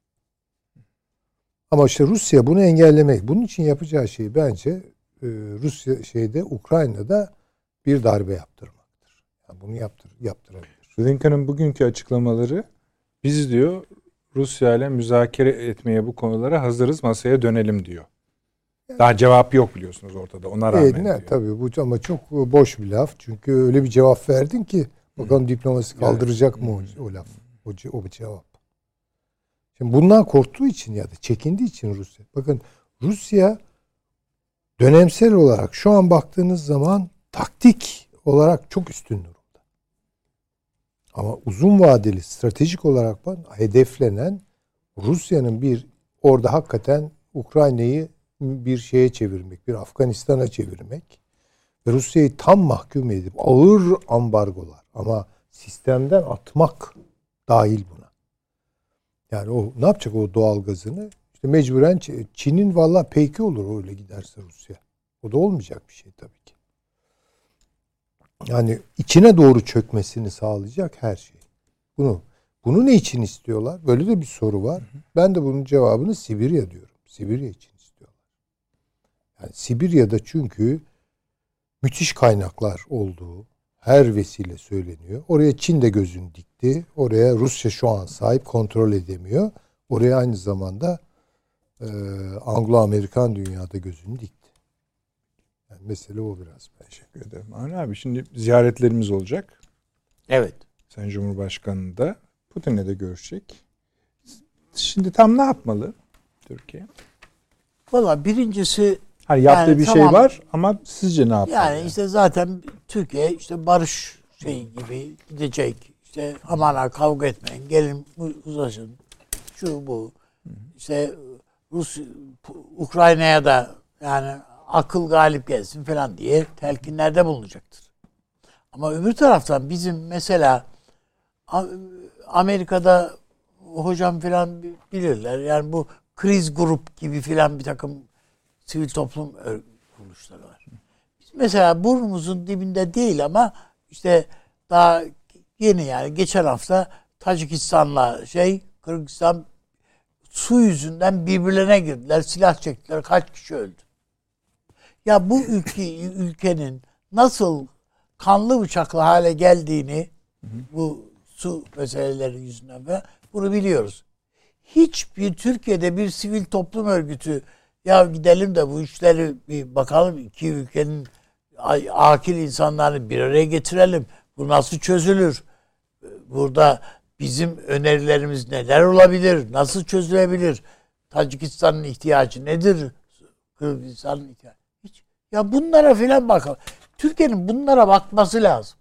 Ama işte Rusya bunu engellemek. Bunun için yapacağı şey bence Rusya Ukrayna'da bir darbe yaptırmaktır. Yani bunu yaptırabilir. Blinken'ın bugünkü açıklamaları, biz diyor Rusya ile müzakere etmeye bu konulara hazırız, masaya dönelim diyor. Daha cevap yok biliyorsunuz ortada, ona rağmen diyor. Tabii bu ama çok boş bir laf. Çünkü öyle bir cevap verdin ki bakalım diplomasi kaldıracak mı o laf, o cevap. Şimdi bundan korktuğu için ya da çekindiği için Rusya. Bakın Rusya dönemsel olarak şu an baktığınız zaman taktik olarak çok üstün durumda. Ama uzun vadeli stratejik olarak hedeflenen Rusya'nın orada hakikaten Ukrayna'yı bir şeye çevirmek, bir Afganistan'a çevirmek ve Rusya'yı tam mahkum edip ağır ambargolar ama sistemden atmak dahil buna. Yani o ne yapacak o doğal gazını? İşte mecburen Çin'in valla peyki olur öyle giderse Rusya. O da olmayacak bir şey tabii ki. Yani içine doğru çökmesini sağlayacak her şey. Bunu ne için istiyorlar? Böyle de bir soru var. Ben de bunun cevabını Sibirya diyorum. Sibirya için istiyorlar. Yani Sibirya'da çünkü müthiş kaynaklar olduğu her vesile söyleniyor. Oraya Çin de gözünü dikti. Oraya Rusya şu an sahip, kontrol edemiyor. Oraya aynı zamanda Anglo-Amerikan dünyada gözünü dikti. Yani mesele o biraz. Teşekkür ederim. Avni abi şimdi ziyaretlerimiz olacak. Evet. Sayın Cumhurbaşkanı da Putin'le de görüşecek. Şimdi tam ne yapmalı Türkiye? Valla birincisi Hani yaptığı yani bir tamam, şey var ama sizce ne yapmalı? Yani işte zaten Türkiye işte barış şeyi gibi gidecek. İşte aman ha kavga etmeyin. Gelin uzlaşın. Şu bu. İşte Ukrayna'ya da yani akıl galip gelsin falan diye telkinlerde bulunacaktır. Ama öbür taraftan bizim mesela Amerika'da hocam falan bilirler. Yani bu kriz grup gibi falan bir takım sivil toplum kuruluşları var. Biz mesela burnumuzun dibinde değil ama işte daha yeni yani geçen hafta Tacikistan'la Kırgızistan su yüzünden birbirlerine girdiler. Silah çektiler. Kaç kişi öldü. Ya bu ülkenin nasıl kanlı bıçaklı hale geldiğini bu su meseleleri yüzünden ve bunu biliyoruz. Hiçbir Türkiye'de bir sivil toplum örgütü ya gidelim de bu işleri bir bakalım iki ülkenin akil insanlarını bir araya getirelim. Bu nasıl çözülür? Burada bizim önerilerimiz neler olabilir? Nasıl çözülebilir? Tacikistan'ın ihtiyacı nedir? Kırgızistan'ın ihtiyacı. Hiç. Ya bunlara filan bakalım. Türkiye'nin bunlara bakması lazım.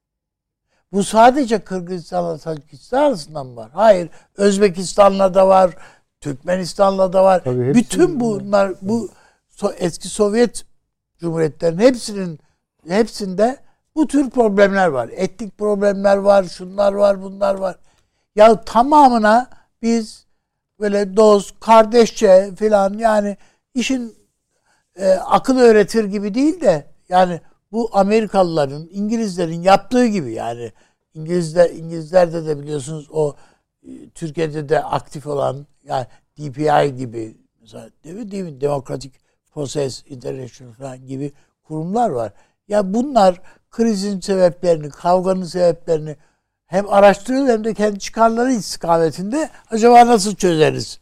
Bu sadece Kırgızistan'la Tacikistan arasında mı var? Hayır. Özbekistan'la da var. Türkmenistan'la da var. Tabii bütün bunlar bu eski Sovyet Cumhuriyetlerin hepsinde bu tür problemler var. Etnik problemler var, şunlar var, bunlar var. Ya tamamına biz böyle dost, kardeşçe filan yani işin akıl öğretir gibi değil de yani bu Amerikalıların, İngilizlerin yaptığı gibi yani İngilizlerde de biliyorsunuz o Türkiye'de de aktif olan yani DPI gibi mesela değil mi? Democratic Process International falan gibi kurumlar var. Ya bunlar krizin sebeplerini, kavganın sebeplerini hem araştırıyor hem de kendi çıkarları istikametinde acaba nasıl çözeriz?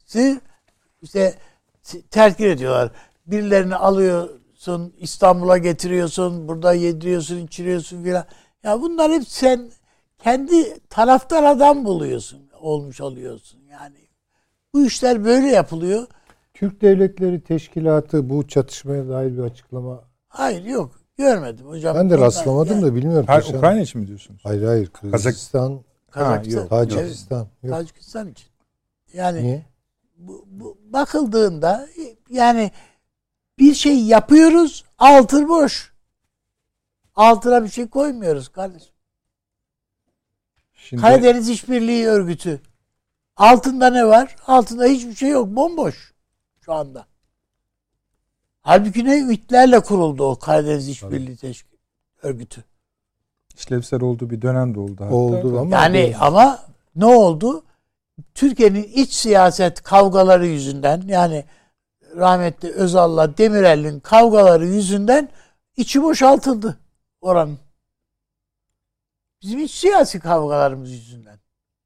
İşte telkin ediyorlar. Birilerini alıyorsun, İstanbul'a getiriyorsun, burada yediriyorsun, içiriyorsun filan. Ya bunlar hep sen kendi taraftar adam buluyorsun, olmuş oluyorsun. Yani bu işler böyle yapılıyor. Türk Devletleri Teşkilatı bu çatışmaya dair bir açıklama... Hayır yok. Görmedim hocam. Ben de rastlamadım yani, da bilmiyorum. Hayır, Ukrayna için mi diyorsunuz? Hayır. Kırgızistan, Kazakistan, Tacikistan. Evet, Tacikistan için. Yani niye? Bu bakıldığında yani bir şey yapıyoruz, altı boş. Altına bir şey koymuyoruz kardeşim. Şimdi... Karadeniz İşbirliği Örgütü. Altında ne var? Altında hiçbir şey yok. Bomboş şu anda. Halbuki ne ümitlerle kuruldu o Karadeniz İşbirliği Örgütü. İşlevsel olduğu bir dönemde oldu hatta. Oldu ama... Yani ama ne oldu? Türkiye'nin iç siyaset kavgaları yüzünden yani rahmetli Özal'la Demirel'in kavgaları yüzünden içi boşaltıldı oranın. Bizim iç siyasi kavgalarımız yüzünden.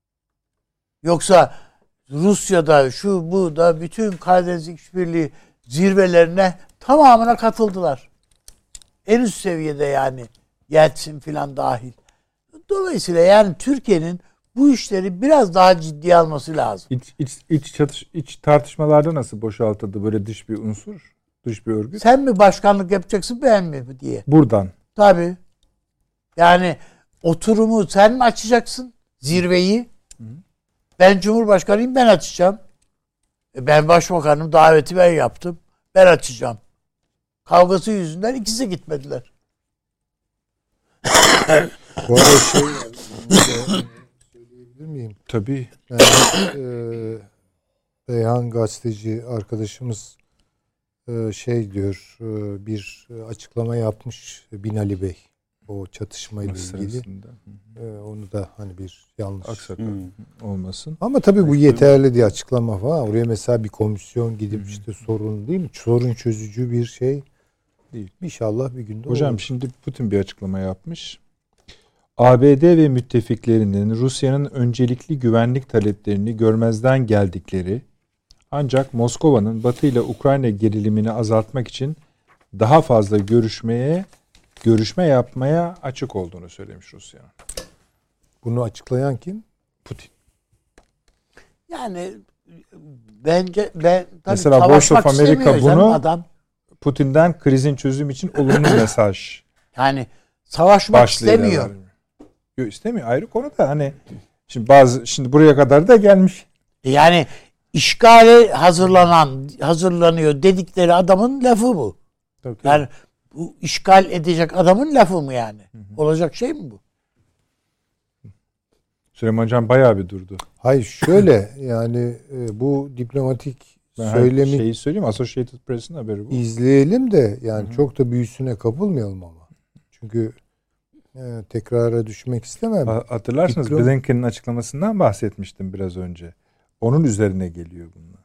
Yoksa Rusya'da şu bu da bütün Karadeniz İşbirliği zirvelerine tamamına katıldılar. En üst seviyede yani Yeltsin filan dahil. Dolayısıyla yani Türkiye'nin bu işleri biraz daha ciddiye alması lazım. İç tartışmalarda nasıl boşaltıldı böyle dış bir unsur, dış bir örgüt? Sen mi başkanlık yapacaksın ben mi diye. Buradan. Tabii. Yani oturumu sen mi açacaksın? Zirveyi. Ben Cumhurbaşkanıyım ben açacağım. Ben başbakanım daveti ben yaptım. Ben açacağım. Kavgası yüzünden ikisi gitmediler. Bu arada söyleyebilir söyleyebilir miyim? Tabii. Yani, Beyhan gazeteci arkadaşımız diyor, bir açıklama yapmış Binali Bey o çatışmayla ilgili. Onu da hani bir yanlış olmasın. Ama tabii bu yeterli diye açıklama var. Oraya mesela bir komisyon gidip işte sorun değil mi? Sorun çözücü bir şey değil. İnşallah bir günde Hocam olur. şimdi Putin bir açıklama yapmış. ABD ve müttefiklerinin Rusya'nın öncelikli güvenlik taleplerini görmezden geldikleri, ancak Moskova'nın Batı ile Ukrayna gerilimini azaltmak için daha fazla görüşme yapmaya açık olduğunu söylemiş Rusya'nın. Bunu açıklayan kim? Putin. Yani bence tabii mesela Voice of America bunu adam. Putin'den krizin çözüm için olumlu mesaj. Yani savaşmak istemiyor. Yok, istemiyor. Ayrı konu da hani şimdi buraya kadar da gelmiş. Yani işgale hazırlanıyor dedikleri adamın lafı bu. Tabii. Yani bu işgal edecek adamın lafı mı yani? Olacak şey mi bu? Süleyman Hocam bayağı bir durdu. Hayır şöyle yani bu diplomatik söylemi şeyi söyleyeyim, Associated Press'in haberi bu. İzleyelim de yani çok da büyüsüne kapılmayalım ama. Çünkü tekrara düşmek istemem. Hatırlarsınız Blinken'in açıklamasından bahsetmiştim biraz önce. Onun üzerine geliyor bunlar.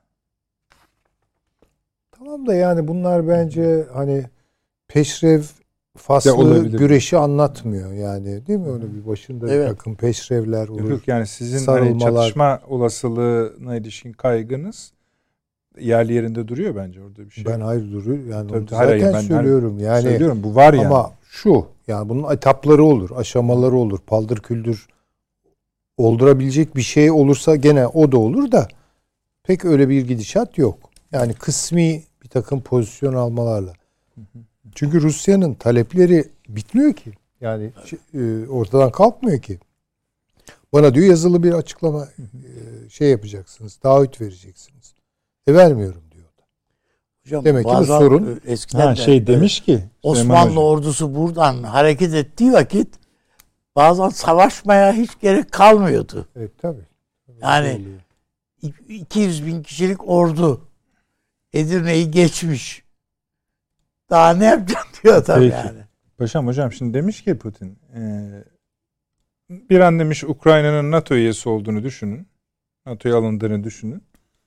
Tamam da yani bunlar bence hani peşrev faslı güreşi anlatmıyor yani, değil mi? Öyle bir başında bir takım peşrevler olur. Yok yani sizin hani çatışma olasılığına ilişkin kaygınız yerli yerinde duruyor bence orada bir şey. Ben hayır duruyor yani tabii, zaten ben söylüyorum yani. Söylüyorum bu var yani. Ama şu yani bunun etapları olur, aşamaları olur, paldır küldür oldurabilecek bir şey olursa gene o da olur da pek öyle bir gidişat yok. Yani kısmi bir takım pozisyon almalarla. Çünkü Rusya'nın talepleri bitmiyor ki. Yani ortadan kalkmıyor ki. Bana diyor yazılı bir açıklama yapacaksınız. Taahhüt vereceksiniz. Vermiyorum diyor. Hocam, demek ki bu sorun. Eskiden demiş ki Osmanlı ordusu buradan hareket ettiği vakit bazen savaşmaya hiç gerek kalmıyordu. Tabii. Yani 200 bin kişilik ordu Edirne'yi geçmiş. Daha ne yapacaksın diyor tabii yani. Paşam hocam şimdi demiş ki Putin bir an demiş Ukrayna'nın NATO üyesi olduğunu düşünün. NATO'ya alındığını düşünün.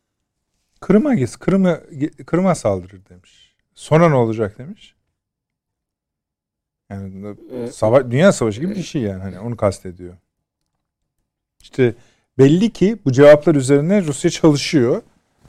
Kırım'a saldırır demiş. Sonra ne olacak demiş. Yani dünya savaşı gibi bir şey yani. Hani onu kastediyor. İşte belli ki bu cevaplar üzerine Rusya çalışıyor.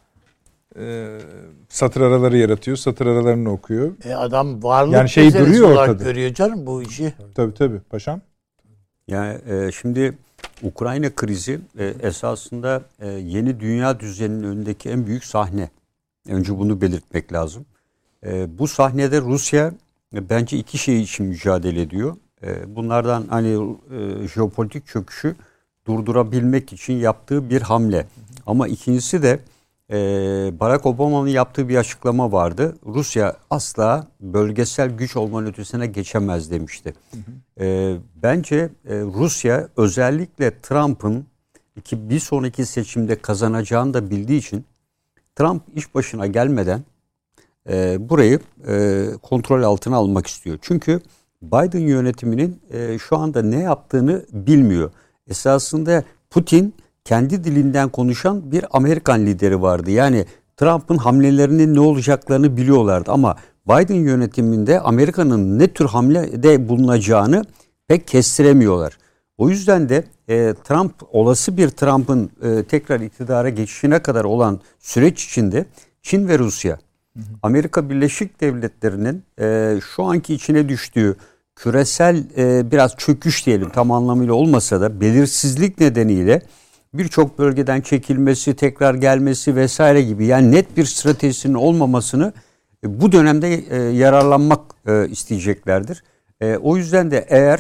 Satır araları yaratıyor. Satır aralarını okuyor. Adam varlık yani şey duruyor ortada. Görüyor canım bu işi. Tabii paşam. Yani şimdi Ukrayna krizi esasında yeni dünya düzeninin önündeki en büyük sahne. Önce bunu belirtmek lazım. Bu sahnede Rusya bence iki şey için mücadele ediyor. Bunlardan hani jeopolitik çöküşü durdurabilmek için yaptığı bir hamle. Ama ikincisi de Barack Obama'nın yaptığı bir açıklama vardı. Rusya asla bölgesel güç olmanın ötesine geçemez demişti. Bence Rusya özellikle Trump'ın bir sonraki seçimde kazanacağını da bildiği için Trump iş başına gelmeden burayı kontrol altına almak istiyor. Çünkü Biden yönetiminin şu anda ne yaptığını bilmiyor. Esasında Putin kendi dilinden konuşan bir Amerikan lideri vardı. Yani Trump'ın hamlelerinin ne olacaklarını biliyorlardı ama Biden yönetiminde Amerika'nın ne tür hamlede bulunacağını pek kestiremiyorlar. O yüzden de olası bir Trump'ın tekrar iktidara geçişine kadar olan süreç içinde Çin ve Rusya, Amerika Birleşik Devletleri'nin şu anki içine düştüğü küresel biraz çöküş diyelim, tam anlamıyla olmasa da belirsizlik nedeniyle birçok bölgeden çekilmesi, tekrar gelmesi vesaire gibi, yani net bir stratejisinin olmamasını bu dönemde yararlanmak isteyeceklerdir. O yüzden de eğer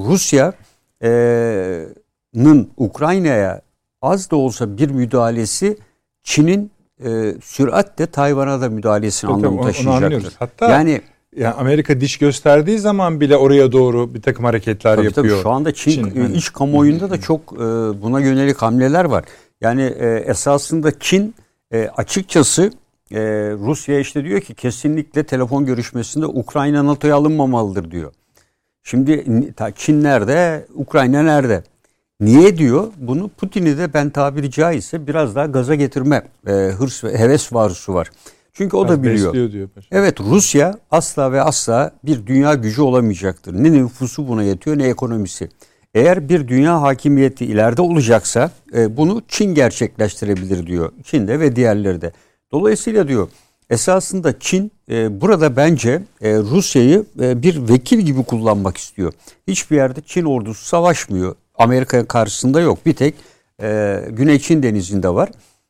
Rusya'nın Ukrayna'ya az da olsa bir müdahalesi Çin'in süratle Tayvan'a da müdahalesini anlamı taşıyacaktır. Hatta yani Yani Amerika diş gösterdiği zaman bile oraya doğru bir takım hareketler yapıyor. Tabii, şu anda Çin iç kamuoyunda da çok buna yönelik hamleler var. Yani esasında Çin açıkçası Rusya işte diyor ki kesinlikle telefon görüşmesinde Ukrayna NATO'ya alınmamalıdır diyor. Şimdi Çin nerede? Ukrayna nerede? Niye diyor? Bunu Putin'i de ben tabiri caizse biraz daha gaza getirme hırs ve heves varüsü var. Çünkü o da biliyor. Diyor paşa. Evet, Rusya asla ve asla bir dünya gücü olamayacaktır. Ne nüfusu buna yetiyor ne ekonomisi. Eğer bir dünya hakimiyeti ileride olacaksa bunu Çin gerçekleştirebilir diyor. Çin de ve diğerleri de. Dolayısıyla diyor esasında Çin burada bence Rusya'yı bir vekil gibi kullanmak istiyor. Hiçbir yerde Çin ordusu savaşmıyor. Amerika karşısında yok. Bir tek Güney Çin denizinde var.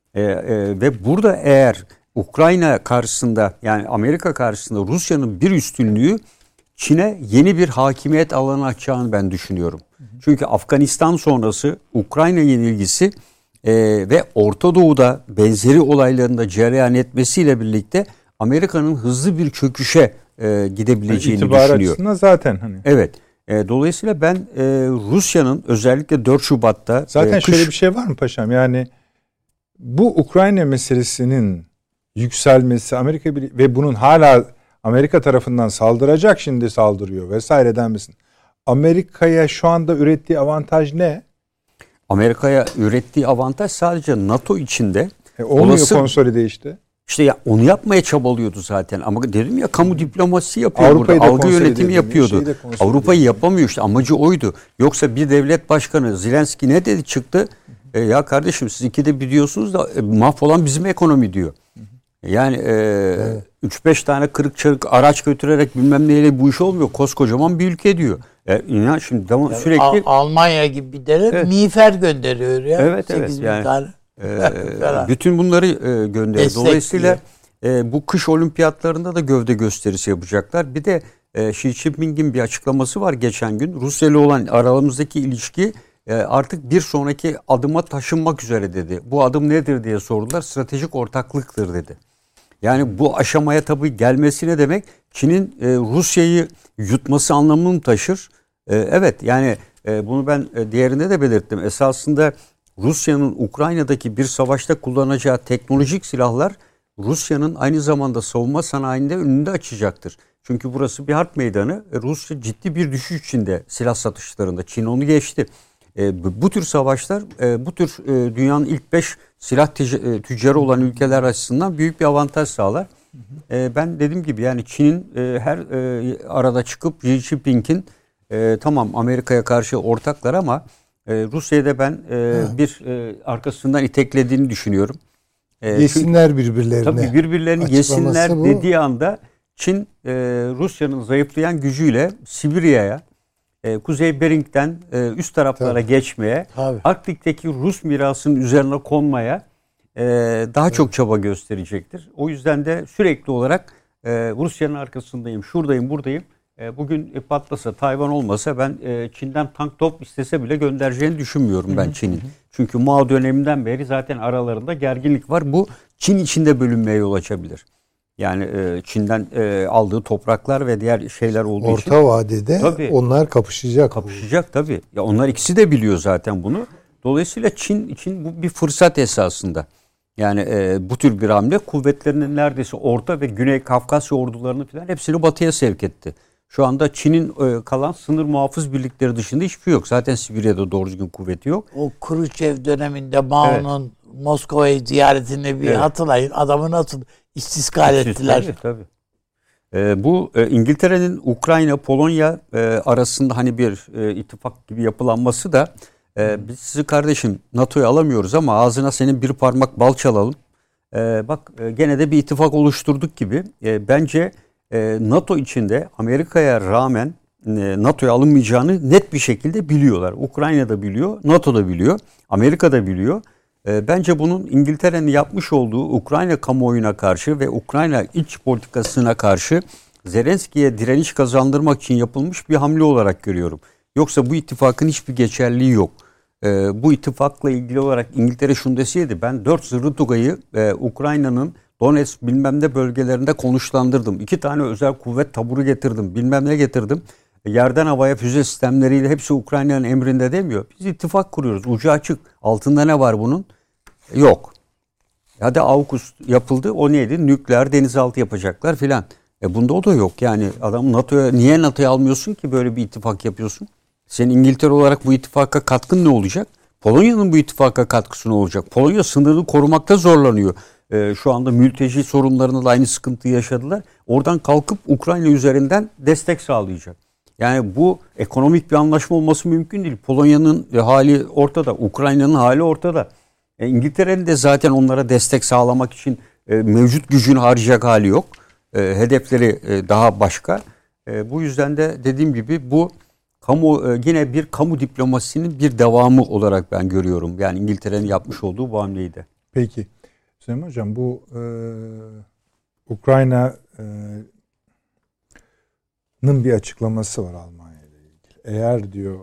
Ve burada eğer Ukrayna karşısında yani Amerika karşısında Rusya'nın bir üstünlüğü Çin'e yeni bir hakimiyet alanı açacağını ben düşünüyorum. Çünkü Afganistan sonrası Ukrayna yenilgisi ve Orta Doğu'da benzeri olaylarında cereyan etmesiyle birlikte Amerika'nın hızlı bir çöküşe gidebileceğini düşünüyor. Açısından zaten hani. Evet. Dolayısıyla ben Rusya'nın özellikle 4 Şubat'ta... Zaten şöyle bir şey var mı paşam? Yani bu Ukrayna meselesinin yükselmesi Amerika ve bunun hala Amerika tarafından saldıracak, şimdi saldırıyor vesaire denmesin. Amerika'ya şu anda ürettiği avantaj ne? Amerika'ya ürettiği avantaj sadece NATO içinde. Olmuyor konsolide işte. İşte ya onu yapmaya çabalıyordu zaten. Ama dedim ya kamu diplomasisi yapıyor Avrupa'yı burada. Algı yönetimi yapıyordu. Avrupa'yı yapamıyor işte. Amacı oydu. Yoksa bir devlet başkanı Zelenski ne dedi çıktı? Ya kardeşim siz ikide bir diyorsunuz da mahvolan bizim ekonomi diyor. Yani 3-5 tane kırık çırık araç götürerek bilmem neyle bu iş olmuyor. Koskocaman bir ülke diyor. İnan şimdi sürekli Almanya gibi bir devlet miğfer gönderiyor ya. Evet yani bütün bunları gönderiyor. Dolayısıyla bu kış olimpiyatlarında da gövde gösterisi yapacaklar. Bir de Xi Jinping'in bir açıklaması var geçen gün. Rusya ile olan aramızdaki ilişki artık bir sonraki adıma taşınmak üzere dedi. Bu adım nedir diye sordular. Stratejik ortaklıktır dedi. Yani bu aşamaya tabii gelmesi ne demek? Çin'in Rusya'yı yutması anlamını taşır. Evet yani bunu ben diğerinde de belirttim. Esasında Rusya'nın Ukrayna'daki bir savaşta kullanacağı teknolojik silahlar Rusya'nın aynı zamanda savunma sanayinde önünde açacaktır. Çünkü burası bir harp meydanı. Rusya ciddi bir düşüş içinde silah satışlarında. Çin onu geçti. Bu tür savaşlar bu tür dünyanın ilk 5 silah tüccarı olan ülkeler açısından büyük bir avantaj sağlar. Ben dediğim gibi yani Çin'in her arada çıkıp Xi Jinping'in tamam Amerika'ya karşı ortaklar ama Rusya'yı da ben bir arkasından iteklediğini düşünüyorum. Yesinler birbirlerine. Tabii birbirlerini yesinler bu. Dediği anda Çin Rusya'nın zayıflayan gücüyle Sibirya'ya, Kuzey Bering'den üst taraflara geçmeye, Arktik'teki Rus mirasının üzerine konmaya daha çok çaba gösterecektir. O yüzden de sürekli olarak Rusya'nın arkasındayım, şuradayım, buradayım. Bugün patlasa, Tayvan olmasa ben Çin'den tank top istese bile göndereceğini düşünmüyorum ben Çin'in. Çünkü Mao döneminden beri zaten aralarında gerginlik var. Bu Çin içinde bölünmeye yol açabilir. Yani Çin'den aldığı topraklar ve diğer şeyler olduğu için. Orta vadede tabii, onlar kapışacak. Kapışacak tabii. Ya onlar ikisi de biliyor zaten bunu. Dolayısıyla Çin için bu bir fırsat esasında. Yani bu tür bir hamle kuvvetlerinin neredeyse Orta ve Güney Kafkasya ordularını falan hepsini batıya sevk etti. Şu anda Çin'in kalan sınır muhafız birlikleri dışında hiçbir şey yok. Zaten Sibirya'da doğru düzgün kuvveti yok. O Khrushchev döneminde Mao'nun Moskova'yı ziyaretini bir hatırlayın. Adamı nasıl istiskal ettiler. Tabii. Bu İngiltere'nin Ukrayna, Polonya arasında hani bir ittifak gibi yapılanması da biz sizi kardeşim NATO'ya alamıyoruz ama ağzına senin bir parmak bal çalalım. Bak gene de bir ittifak oluşturduk gibi. Bence NATO içinde Amerika'ya rağmen NATO'ya alınmayacağını net bir şekilde biliyorlar. Ukrayna da biliyor, NATO da biliyor, Amerika da biliyor. Bence bunun İngiltere'nin yapmış olduğu Ukrayna kamuoyuna karşı ve Ukrayna iç politikasına karşı Zelenski'ye direniş kazandırmak için yapılmış bir hamle olarak görüyorum. Yoksa bu ittifakın hiçbir geçerliği yok. Bu ittifakla ilgili olarak İngiltere şunu deseydi, ben 4 zırhlı tugayı Ukrayna'nın Donetsk bilmem ne bölgelerinde konuşlandırdım. 2 tane özel kuvvet taburu getirdim. Bilmem ne getirdim. Yerden havaya füze sistemleriyle hepsi Ukrayna'nın emrinde demiyor. Biz ittifak kuruyoruz. Ucu açık. Altında ne var bunun? Yok. Hadi AUKUS yapıldı. O neydi? Nükleer denizaltı yapacaklar filan. Bunda o da yok. Yani adam niye NATO'ya almıyorsun ki böyle bir ittifak yapıyorsun? Senin İngiltere olarak bu ittifaka katkın ne olacak? Polonya'nın bu ittifaka katkısı ne olacak? Polonya sınırını korumakta zorlanıyor. Şu anda mülteci sorunlarında da aynı sıkıntıyı yaşadılar. Oradan kalkıp Ukrayna üzerinden destek sağlayacak. Yani bu ekonomik bir anlaşma olması mümkün değil. Polonya'nın hali ortada, Ukrayna'nın hali ortada. İngiltere'nin de zaten onlara destek sağlamak için mevcut gücünü harcayacak hali yok. Hedefleri daha başka. Bu yüzden de dediğim gibi bu yine bir kamu diplomasisinin bir devamı olarak ben görüyorum. Yani İngiltere'nin yapmış olduğu bu hamleyi de. Peki. Süleyman Hocam bu Ukrayna'nın bir açıklaması var Almanya ile ilgili. Eğer diyor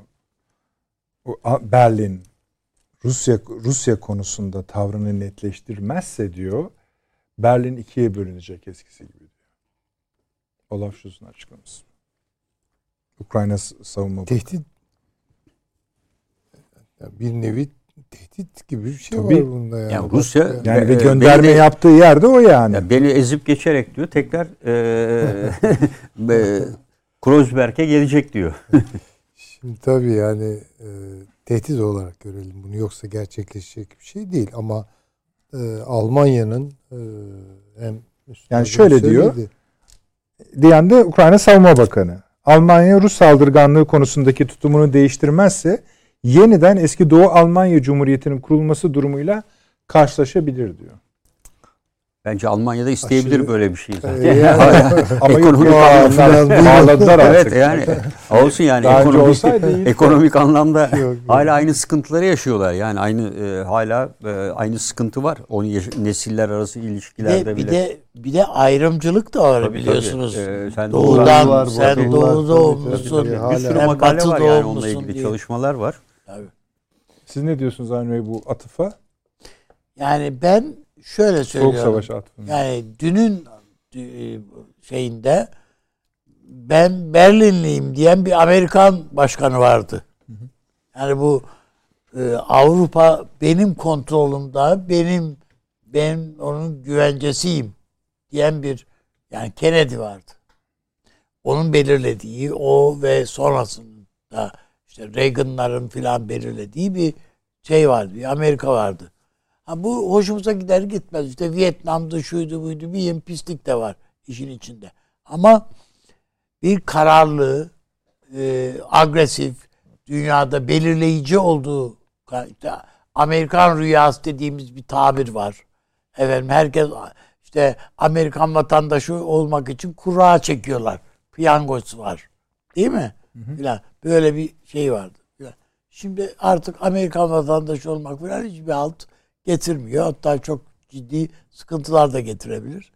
Berlin Rusya konusunda tavrını netleştirmezse diyor Berlin ikiye bölünecek eskisi gibi diyor. Olaf Scholz'un açıklaması. Ukrayna savunma tehdit bir nevi tehdit gibi bir şey var bunda yani. Yani Rusya yani ve gönderme yaptığı yerde o yani. Beni ezip geçerek diyor tekrar Kreuzberg'e gelecek diyor. Şimdi tabii yani tehdit olarak görelim bunu, yoksa gerçekleşecek bir şey değil ama Almanya'nın hem yani şöyle diyor diyen de Ukrayna Savunma Bakanı. Almanya Rus saldırganlığı konusundaki tutumunu değiştirmezse yeniden eski Doğu Almanya Cumhuriyeti'nin kurulması durumuyla karşılaşabilir diyor. Bence Almanya'da isteyebilir Aşırı, böyle bir şey zaten. Ama ekonomik anlamda bağladılar artık. Evet yani olsun yani ekonomik anlamda hala aynı sıkıntıları yaşıyorlar. Yani hala aynı sıkıntı var. Onun nesiller arası ilişkilerde bile. Bir de ayrımcılık da var, biliyorsunuz. Sen Doğudan sen doğuda olmuşsun. Bir sürü makale var yani onunla ilgili diye. Çalışmalar var. Tabii. Siz ne diyorsunuz Avni Bey bu atıfa? Yani ben şöyle söylüyorum. Soğuk Savaş atıfı. Yani dünün şeyinde ben Berlinliyim diyen bir Amerikan başkanı vardı. Yani bu Avrupa benim kontrolümde, ben onun güvencesiyim diyen bir, yani Kennedy vardı. Onun belirlediği o ve sonrasında işte Reagan'ların filan belirlediği bir şey vardı. Bir Amerika vardı. Bu hoşumuza gider gitmez. İşte Vietnam'da şuydu buydu, bir pislik de var işin içinde. Ama bir kararlı, agresif, dünyada belirleyici olduğu, işte Amerikan rüyası dediğimiz bir tabir var. Efendim herkes işte Amerikan vatandaşı olmak için kura çekiyorlar. Piyangosu var. Değil mi? Falan. Böyle bir şey vardı. Falan. Şimdi artık Amerikan vatandaşı olmak falan hiçbir halt getirmiyor. Hatta çok ciddi sıkıntılar da getirebilir.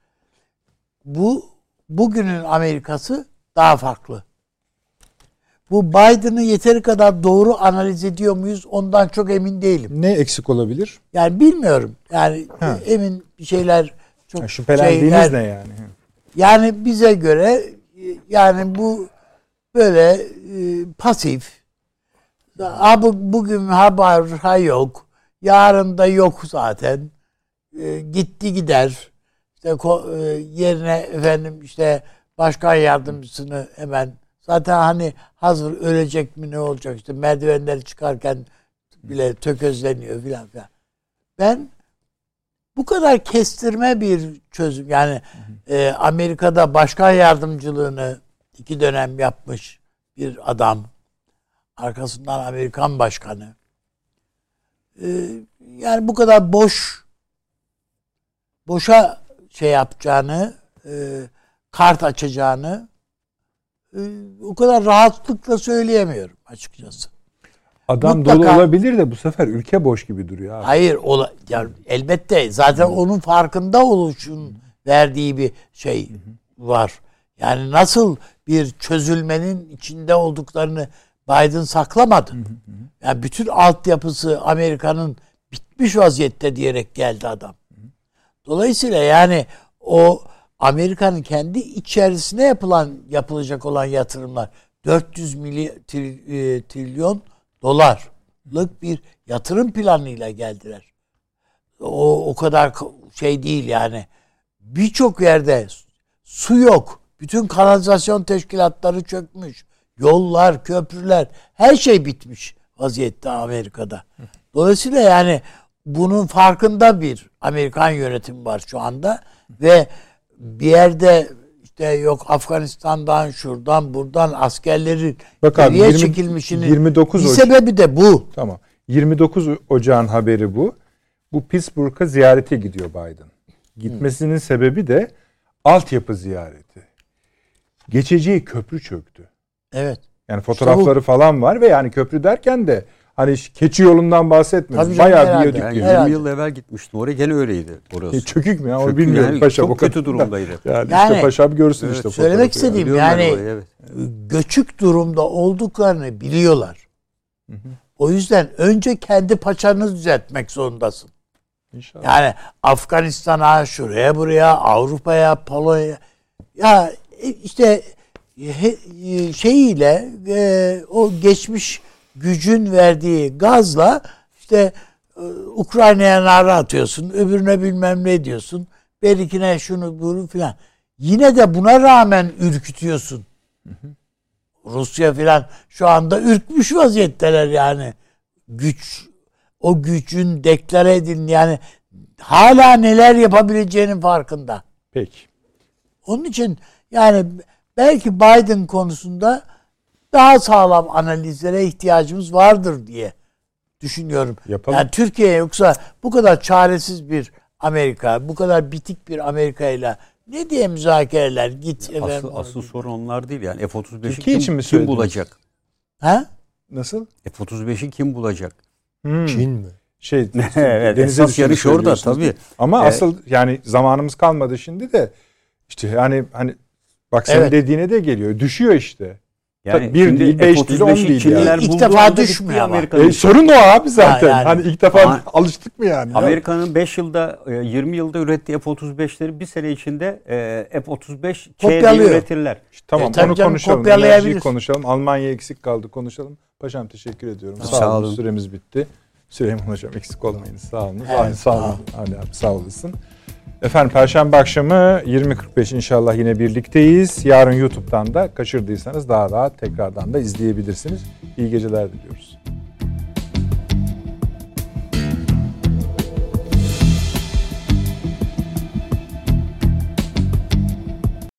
Bugünün Amerikası daha farklı. Bu Biden'ı yeteri kadar doğru analiz ediyor muyuz? Ondan çok emin değilim. Ne eksik olabilir? Yani bilmiyorum. Yani emin bir şeyler çok şüphelendiğiniz ne yani? Yani bize göre yani bu böyle pasif. Bugün haber yok. Yarın da yok zaten. Gitti gider. İşte yerine efendim işte başkan yardımcısını hemen, zaten hani hazır ölecek mi ne olacak, işte merdivenleri çıkarken bile tökezleniyor filan filan. Ben bu kadar kestirme bir çözüm, yani Amerika'da başkan yardımcılığını 2 dönem yapmış bir adam, arkasından Amerikan başkanı, yani bu kadar boşa şey yapacağını, kart açacağını o kadar rahatlıkla söyleyemiyorum açıkçası. Adam mutlaka dolu olabilir de bu sefer ülke boş gibi duruyor abi. Hayır, yani elbette zaten onun farkında oluşun verdiği bir şey var. Yani nasıl bir çözülmenin içinde olduklarını Biden saklamadı. Yani bütün altyapısı Amerika'nın bitmiş vaziyette diyerek geldi adam. Dolayısıyla yani o Amerika'nın kendi içerisine yapılacak olan yatırımlar 400 trilyon dolarlık bir yatırım planıyla geldiler. O kadar şey değil yani. Birçok yerde su yok. Bütün kanalizasyon teşkilatları çökmüş. Yollar, köprüler, her şey bitmiş vaziyette Amerika'da. Dolayısıyla yani bunun farkında bir Amerikan yönetimi var şu anda ve bir yerde işte yok Afganistan'dan, şuradan, buradan askerlerin geriye çekilmişinin 29 bir sebebi de bu. Tamam. 29 Ocağın haberi bu. Bu Pittsburgh'a ziyarete gidiyor Biden. Gitmesinin sebebi de altyapı ziyareti. Geçeceği köprü çöktü. Evet. Yani fotoğrafları falan var ve yani köprü derken de hani keçi yolundan bahsetmiyoruz. Bayağı bir yani 20 yıl evvel gitmiştim. Oraya gene öyleydi orası. Çökük mü ya? Onu bilmiyorum yani paşam. Çok kötü durumdaydı. Yani işte paşam görsün işte fotoğrafı. Söylemek istediğim yani orayı, evet. göçük durumda olduklarını biliyorlar. Hı hı. O yüzden önce kendi paçanı düzeltmek zorundasın. İnşallah. Yani Afganistan'a, şuraya buraya, Avrupa'ya, Polonya'ya ya işte şeyiyle o geçmiş gücün verdiği gazla işte Ukrayna'ya nara atıyorsun, öbürüne bilmem ne diyorsun, berikine şunu bunu filan. Yine de buna rağmen ürkütüyorsun. Hı hı. Rusya filan şu anda ürkmüş vaziyetteler yani. O gücün deklare edildiğini yani hala neler yapabileceğinin farkında. Peki. Onun için yani belki Biden konusunda daha sağlam analizlere ihtiyacımız vardır diye düşünüyorum. Yapalım. Yani Türkiye yoksa bu kadar çaresiz bir Amerika, bu kadar bitik bir Amerika ile ne diye müzakereler git. Asıl sorun onlar değil yani. F-35'i kim bulacak? Ha? Nasıl? F-35'i kim bulacak? Çin mi? Evet, esas yarış orada tabii. Ama asıl yani zamanımız kalmadı şimdi de işte yani hani bak senin dediğine de geliyor. Düşüyor işte. Yani bir değil, 5 değil, 10 değil yani. İlk defa düşmüyor ama. Sorun o abi zaten. Yani. Hani ilk defa alıştık mı yani? Amerika'nın 5 yılda 20 yılda ürettiği F-35'leri bir sene içinde F-35K diye üretirler. İşte tamam onu konuşalım. Enerjiyi konuşalım. Almanya eksik kaldı konuşalım. Paşam teşekkür ediyorum. Sağ olun. Süremiz bitti. Süleyman Hocam eksik olmayın. Sağ olun. Evet, sağ olun. Ali abi sağ olasın. Efendim Perşembe akşamı 20.45 inşallah yine birlikteyiz. Yarın YouTube'dan da kaçırdıysanız daha rahat tekrardan da izleyebilirsiniz. İyi geceler diliyoruz.